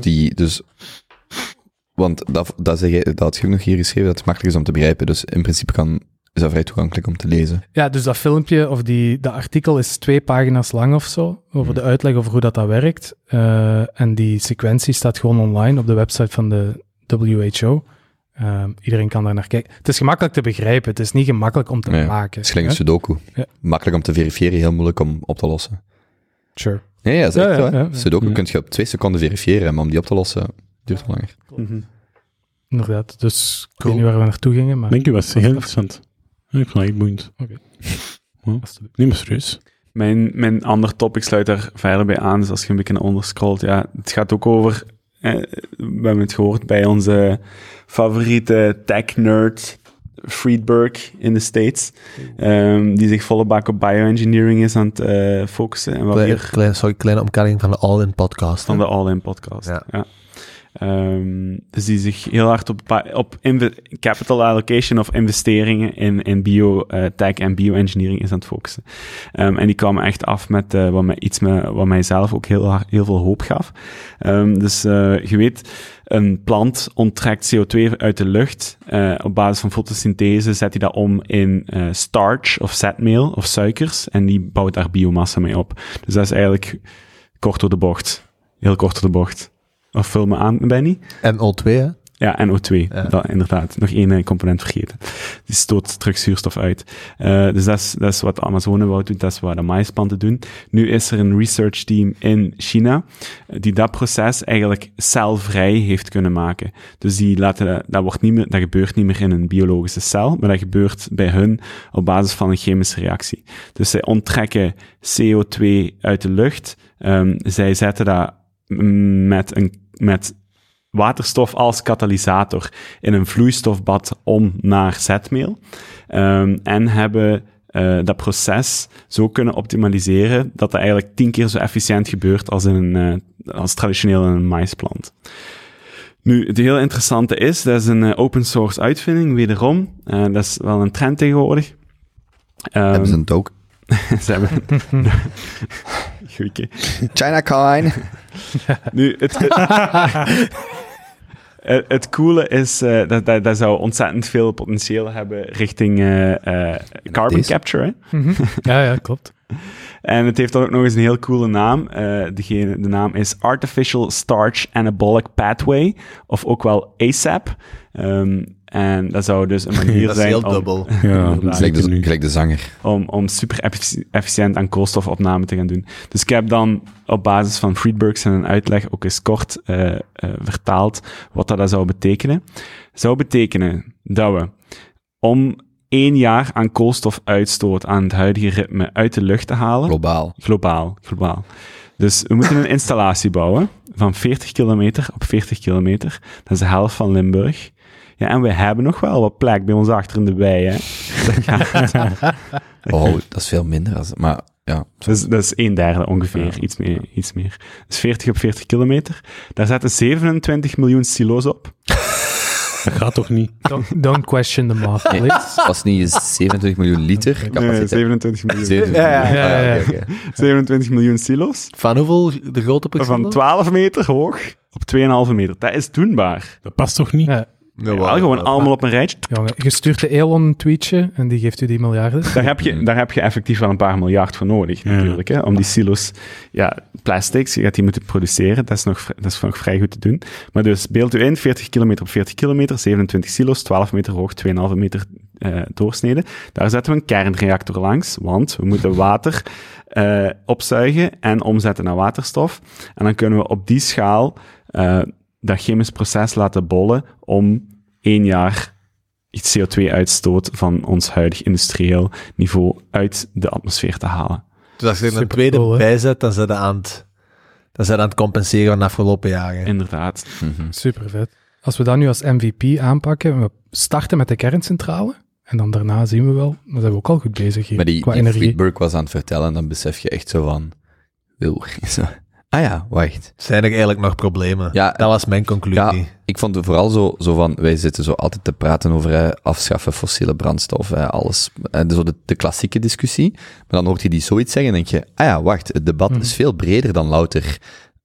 want dat had je ook nog hier geschreven, dat het makkelijk is om te begrijpen. Dus in principe kan is dat vrij toegankelijk om te lezen. Ja, dus dat filmpje of dat artikel is 2 pagina's lang of zo, over de uitleg over hoe dat werkt. En die sequentie staat gewoon online op de website van de WHO. Iedereen kan daar naar kijken. Het is gemakkelijk te begrijpen, het is niet gemakkelijk om te maken. Het is gelijk een sudoku. Ja. Makkelijk om te verifiëren, heel moeilijk om op te lossen. Sure. Ja, dat is echt zo. Ja. Sudoku kun je op 2 seconden verifiëren, maar om die op te lossen duurt wel langer. Mm-hmm. Inderdaad, dus ik weet niet waar we naartoe gingen. Maar... Denk je, was heel interessant. Ik vond het echt boeiend. Oké. Niet meer serieus. Mijn ander topic sluit daar verder bij aan, dus als je een beetje naar onder scrolt, ja, het gaat ook over, we hebben het gehoord bij onze favoriete tech-nerd, Friedberg in de States, die zich volle bak op bioengineering is aan het focussen. En kleine omkadering van de All-In podcast. Van de All-In podcast, ja. Dus die zich heel hard op capital allocation of investeringen in biotech en bioengineering is aan het focussen. En die kwam echt af met wat mij zelf ook heel veel hoop gaf. Dus je weet, een plant onttrekt CO2 uit de lucht. Op basis van fotosynthese zet hij dat om in starch of zetmeel of suikers en die bouwt daar biomassa mee op. Dus dat is eigenlijk kort door de bocht. Heel kort door de bocht. Of vul me aan, Benny? NO2, hè? Ja, NO2. Ja. Dat, inderdaad. Nog 1 component vergeten. Die stoot terug zuurstof uit. Dus dat is wat de Amazonewoud doet. Dat is wat de maïsplanten doen. Nu is er een research team in China die dat proces eigenlijk celvrij heeft kunnen maken. Dus dat gebeurt niet meer in een biologische cel, maar dat gebeurt bij hun op basis van een chemische reactie. Dus zij onttrekken CO2 uit de lucht. Zij zetten dat met waterstof als katalysator in een vloeistofbad om naar zetmeel. En hebben dat proces zo kunnen optimaliseren dat het eigenlijk 10 keer zo efficiënt gebeurt als traditioneel in een maïsplant. Nu, het heel interessante is, dat is een open source uitvinding, wederom. Dat is wel een trend tegenwoordig. Hebben ze een token? Ze hebben... Goeie. China Coin. Nu, het coole is dat zou ontzettend veel potentieel hebben richting carbon capture. Hè? Mm-hmm. Ja, klopt. En het heeft dan ook nog eens een heel coole naam. De naam is Artificial Starch Anabolic Pathway, of ook wel ASAP. En dat zou dus een manier dat zijn is heel dubbel. Ja, gelijk de zanger. Om super efficiënt aan koolstofopname te gaan doen. Dus ik heb dan op basis van Friedberg zijn uitleg ook eens kort vertaald wat dat zou betekenen. Het zou betekenen dat we om 1 jaar aan koolstofuitstoot aan het huidige ritme uit de lucht te halen. Globaal. Dus we moeten een installatie bouwen van 40 kilometer op 40 kilometer. Dat is de helft van Limburg. Ja, en we hebben nog wel wat plek bij ons achter in de wei, hè. Dat is veel minder. Maar ja. Dat is 1/3 ongeveer, ja. Iets meer. Dus 40 op 40 kilometer. Daar zetten 27 miljoen silo's op. Dat gaat toch niet? Don't question the math, please. Was niet 27 miljoen liter? Nee, 27 miljoen. Ja. 27 miljoen silo's. Van hoeveel de grote persoon? Van 12 meter hoog op 2,5 meter. Dat is doenbaar. Dat past toch niet? Ja. Gewoon allemaal op een rijtje. Jongen, je stuurt de Elon een tweetje en die geeft u die miljarden. Daar heb je effectief wel een paar miljard voor nodig, natuurlijk. Hè, om die silo's, plastics, je gaat die moeten produceren. Dat is nog vrij goed te doen. Maar dus, beeld u in, 40 kilometer op 40 kilometer, 27 silo's, 12 meter hoog, 2,5 meter doorsnede. Daar zetten we een kernreactor langs, want we moeten water opzuigen en omzetten naar waterstof. En dan kunnen we op die schaal dat chemisch proces laten bollen om 1 jaar CO2-uitstoot van ons huidig industrieel niveau uit de atmosfeer te halen. Dus als je er een tweede bijzet, dan zijn ze aan het compenseren van de afgelopen jaren. Inderdaad. Mm-hmm. Super vet. Als we dat nu als MVP aanpakken, we starten met de kerncentrale, en dan daarna zien we wel, dan zijn we ook al goed bezig hier, maar qua energie. Friedberg was aan het vertellen, en dan besef je echt zo van... Ah ja, wacht. Zijn er eigenlijk nog problemen? Ja, dat was mijn conclusie. Ja, ik vond het vooral zo van, wij zitten zo altijd te praten over afschaffen fossiele brandstof, alles. Zo de klassieke discussie. Maar dan hoort je die zoiets zeggen en denk je, ah ja, wacht, het debat is veel breder dan louter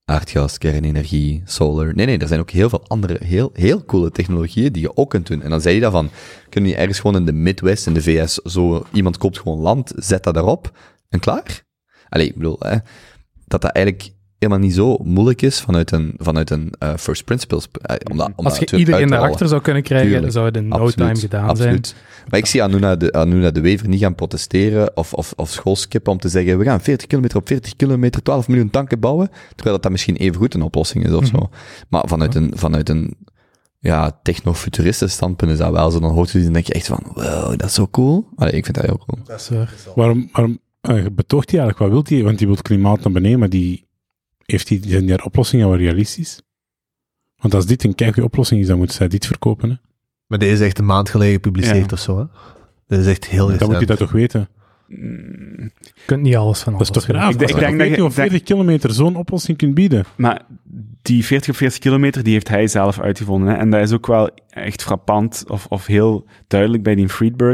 aardgas, kernenergie, solar. Nee, er zijn ook heel veel andere, heel coole technologieën die je ook kunt doen. En dan zei je daarvan, kun je ergens gewoon in de Midwest, in de VS, zo, iemand koopt gewoon land, zet dat daarop, en klaar? Allee, ik bedoel, dat eigenlijk helemaal niet zo moeilijk is vanuit een first principles. Als je iedereen daarachter zou kunnen krijgen, zou het in no time gedaan zijn. Maar ik zie Anuna de Wever niet gaan protesteren of schoolskippen om te zeggen, we gaan 40 kilometer op 40 kilometer, 12 miljoen tanken bouwen, terwijl dat misschien even goed een oplossing is of zo. Maar vanuit een techno-futuristische standpunt is dat wel zo. Dan hoort je die en denk je echt van, wow, dat is zo cool. Allee, ik vind dat heel cool. Dat is waar. Waarom betoogt hij eigenlijk? Wat wil hij? Want die wil het klimaat naar beneden, maar zijn die oplossingen wel realistisch? Want als dit een keigoede oplossing is, dan moeten zij dit verkopen, hè? Maar deze is echt een maand geleden gepubliceerd of zo, hè? Dit is echt heel recent. Dan moet je dat toch weten? Je kunt niet alles van alles. Dat is toch graag? Ik denk dat je op 40 kilometer zo'n oplossing kunt bieden. Maar die 40 op 40 kilometer, die heeft hij zelf uitgevonden. Hè? En dat is ook wel echt frappant of heel duidelijk bij die Friedberg.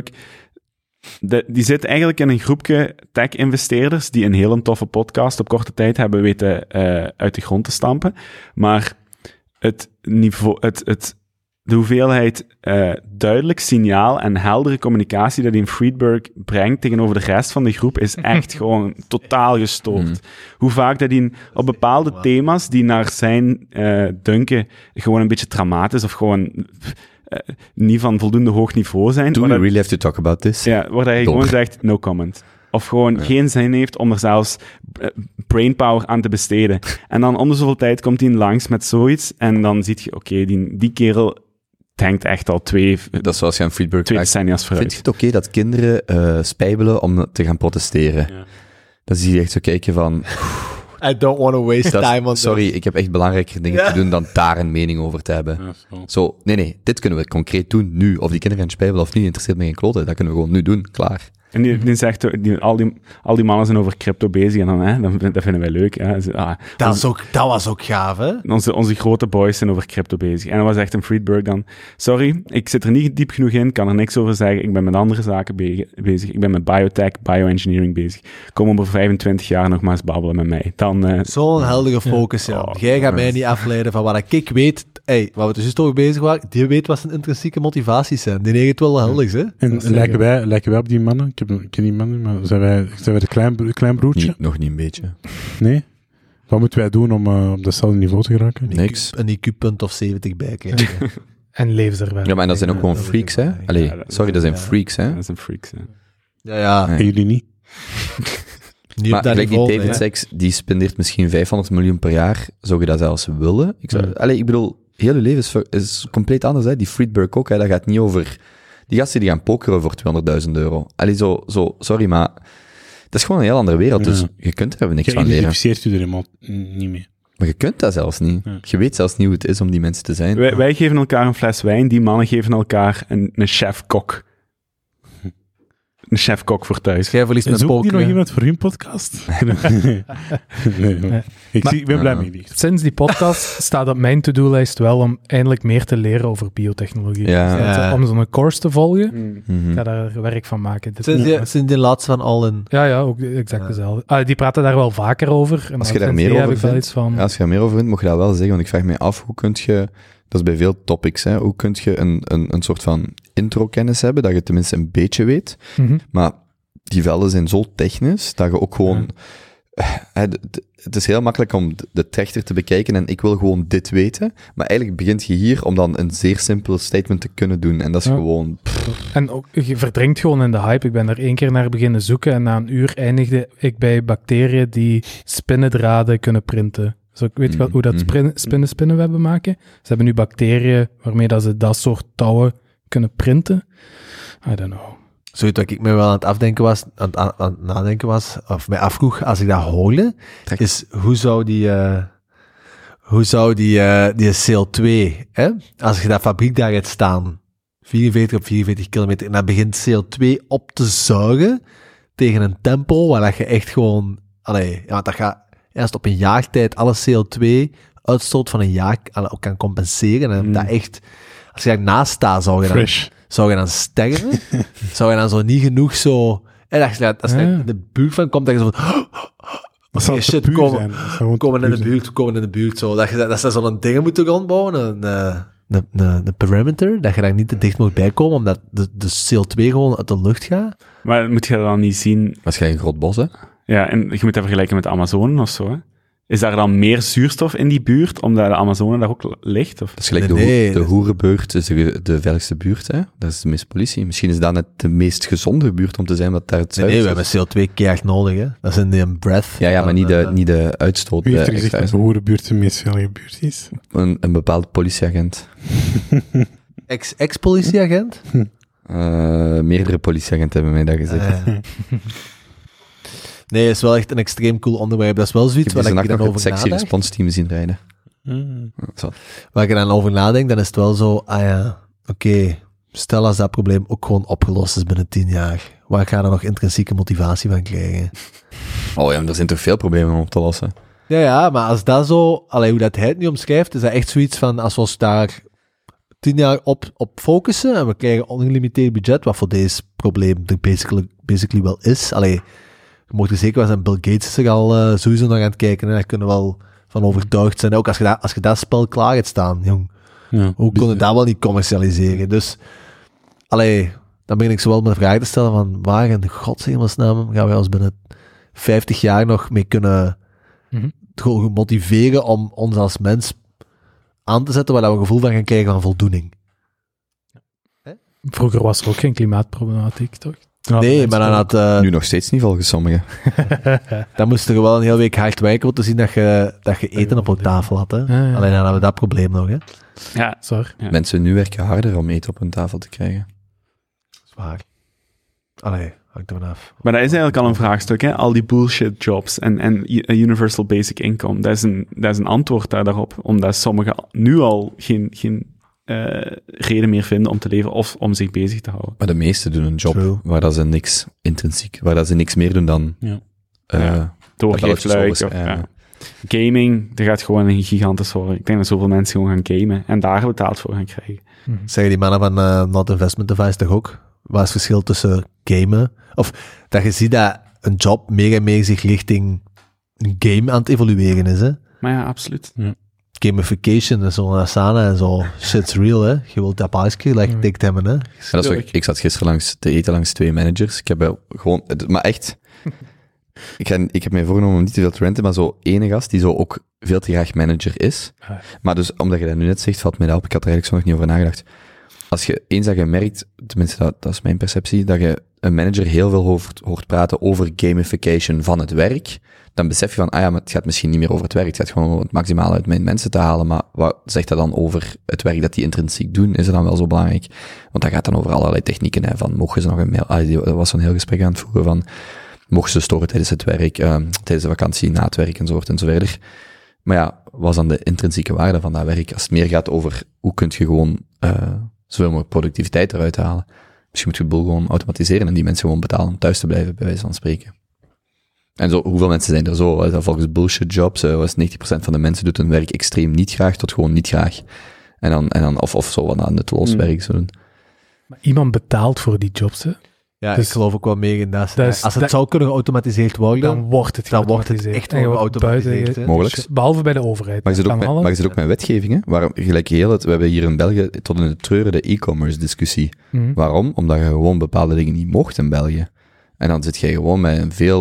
Die zit eigenlijk in een groepje tech-investeerders die een hele toffe podcast op korte tijd hebben weten uit de grond te stampen. Maar het niveau, de hoeveelheid duidelijk signaal en heldere communicatie dat die Friedberg brengt tegenover de rest van de groep is echt gewoon totaal gestoord. Hoe vaak dat hij op bepaalde thema's die naar zijn dunken gewoon een beetje traumatisch of gewoon niet van voldoende hoog niveau zijn. Do we really have to talk about this? Ja, waar hij gewoon zegt, no comment. Of gewoon geen zin heeft om er zelfs brainpower aan te besteden. En dan om de zoveel tijd komt hij langs met zoiets en dan zie je, oké, die kerel denkt echt al dat is zoals je aan Friedberg decennia's vooruit. Vind je het oké dat kinderen spijbelen om te gaan protesteren? Ja. Dan zie je echt zo kijken van... I don't want to waste time on sorry, ik heb echt belangrijkere dingen te doen dan daar een mening over te hebben. Ja, nee, dit kunnen we concreet doen, nu. Of die kinderen gaan spijbelen of niet, interesseert me geen klote. Dat kunnen we gewoon nu doen, klaar. En die zegt, al die mannen zijn over crypto bezig en dan dat vinden wij leuk. Hè. Dat was ook gaaf, hè? Onze grote boys zijn over crypto bezig. En dat was echt een Friedberg dan. Sorry, ik zit er niet diep genoeg in, kan er niks over zeggen. Ik ben met andere zaken bezig. Ik ben met biotech, bioengineering bezig. Kom over 25 jaar nog maar eens babbelen met mij. Zo'n heldige focus, ja. Jij gaat mij niet afleiden van wat ik weet. Waar we dus juist over bezig waren, die weet wat zijn intrinsieke motivaties zijn. Die neigt het wel heldig, hè? En lijken wij op die mannen? Ik ken die mannen, maar zijn wij de klein broertje? Nog niet een beetje. Nee? Wat moeten wij doen om op datzelfde niveau te geraken? Niks. Een IQ-punt of 70 bijkrijgen. En levenservaring. Ja, maar dat zijn ook gewoon freaks, hè? Allee, sorry, dat zijn freaks, hè? Dat zijn freaks, hè? Ja. En jullie niet? Maar die David Sachs, die spendeert misschien 500 miljoen per jaar. Zou je dat zelfs willen? Ik bedoel, heel je leven is compleet anders, hè? Die Friedberg ook, hè? Dat gaat niet over... Die gasten die gaan pokeren voor €200.000. Allee, sorry, maar dat is gewoon een heel andere wereld, dus je kunt er niks van leren. Je identificeert u er helemaal niet mee. Maar je kunt dat zelfs niet. Ja. Je weet zelfs niet hoe het is om die mensen te zijn. Wij geven elkaar een fles wijn, die mannen geven elkaar een chef-kok. Een chef-kok voor thuis. Jij verliest met poker. Zoek nog iemand voor hun podcast? Ik ben blij mee. Sinds die podcast staat op mijn to-do-lijst wel om eindelijk meer te leren over biotechnologie. Ja. Om zo'n course te volgen. Ik ga daar werk van maken. Sinds die laatste van All-in. Ja, ook exact dezelfde. Die praten daar wel vaker over. Als je daar meer over vindt, mocht je dat wel zeggen. Want ik vraag me af, hoe kun je... Dat is bij veel topics, hè. Hoe kun je een soort van intro-kennis hebben, dat je tenminste een beetje weet. Maar die velden zijn zo technisch, dat je ook gewoon... Het is heel makkelijk om de trechter te bekijken en ik wil gewoon dit weten. Maar eigenlijk begint je hier om dan een zeer simpel statement te kunnen doen. En dat is gewoon... En ook, je verdrinkt gewoon in de hype. Ik ben er 1 keer naar beginnen zoeken en na een uur eindigde ik bij bacteriën die spinnendraden kunnen printen. Dus ik weet wel hoe dat spinnenwebben maken. Ze hebben nu bacteriën waarmee dat ze dat soort touwen kunnen printen. I don't know. Zoiets wat ik me wel aan het afdenken was, aan het nadenken was, of mij afvroeg, als ik dat hoorde, is hoe zou die CO2, hè, als je dat fabriek daar gaat staan, 44 op 44 kilometer, en dan begint CO2 op te zuigen tegen een tempo waar dat je echt gewoon, dat gaat eerst op een jaartijd alle CO2-uitstoot van een jaar kan compenseren, en dat echt, als je daarnaast staat, zou je dan sterven? Zou je dan zo niet genoeg zo... En als je in de buurt van komt, dan je zo van... Dat zou shit, te puur komen- zijn. Dat zou gewoon te komen in puur de zijn. buurt, komen in de buurt. Zo. Dat ze zo'n dingen moeten rondbouwen, een perimeter, dat je daar niet te dicht moet bij komen, omdat de CO2 gewoon uit de lucht gaat. Maar moet je dat dan niet zien... Waarschijnlijk een groot bos, hè? Ja, en je moet dat vergelijken met de Amazone of zo, hè? Is daar dan meer zuurstof in die buurt, omdat de Amazone daar ook ligt? Of? Dat is gelijk Nee, de dat- hoerenbuurt, is de veiligste buurt, hè? Dat is de meeste politie. Misschien is dat net de meest gezonde buurt om te zijn, omdat daar het Nee, zuiver we is. hebben CO2 keihard nodig, hè. Dat is in de breath. Ja, maar niet de uitstoot. Wie heeft er extra gezegd dat de hoerenbuurt de meest veilige buurt is? een bepaald politieagent. Ex-politieagent? Meerdere politieagenten hebben mij dat gezegd. Nee, het is wel echt een extreem cool onderwerp. Dat is wel Ik zoiets heb waar deze ik nacht dan nog het over sexy nadenk. response team zien rijden. Zo. Waar ik dan over nadenk, dan is het wel zo, oké, stel als dat probleem ook gewoon opgelost is binnen 10 jaar. Waar ga je dan nog intrinsieke motivatie van krijgen? Oh ja, maar er zijn toch veel problemen om op te lossen. Ja, maar als dat zo, hoe dat hij het nu omschrijft, is dat echt zoiets van, als we ons daar 10 jaar op focussen en we krijgen ongelimiteerd budget, wat voor deze probleem er basically wel is. Je moet er zeker wel zijn, Bill Gates is er al sowieso nog aan het kijken, en daar kunnen we wel van overtuigd zijn. Ook als je dat spel klaar hebt staan, jong. Ja. Hoe kon je dat wel niet commercialiseren? Dus, dan begin ik zo wel mijn vraag te stellen van, waar in godshemelsnaam gaan wij ons binnen 50 jaar nog mee kunnen gewoon motiveren om ons als mens aan te zetten, waar we een gevoel van gaan krijgen van voldoening. Vroeger was er ook geen klimaatproblematiek, toch? Ja, Nee, mensen maar dan ook. had... Nu nog steeds niet, volgens sommigen. dan moest er wel een hele week hard werken om te zien dat je eten op je tafel had. Hè? Ja, ja. Alleen dan hadden we dat probleem nog. Hè? Ja, Sorry. Ja. Mensen nu werken harder om eten op hun tafel te krijgen. Zwaar. Hangt er vanaf. maar dat is eigenlijk al een vraagstuk, hè? Al die bullshit jobs en universal basic income. Dat is een antwoord daarop, omdat sommigen nu al geen reden meer vinden om te leven of om zich bezig te houden. Maar de meesten doen een job True. waar dat ze niks intrinsiek, waar dat ze niks meer doen dan... Ja. Doorgeefluik balletjes of over- ja. Gaming, dat gaat gewoon een gigantisch worden. Ik denk dat zoveel mensen gewoon gaan gamen en daar betaald voor gaan krijgen. Zeggen die mannen van Not Investment Advice toch ook? Wat is het verschil tussen gamen? Of dat je ziet dat een job meer en meer zich richting een game aan het evolueren is, hè? Maar ja, absoluut. Gamification en zo, Asana en zo. Shit's real, hè? Je wilt dat paasje, like tikt hebben, hè? Ja, dat is ook, ik zat gisteren te eten langs 2 managers. Ik heb gewoon... Maar echt... Ik heb mij voorgenomen om niet te veel te renten, maar zo ene gast die zo ook veel te graag manager is. Ah. Maar dus, omdat je dat nu net zegt, valt mij dat op. Ik had er eigenlijk zo nog niet over nagedacht. Als je eens dat je merkt, tenminste dat is mijn perceptie, dat je een manager heel veel hoort praten over gamification van het werk, dan besef je van, maar het gaat misschien niet meer over het werk, het gaat gewoon om het maximale uit mijn mensen te halen, maar wat zegt dat dan over het werk dat die intrinsiek doen? Is het dan wel zo belangrijk? Want dat gaat dan over allerlei technieken, hè, van mogen ze nog een mail... Er was zo'n heel gesprek aan het voeren van, mochten ze storen tijdens het werk, tijdens de vakantie, na het werk en zo verder. Maar ja, wat is dan de intrinsieke waarde van dat werk? Als het meer gaat over, hoe kun je gewoon zoveel mogelijk productiviteit eruit halen? Misschien moet je de boel gewoon automatiseren en die mensen gewoon betalen om thuis te blijven, bij wijze van spreken. En zo, hoeveel mensen zijn er zo? Volgens bullshit jobs, 90% van de mensen doet hun werk extreem niet graag, tot gewoon niet graag. En dan of zo, wat aan nutteloos werk zo doen. Maar iemand betaalt voor die jobs, hè? Ja, Dus ik geloof ook wel meer in dat. dat is- Als het dat- zou kunnen geautomatiseerd worden, Dan wordt het dan wordt het geautomatiseerd. echt En je wel wordt geautomatiseerd, buiten- hè? Mogelijk. Behalve bij de overheid. Maar je zit Dat ook kan met, alles. maar je zit ook met wetgevingen, waarom, gelijk heel het, we hebben hier in België tot in de treuren de e-commerce discussie. Mhm. Waarom? Omdat je gewoon bepaalde dingen niet mocht in België. En dan zit je gewoon met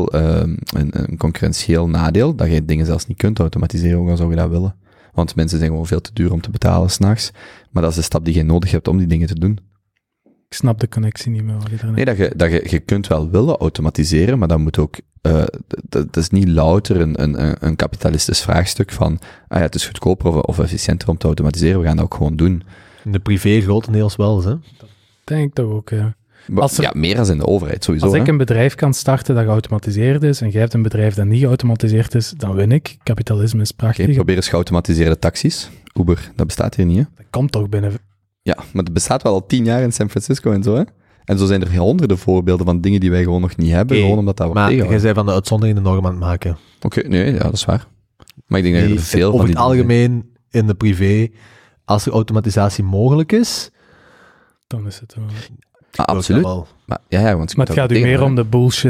een concurrentieel nadeel, dat je dingen zelfs niet kunt automatiseren, ook al zou je dat willen. Want mensen zijn gewoon veel te duur om te betalen s'nachts. Maar dat is de stap die je nodig hebt om die dingen te doen. Ik snap de connectie niet meer. Wat je daarnet- Nee, je kunt wel willen automatiseren, maar dat moet ook, dat is niet louter een kapitalistisch vraagstuk van, het is goedkoper of efficiënter om te automatiseren, we gaan dat ook gewoon doen. In de privé grotendeels wel, hè? Denk ik toch ook, ja. Maar, Als er- ja, meer dan in de overheid, sowieso. Als ik hè. een bedrijf kan starten dat geautomatiseerd is en jij hebt een bedrijf dat niet geautomatiseerd is, dan win ik. Kapitalisme is prachtig. Oké, probeer eens geautomatiseerde taxis. Uber, dat bestaat hier niet, hè? Dat komt toch binnen... Ja, maar het bestaat wel al 10 jaar in San Francisco en zo, hè? En zo zijn er honderden voorbeelden van dingen die wij gewoon nog niet hebben, Oké, gewoon omdat dat wordt Maar jij tegengehouden. zei van de uitzondering de norm aan het maken. Oké, nee, ja, dat is waar. Maar ik denk dat Die- er veel over van die het algemeen in de privé, als er automatisatie mogelijk is, Dan is het wel... Ah, absoluut. wil ik dat wel. Maar, ja, want Maar het gaat u meer om de bullshit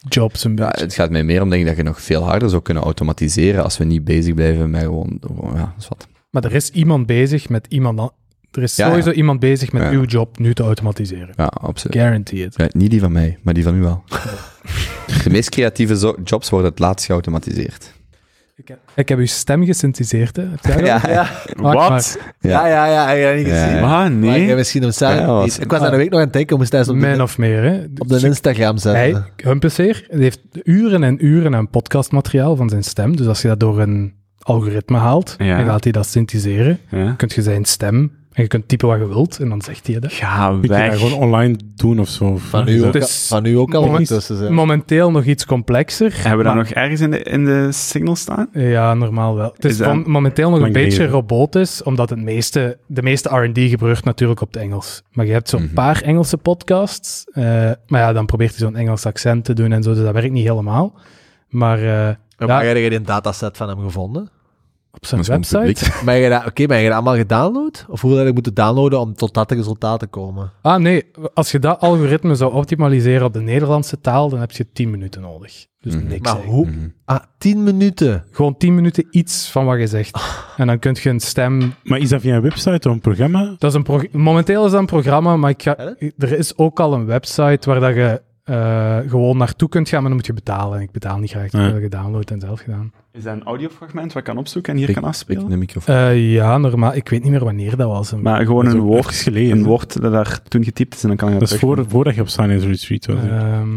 jobs een Ja, beetje. het gaat mij meer om, denk ik, dat je nog veel harder zou kunnen automatiseren als we niet bezig blijven met gewoon ja, dat is wat. Maar er is iemand bezig met iemand anders. Er is Ja, sowieso iemand bezig met Ja. uw job nu te automatiseren. Ja, absoluut. Guarantee it. Ja, niet die van mij, maar die van u wel. De meest creatieve jobs worden het laatst geautomatiseerd. Ik heb uw stem gesynthetiseerd, hè. Heb jij dat? Ja. Wat? Ja, ik heb dat niet Ja. gezien. Ah, Maar ik nee. heb misschien hem samen Ja, niet. Ik was daar een week nog aan het denken, moest hij eens Min of meer, hè. op de Instagram zetten. Hij, Humpeseer, die heeft uren en uren aan podcastmateriaal van zijn stem. Dus als je dat door een algoritme haalt, Ja. dan gaat hij dat synthetiseren. Ja. Dan kun je zijn stem, en je kunt typen wat je wilt, en dan zegt hij dat. Ga Kun je dat weg. gewoon online doen of zo? Van u ook, Dus- van u ook al Moment- ondertussen. Zijn. Momenteel nog iets complexer. Hebben we dat maar- nog ergens in de signal staan? Ja, normaal wel. Het is Is dat- momenteel nog een lang beetje geleden? robotisch, omdat de meeste R&D gebeurt natuurlijk op het Engels. Maar je hebt zo'n paar Engelse podcasts, maar ja, dan probeert hij zo'n Engels accent te doen en zo, dus dat werkt niet helemaal. Maar Maar heb je die dataset van hem gevonden? op zijn Dat is gewoon website... publiek. Maar heb je dat allemaal gedownload? Of hoe had ik moeten downloaden om tot dat resultaten te komen? Ah nee, als je dat algoritme zou optimaliseren op de Nederlandse taal, dan heb je 10 minuten nodig. Dus niks Maar eigenlijk. hoe? Ah, 10 minuten. Gewoon 10 minuten iets van wat je zegt. En dan kun je een stem... Maar is dat via een website of een programma? Dat is momenteel is dat een programma, maar er is ook al een website waar dat je gewoon naartoe kunt gaan, maar dan moet je betalen. En ik betaal niet graag, ik heb het gedownload en zelf gedaan. Is dat een audiofragment wat ik kan opzoeken en hier Ik- kan afspelen? de microfoon. Ja, normaal. Ik weet niet meer wanneer dat was. Maar gewoon Dat is een ook woord, even geleden, een hè? woord dat daar toen getypt is en dan kan je Dat is terug- voordat je op Silence Retreat was.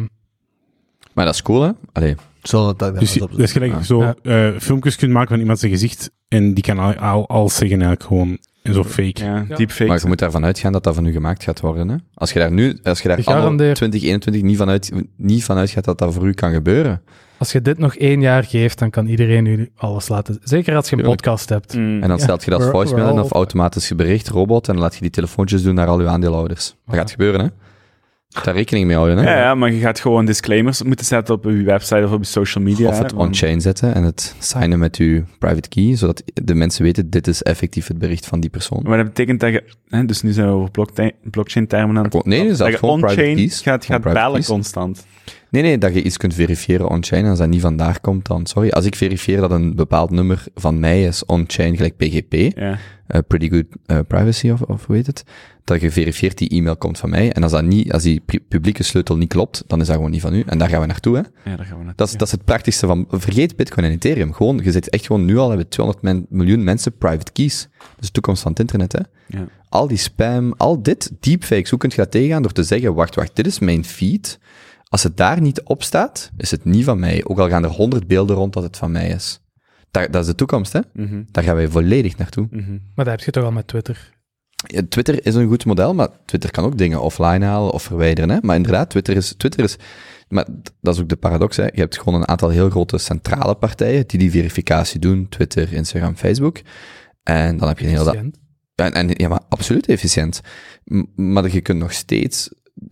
Maar dat is cool, hè? Allee, Dus dat is gelijk zo filmpjes kunt maken van iemand zijn gezicht en die kan al zeggen eigenlijk gewoon zo fake. Ja, Ja. deepfakes. maar je moet daarvan uitgaan dat dat van u gemaakt gaat worden, hè? Als je daar anno Gegarandeerd. 2021 niet van uitgaat dat dat voor u kan gebeuren. Als je dit nog 1 jaar geeft, dan kan iedereen u alles laten. Zeker als je een Tuurlijk. podcast hebt. Mm. En dan stelt je dat als We're voicemail in all- of automatisch bericht, robot, en dan laat je die telefoontjes doen naar al uw aandeelhouders. Dat gaat gebeuren, hè? Daar rekening mee houden, hè? Ja, maar je gaat gewoon disclaimers moeten zetten op je website of op je social media. Of het hè, want- on-chain zetten en het signen met uw private key, zodat de mensen weten, dit is effectief het bericht van die persoon. Maar dat betekent dat je... Hè, dus nu zijn we over blockchain-termen aan het... Nee, dat zelfs je gewoon private on-chain keys. gaat Gewoon private bellen keys. constant. Nee, dat je iets kunt verifiëren on-chain en als dat niet vandaar komt, dan sorry. Als ik verifieer dat een bepaald nummer van mij is on-chain, gelijk PGP, Ja. Pretty Good Privacy of hoe heet het, dat je verifieert die e-mail komt van mij en als die publieke sleutel niet klopt, dan is dat gewoon niet van u. En daar gaan we naartoe, hè. Ja, daar gaan we naartoe. Dat is het praktischste van... Vergeet Bitcoin en Ethereum. Gewoon, je zit echt gewoon... Nu al hebben 200 miljoen mensen private keys. Dat is de toekomst van het internet, hè. Ja. Al die spam, al dit, deepfakes. Hoe kun je dat tegengaan? Door te zeggen, wacht, dit is mijn feed. Als het daar niet op staat, is het niet van mij. Ook al gaan er 100 beelden rond dat het van mij is. Dat is de toekomst, hè. Mhm. Daar gaan wij volledig naartoe. Mhm. Maar dat heb je toch al met Twitter. Ja, Twitter is een goed model, maar Twitter kan ook dingen offline halen of verwijderen. Hè? Maar inderdaad, Twitter is... Maar dat is ook de paradox, hè. Je hebt gewoon een aantal heel grote centrale partijen die verificatie doen. Twitter, Instagram, Facebook. En dan heb je een hele... Efficiënt. Ja, maar absoluut efficiënt. Maar je kunt nog steeds...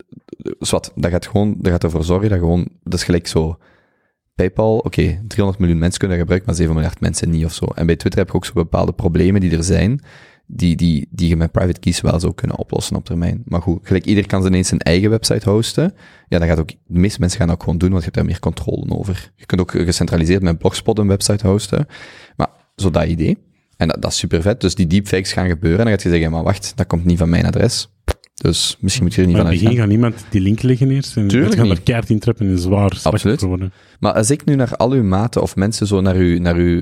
dat gaat ervoor zorgen dat gewoon... Dat is gelijk zo... PayPal, oké, 300 miljoen mensen kunnen dat gebruiken, maar 7 miljard mensen niet of zo. En bij Twitter heb je ook zo bepaalde problemen die er zijn, die je met private keys wel zou kunnen oplossen op termijn. Maar goed, gelijk ieder kan ineens zijn eigen website hosten. Ja, dan gaat ook, de meeste mensen gaan dat ook gewoon doen, want je hebt daar meer controle over. Je kunt ook gecentraliseerd met Blogspot een website hosten. Maar zo dat idee. En dat is super vet. Dus die deepfakes gaan gebeuren. En dan gaat je zeggen, maar wacht, dat komt niet van mijn adres. Dus misschien moet je er niet Maar van in het begin uitgaan. gaat niemand die link leggen eerst. En Tuurlijk dat gaat niet. er keihard intrappen en zwaar Absoluut. worden. Maar als ik nu naar al uw maten of mensen zo naar uw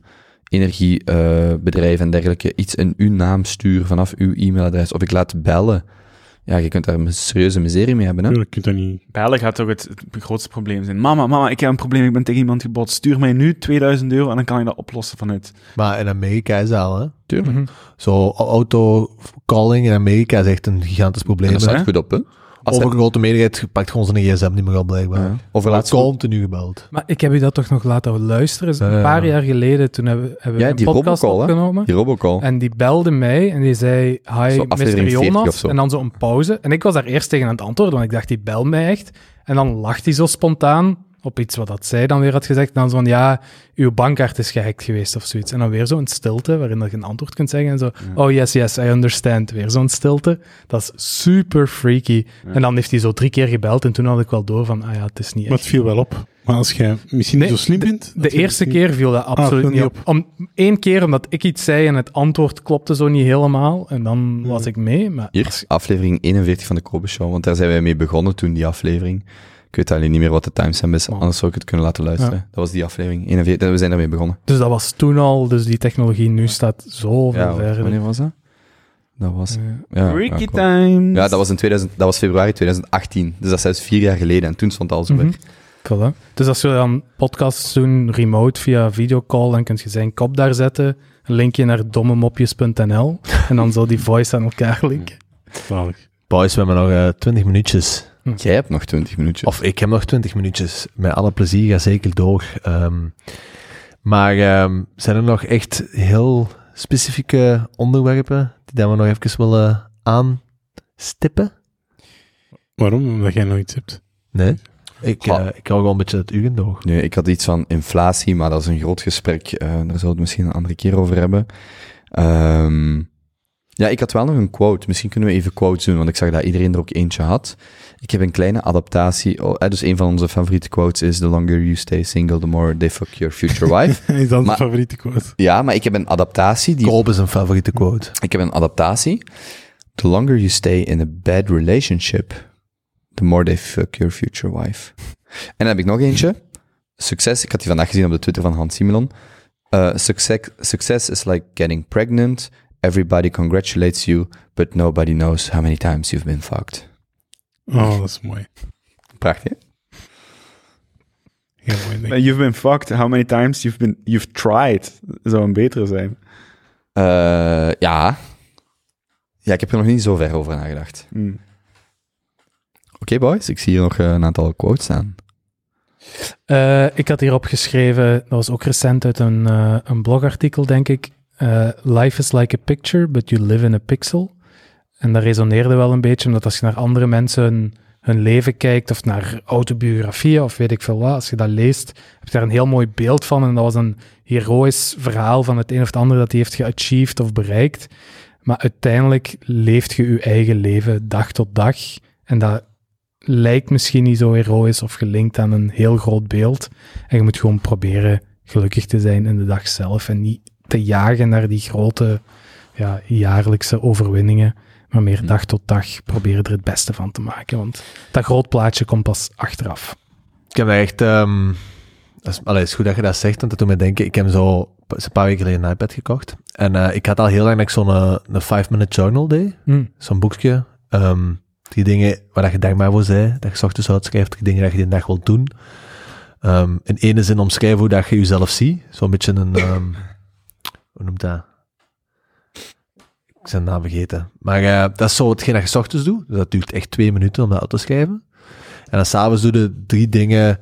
energiebedrijf en dergelijke iets in uw naam stuur vanaf uw e-mailadres, of ik laat bellen, ja, je kunt daar een serieuze miserie mee hebben, hè? Tuurlijk, je kunt dat niet... Bellen gaat toch het grootste probleem zijn. Mama, ik heb een probleem, ik ben tegen iemand gebotst. Stuur mij nu €2000 en dan kan ik dat oplossen vanuit... Maar in Amerika is dat al, hè. Tuurlijk. Mhm. Zo, auto-calling in Amerika is echt een gigantisch En probleem. dat staat hè. goed op, hè? Als hij- Overgrote meerderheid pakt gewoon zijn gsm niet meer op, blijkbaar. Ja. Of Of laatst continu gebeld. Maar ik heb u dat toch nog laten luisteren. Een paar jaar geleden, toen hebben we Ja, een die podcast robocall, hè? opgenomen. die robocall. En die belde mij en die zei, hi, Zo, Mr. aflevering 40 of Jonas. zo. En dan zo een pauze. En ik was daar eerst tegen aan het antwoorden, want ik dacht, die bel mij echt. En dan lacht hij zo spontaan. op iets wat dat zij dan weer had gezegd. Dan zo van, ja, uw bankkaart is gehackt geweest of zoiets. En dan weer zo'n stilte, waarin je een antwoord kunt zeggen. En zo, oh yes, I understand. Weer zo'n stilte. Dat is super freaky. Ja. En dan heeft hij zo 3 keer gebeld en toen had ik wel door van, ja, het is niet echt. Maar het viel wel op. Maar als jij misschien niet zo slim bent... De eerste keer viel dat absoluut niet op. 1 keer omdat ik iets zei en het antwoord klopte zo niet helemaal. En dan was ik mee. Maar hier, aflevering 41 van de Kobe Show, want daar zijn wij mee begonnen toen, die aflevering. Ik weet alleen niet meer wat de timestamp is, anders zou ik het kunnen laten luisteren. Ja. Dat was die aflevering 41, we zijn daarmee begonnen. Dus dat was toen al, dus die technologie nu staat zo ver verder. Wanneer was dat? Dat was... Freaky Times. Ja, dat was februari 2018, dus dat is zelfs 4 jaar geleden en toen stond al zo weg. Voilà. Dus als we dan podcasts doen remote via videocall, dan kun je zijn kop daar zetten, een linkje naar dommemopjes.nl en dan zal die voice aan elkaar linken. Boys, we hebben nog 20 minuutjes. Jij hebt nog 20 minuutjes. Of ik heb nog 20 minuutjes. Met alle plezier, ga zeker door. Maar zijn er nog echt heel specifieke onderwerpen die we nog even willen aanstippen? Waarom? Omdat jij nog iets hebt? Nee. Ik hou gewoon een beetje het uren door. Nee, ik had iets van inflatie, maar dat is een groot gesprek. Daar zouden we het misschien een andere keer over hebben. Ja, ik had wel nog een quote. Misschien kunnen we even quotes doen, want ik zag dat iedereen er ook eentje had. Ik heb een kleine adaptatie. Dus een van onze favoriete quotes is: the longer you stay single, the more they fuck your future wife. Is dat een favoriete quote? Ja, maar ik heb een adaptatie. Kolb is een favoriete quote. Ik heb een adaptatie. The longer you stay in a bad relationship, the more they fuck your future wife. En dan heb ik nog eentje. Succes, ik had die vandaag gezien op de Twitter van Hans Simelon. Success is like getting pregnant. Everybody congratulates you, but nobody knows how many times you've been fucked. Oh, dat is mooi. Prachtig. Heel mooi, denk ik. You've been fucked, how many times you've tried. Zou een betere zijn. Ja, ik heb er nog niet zo ver over nagedacht. Oké, boys, ik zie hier nog een aantal quotes staan. Ik had hierop geschreven, dat was ook recent uit een blogartikel, denk ik. Life is like a picture, but you live in a pixel. En dat resoneerde wel een beetje, omdat als je naar andere mensen hun leven kijkt, of naar autobiografieën, of weet ik veel wat, als je dat leest, heb je daar een heel mooi beeld van. En dat was een heroïsch verhaal van het een of het ander dat hij heeft geachieved of bereikt. Maar uiteindelijk leeft je je eigen leven dag tot dag. En dat lijkt misschien niet zo heroïsch of gelinkt aan een heel groot beeld. En je moet gewoon proberen gelukkig te zijn in de dag zelf en niet te jagen naar die grote jaarlijkse overwinningen, maar meer dag tot dag proberen er het beste van te maken, want dat groot plaatje komt pas achteraf. Ik heb echt... het is goed dat je dat zegt, want dat doet me denken, ik heb zo een paar weken geleden een iPad gekocht, en ik had al heel lang dat ik zo'n 5-minute journal deed, zo'n boekje, 3 dingen waar je dankbaar voor zei, dat je 's ochtends uitschrijft, 3 dingen dat je die dag wilt doen. In ene zin omschrijven hoe dat je jezelf ziet, zo'n beetje een... hoe noemt dat? Ik ben de naam vergeten. Maar dat is zo hetgeen dat je 's ochtends doet. Dus dat duurt echt 2 minuten om dat uit te schrijven. En dan s'avonds doe je 3 dingen...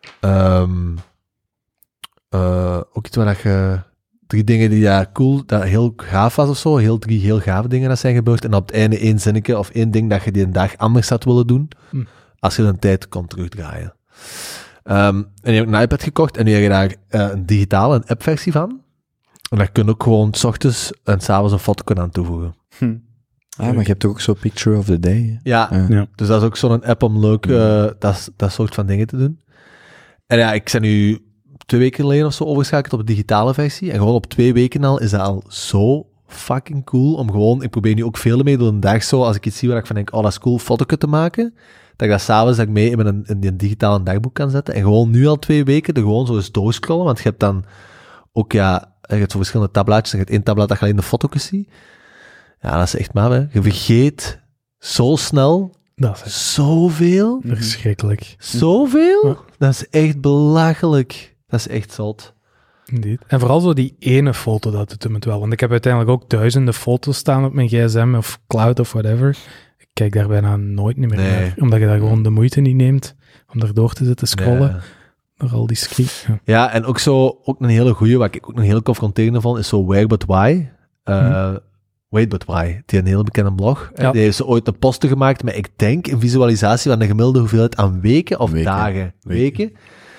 ook iets waar dat je... 3 dingen die dat heel gaaf was of zo. 3 heel gave dingen dat zijn gebeurd. En op het einde 1 zinnetje of 1 ding dat je die een dag anders had willen doen. Als je de tijd kon terugdraaien. En je hebt een iPad gekocht en nu heb je daar een digitale, een app-versie van. En daar kun je ook gewoon 's ochtends en 's avonds een foto aan toevoegen. Maar je hebt toch ook zo'n picture of the day? Ja, dus dat is ook zo'n app om leuk dat soort van dingen te doen. En ja, ik ben nu 2 weken geleden of zo overgeschakeld op de digitale versie. En gewoon op 2 weken al is dat al zo fucking cool om gewoon... Ik probeer nu ook veel mee door een dag zo, als ik iets zie waar ik van denk, oh, dat is cool, foto te maken. Dat ik dat s'avonds mee in een digitale dagboek kan zetten. En gewoon nu al 2 weken er gewoon zo eens doorscrollen, want je hebt dan ook, je hebt zo verschillende tabblaadjes. Je hebt 1 tabblad dat je alleen de foto's ziet. Ja, dat is echt maar, hè. Je vergeet zo snel zoveel. Verschrikkelijk. Zoveel? Ja. Dat is echt belachelijk. Dat is echt zot. Indeed. En vooral zo die ene foto, dat doet het wel. Want ik heb uiteindelijk ook duizenden foto's staan op mijn gsm of cloud of whatever. Ik kijk daar bijna nooit meer naar. Omdat je daar gewoon de moeite niet neemt om daar door te zitten scrollen. Nee. Door al die screen. Ja, en ook een hele goeie, wat ik ook een heel confronterende vond, is zo Where But Why. Wait But Why. Die een heel bekende blog. Ja. Die heeft ze ooit een poster gemaakt met, ik denk, een visualisatie van de gemiddelde hoeveelheid aan weken of dagen. Weken.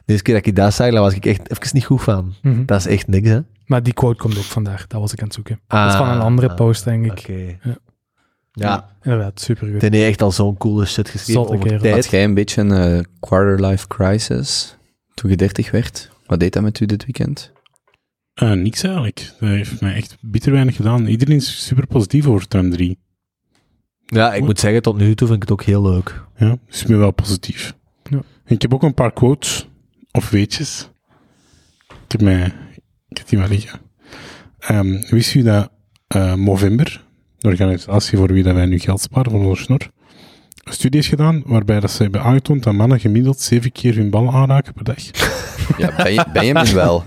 eerste keer dat ik dat zag, daar was ik echt even niet goed van. Mhm. Dat is echt niks, hè? Maar die quote komt ook vandaag. Dat was ik aan het zoeken. Dat is van een andere post, denk ik. Oké. Ja. Ja, Inderdaad, supergoed. die heeft echt al zo'n coole shit geschreven Zotte over kerel. tijd. Had jij een beetje een quarter-life crisis toen je 30 werd? Wat deed dat met u dit weekend? Niks eigenlijk. Dat heeft mij echt bitter weinig gedaan. Iedereen is super positief over Tram 3. Ja, ik moet zeggen, tot nu toe vind ik het ook heel leuk. Ja, dus ik ben wel positief. Ja. En ik heb ook een paar quotes, of weetjes. Ik heb die wel liggen. Wist u dat Movember, de organisatie voor wie dat wij nu geld sparen voor onze snor, een studie is gedaan waarbij dat ze hebben aangetoond dat mannen gemiddeld 7 keer hun bal aanraken per dag. Ja, Benjamin wel.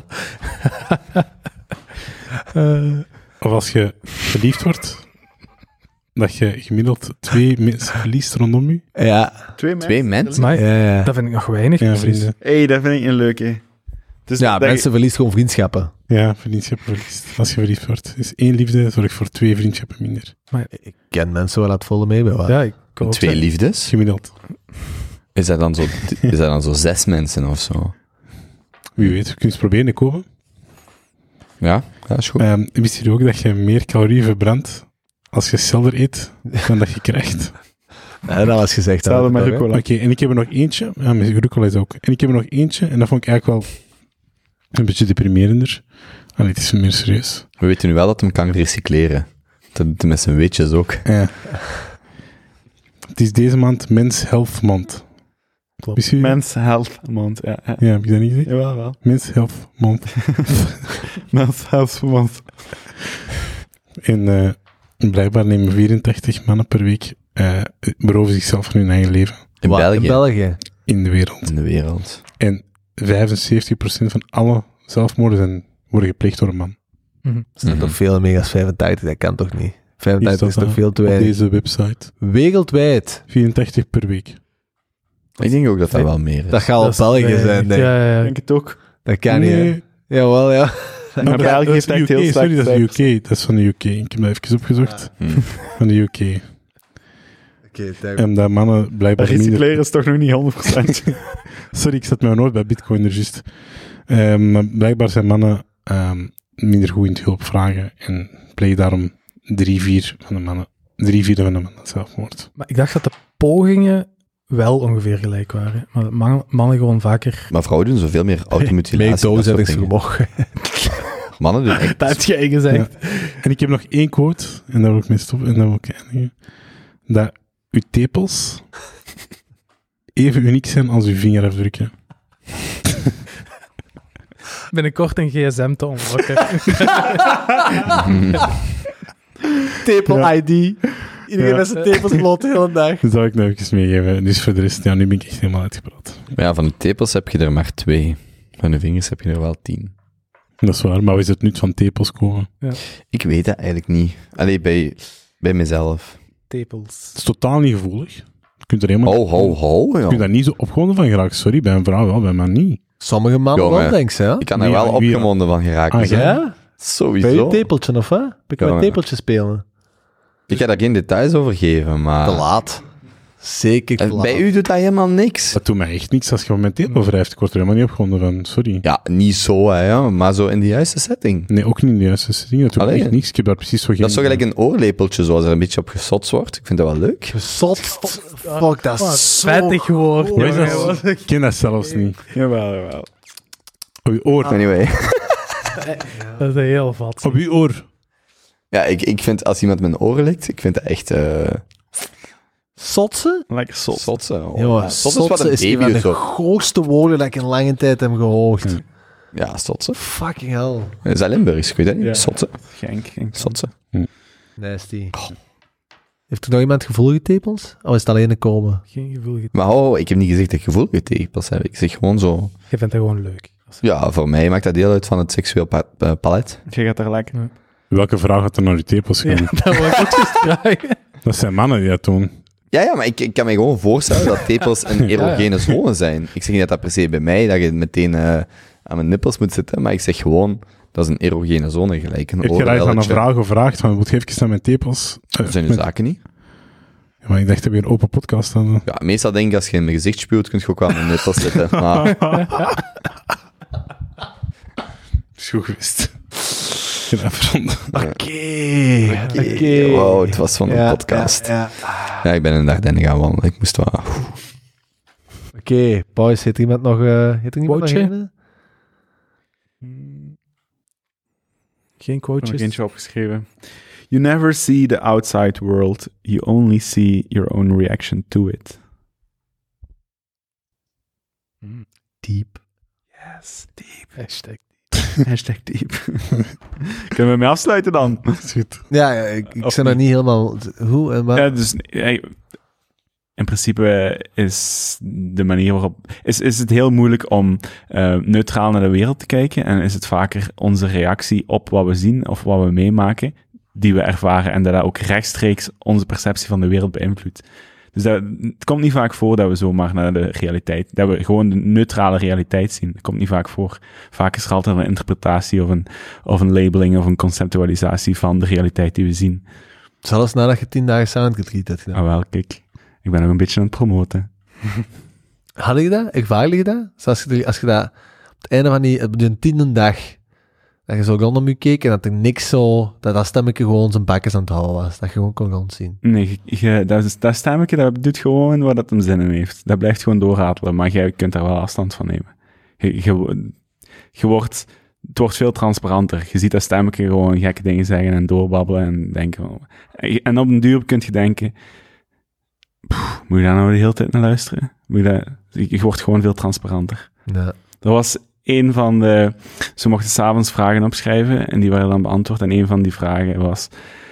Of als je verliefd wordt, dat je gemiddeld 2 mensen verliest rondom je. Ja. 2 mensen? Maar Ja. dat vind ik nog weinig. Ja, precies. vrienden. Hey, dat vind ik een leuke. Dus Ja, dat- mensen verliezen gewoon vriendschappen. Ja, vriendschap verliest. Als je verliefd wordt. Dus 1 liefde zorgt voor 2 vriendschappen minder. Ik ken mensen wel het volle mee bij wat. Ja, ik ook. 2 liefdes? Gemiddeld. Is dat dan zo 6 mensen of zo? Wie weet, we kunnen eens proberen te kopen. Ja, dat is goed. Wist je ook dat je meer calorieën verbrandt als je selder eet dan dat je krijgt? Ja, dat was gezegd. Hetzelfde met toch, hè? rucola. Oké, en ik heb er nog eentje. Ja, met rucola is ook. En ik heb er nog eentje, en dat vond ik eigenlijk wel een beetje deprimerender. Allee, het is meer serieus. We weten nu wel dat hem kan recycleren. Dat doet hij met zijn weetjes ook. Ja. Het is deze maand Men's Health Month. Klopt. Wist je? Men's Health Month. Ja, ja. Ja, heb ik dat niet gezegd? Jawel, wel. Men's Health Month. Men's Health Month. En blijkbaar nemen 84 mannen per week beroven zichzelf van hun eigen leven In Wat, België. In België. in de wereld. In de wereld. En 75% van alle zelfmoorden worden gepleegd door een man. Mhm. Dat is toch veel meer dan 85, dat kan toch niet? 85 is dat toch veel te op weinig? deze website. Wereldwijd. 84 per week. Ik denk ook dat dat wel meer is. Dat gaat al Dat is België weinig. zijn, denk ik. Ja, ja, Ik ja. denk het ook. Dat kan niet, hè? Nee, Jawel, ja. Maar dat België is heeft de echt UK, heel slecht sorry, dat is de cijfers. UK. Dat is van de UK. Ik heb dat even opgezocht. Hm. Van de UK. En dat mannen blijkbaar Dat minder... recycleren is toch nog niet 100%. Sorry, ik zat mij nooit bij Bitcoin er juist. Maar blijkbaar zijn mannen minder goed in het hulp vragen en plegen daarom 3/4 van de mannen zelfmoord. Maar ik dacht dat de pogingen wel ongeveer gelijk waren. Maar dat mannen gewoon vaker... Maar vrouwen doen zoveel meer automutilatie. Meer dat soort doorzettingsvermogen. dingen. Mannen doen echt... Dat heb jij gezegd. En ik heb nog 1 quote, en daar wil ik mee stoppen, en daar wil ik eindigen. Dat uw tepels even uniek zijn als uw vingerafdrukken. Binnenkort een gsm te ontlokken. Tepel ID. Iedereen Ja. met zijn tepels bloot de hele dag. Dat zou ik nou even meegeven. Dus voor de rest, ja, nu ben ik echt helemaal uitgepraat. Maar ja, van de tepels heb je er maar 2. Van de vingers heb je er wel 10. Dat is waar, maar wat is het nut van tepels komen? Ik weet dat eigenlijk niet. Allee, bij mezelf. Tepels. Het is totaal niet gevoelig. Je kunt er helemaal... Ho, Je kunt ja. daar niet zo opgewonden van geraken. Sorry, bij een vrouw wel, bij een man niet. Sommige mannen Jongen. wel, denk ik, hè? Ik kan er Nee, wel wie- opgewonden van geraken. Ah, zeg. ja? Ja? Bij je Sowieso. tepeltje, of wat? Ik kan Ja, een tepeltje spelen. Ik ga daar geen details over geven, maar... Te laat. Zeker te laat. Bij u doet dat helemaal niks. Dat doet mij echt niks als je van mijn tepel wrijft. Ik word er helemaal niet opgewonden van, sorry. Ja, niet zo, hè, ja, maar zo in de juiste setting. Nee, ook niet in de juiste setting. Dat doet me Allee. echt niks. Ik heb daar precies zo geen... Dat is zo gelijk een oorlepeltje, zoals er een beetje op gesotst wordt. Ik vind dat wel leuk. Gezot. Fuck, dat is zo... Vettig woord. Wat is jongen. dat? Ik ken dat zelfs niet. Jawel, jawel. Op je oor. Anyway. Dat is heel vat. Op je oor. Ja, ik vind als iemand mijn oren likt, ik vind dat echt... Zotse? Lekker zot. Zotse. Oh, Jongen, ja, zotse is wat zotse een is een baby van is de ook. grootste woorden dat ik in lange tijd heb gehoord. Ja, zotse. Fucking hell. Is dat Limburgs? Ik weet dat niet. Ja. Zotse. Genk. Zotse. Nasty. Heeft er nog iemand gevoelige tepels? Of is het alleen een komen? Geen gevoel. Maar ik heb niet gezegd dat ik gevoelige tepels heb. Ik zeg gewoon zo... Je vindt dat gewoon leuk. Ja, voor mij maakt dat deel uit van het seksueel palet. Je gaat er lekker. Welke vrouw gaat er naar je tepels gaan? Dat wil ik ook eens vragen. Dat zijn mannen die dat doen. Ja, maar ik kan me gewoon voorstellen dat tepels een erogene zone zijn. Ik zeg niet dat dat per se bij mij, dat je meteen aan mijn nippels moet zitten, maar ik zeg gewoon, dat is een erogene zone gelijk. Een Heb je daar eens aan een oorlelletje. vrouw gevraagd van, moet je even naar mijn tepels? Dat zijn uw Met- zaken niet. Ja, maar ik dacht dat we een open podcast hadden. Ja, meestal denk ik, als je in mijn gezicht spuwt, kun je ook wel een neppel zitten. Maar Is goed geweest. Geen afronden. Oké. wow, het was van een podcast. Ja. Ja, ik ben een Ardennen gaan wandelen. Ik moest wel... Oké, boys, heeft er iemand nog Quoteje? een? Geen Ik heb nog quotes. eentje opgeschreven. You never see the outside world. You only see your own reaction to it. Diep. Yes, deep. Hashtag. Hashtag deep. Kunnen we mee afsluiten dan? Is goed. Ja, ik Of ben nog niet helemaal... Hoe en wat? Ja, dus in principe is de manier waarop... Is het heel moeilijk om neutraal naar de wereld te kijken en is het vaker onze reactie op wat we zien of wat we meemaken die we ervaren en dat ook rechtstreeks onze perceptie van de wereld beïnvloedt. Dus het komt niet vaak voor dat we zomaar naar de realiteit, dat we gewoon de neutrale realiteit zien. Dat komt niet vaak voor. Vaak is er altijd een interpretatie of een labeling of een conceptualisatie van de realiteit die we zien. Zelfs nadat je 10 dagen Silent Retreat hebt gedaan. Ah wel, kijk. Ik ben nog een beetje aan het promoten. Had je dat? Ervaarde je dat? Dus als je dat op het einde van die 10e dag, dat je zo rondom je keek en dat er niks zo, dat stemmetje gewoon zijn bakjes aan het houden was. Dat je gewoon kon rondzien. Nee, dat stemmetje, dat doet gewoon wat het hem zin in heeft. Dat blijft gewoon doorratelen, maar jij kunt daar wel afstand van nemen. Het wordt veel transparanter. Je ziet dat stemmetje gewoon gekke dingen zeggen en doorbabbelen en denken. En op een duur kun je denken, moet je daar nou de hele tijd naar luisteren? Je wordt gewoon veel transparanter. Ja. Er was een van de... Ze mochten 's avonds vragen opschrijven en die werden dan beantwoord. En een van die vragen was...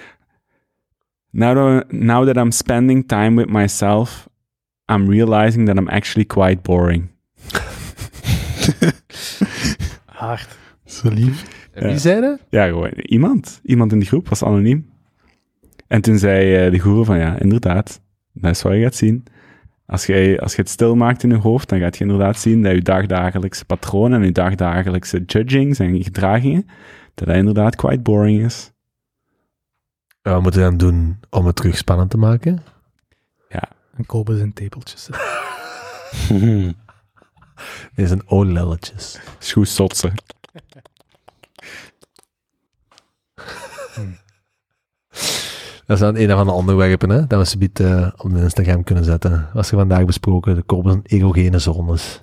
Now that I'm spending time with myself, I'm realizing that I'm actually quite boring. Hard. Zo lief. En wie zei dat? Ja, gewoon iemand. Iemand in die groep was anoniem. En toen zei de goeroe van, ja, inderdaad, dat is wat je gaat zien. Als je het stilmaakt in je hoofd, dan gaat je inderdaad zien dat je dagdagelijkse patronen en je dagdagelijkse judgings en je gedragingen, dat inderdaad quite boring is. Wat moeten we dan doen om het terug spannend te maken? En Kobe zijn tepeltjes. Dit zijn olelletjes. Schoesotsen. Dat is dan een van de onderwerpen, hè, dat we subiet op de Instagram kunnen zetten. Was er vandaag besproken, de Kobe zijn erogene zones.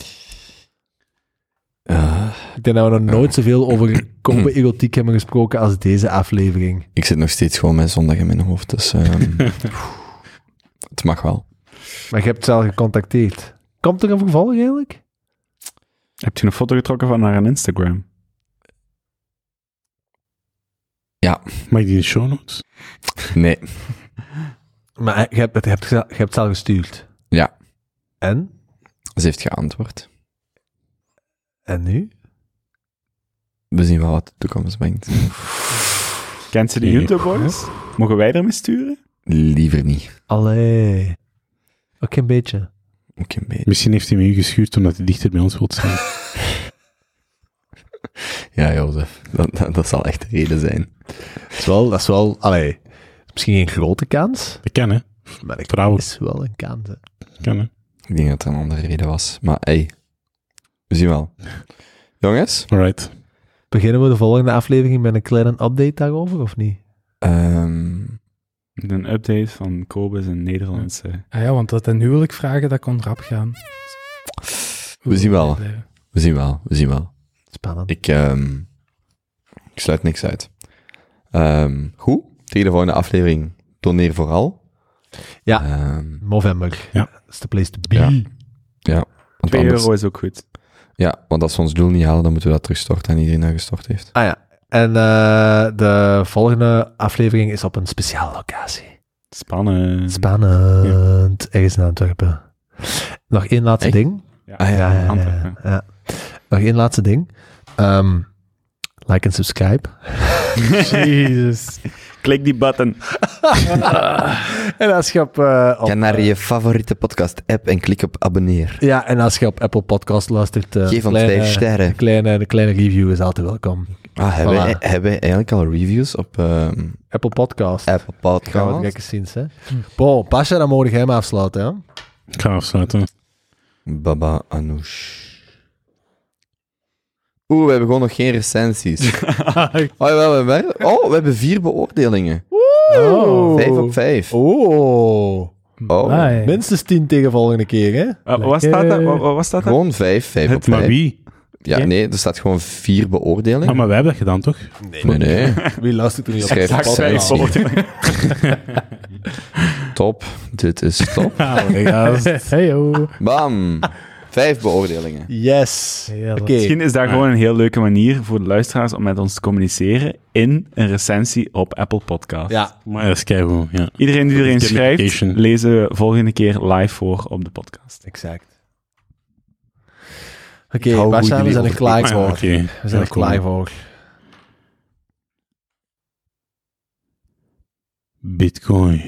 Ik denk dat we nog nooit zoveel over Kobe-erotiek hebben gesproken als deze aflevering. Ik zit nog steeds gewoon met zondag in mijn hoofd, dus het mag wel. Maar je hebt ze al gecontacteerd. Komt er een vervolg eigenlijk? Heb je een foto getrokken van haar Instagram? Mag ik die in de show notes? Nee. Maar je hebt ze al gestuurd. Ja. En? Ze heeft geantwoord. En nu? We zien wel wat de toekomst brengt. Kent ze die Nee. YouTube-boys? Mogen wij ermee sturen? Liever niet. Allee. Ook een beetje. Ook een beetje. Misschien heeft hij me u geschuurd omdat hij dichter bij ons wilt zijn. Ja, Jozef. Dat zal echt de reden zijn. Dat is wel, allee, misschien geen grote kans, Dat kan, hè. maar het Vrouwen. is wel een kans. Hè. Kan, hè. Ik denk dat er een andere reden was. Maar hey, we zien wel. Jongens? Alright. Beginnen we de volgende aflevering met een kleine update daarover, of niet? Een update van Kobe zijn Nederlandse... Ah ja, want dat een huwelijk vragen, dat kon rap gaan. We zien wel. Blijven. We zien wel. Spannend. Ik sluit niks uit. Goed, tegen de volgende aflevering toneer vooral. Ja. November. Ja. Dat is de place to be. Ja. Ja. Want 2 anders- euro is ook goed. Ja, want als we ons doel niet halen, dan moeten we dat terugstorten en iedereen dat gestort heeft. Ah ja. En de volgende aflevering is op een speciale locatie. Spannend. Spannend. Ergens in Antwerpen. Nog één laatste Echt? ding. Ja. Ah ja. Antwerpen. Ja. Nog één laatste ding. Like en subscribe. Jezus. Klik die button. En als je op Ga naar je favoriete podcast-app en klik op abonneer. ja, en als je op Apple Podcast luistert, Geef ons 5 sterren. de kleine review is altijd welkom. Hebben wij eigenlijk al reviews op Apple Podcast. Apple Gaan we Podcast? het gekke zien, hè? Bon, Pasha, dan mogen hem afsluiten, hè? Ik ga afsluiten. Baba Anoush. We hebben gewoon nog geen recensies. We hebben 4 beoordelingen. 5 op 5. Oh. Amai. Minstens 10 tegen volgende keer, hè? Wat staat dat? Wat staat dat? Gewoon 5 op 5. Maar wie? Ja, nee, er staat gewoon 4 beoordelingen. Maar wij hebben dat gedaan, toch? Nee. Wie luistert er niet op? Schrijf Exact het 5 zelf. beoordelingen. Top. Dit is top. Heyo. Bam. 5 beoordelingen. Yes. Heerlijk. Oké. Misschien is daar gewoon een heel leuke manier voor de luisteraars om met ons te communiceren in een recensie op Apple Podcast. Ja. Maar dat is keigoed, ja. Iedereen die erin schrijft, Gamification. lezen we volgende keer live voor op de podcast. Exact. Ik Oké, hou waar hoe zijn we? We jullie zijn er klaar Ah, ja, voor. oké. We zijn er Ja, cool. klaar voor. Bitcoin.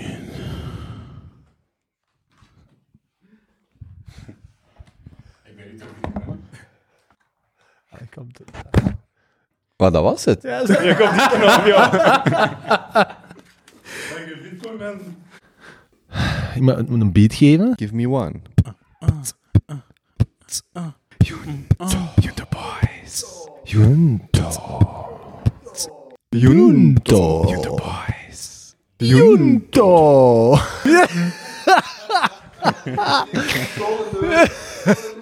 Maar dat was het. Ja, Iemand moet een beat geven. Give me one. Junto. Junto.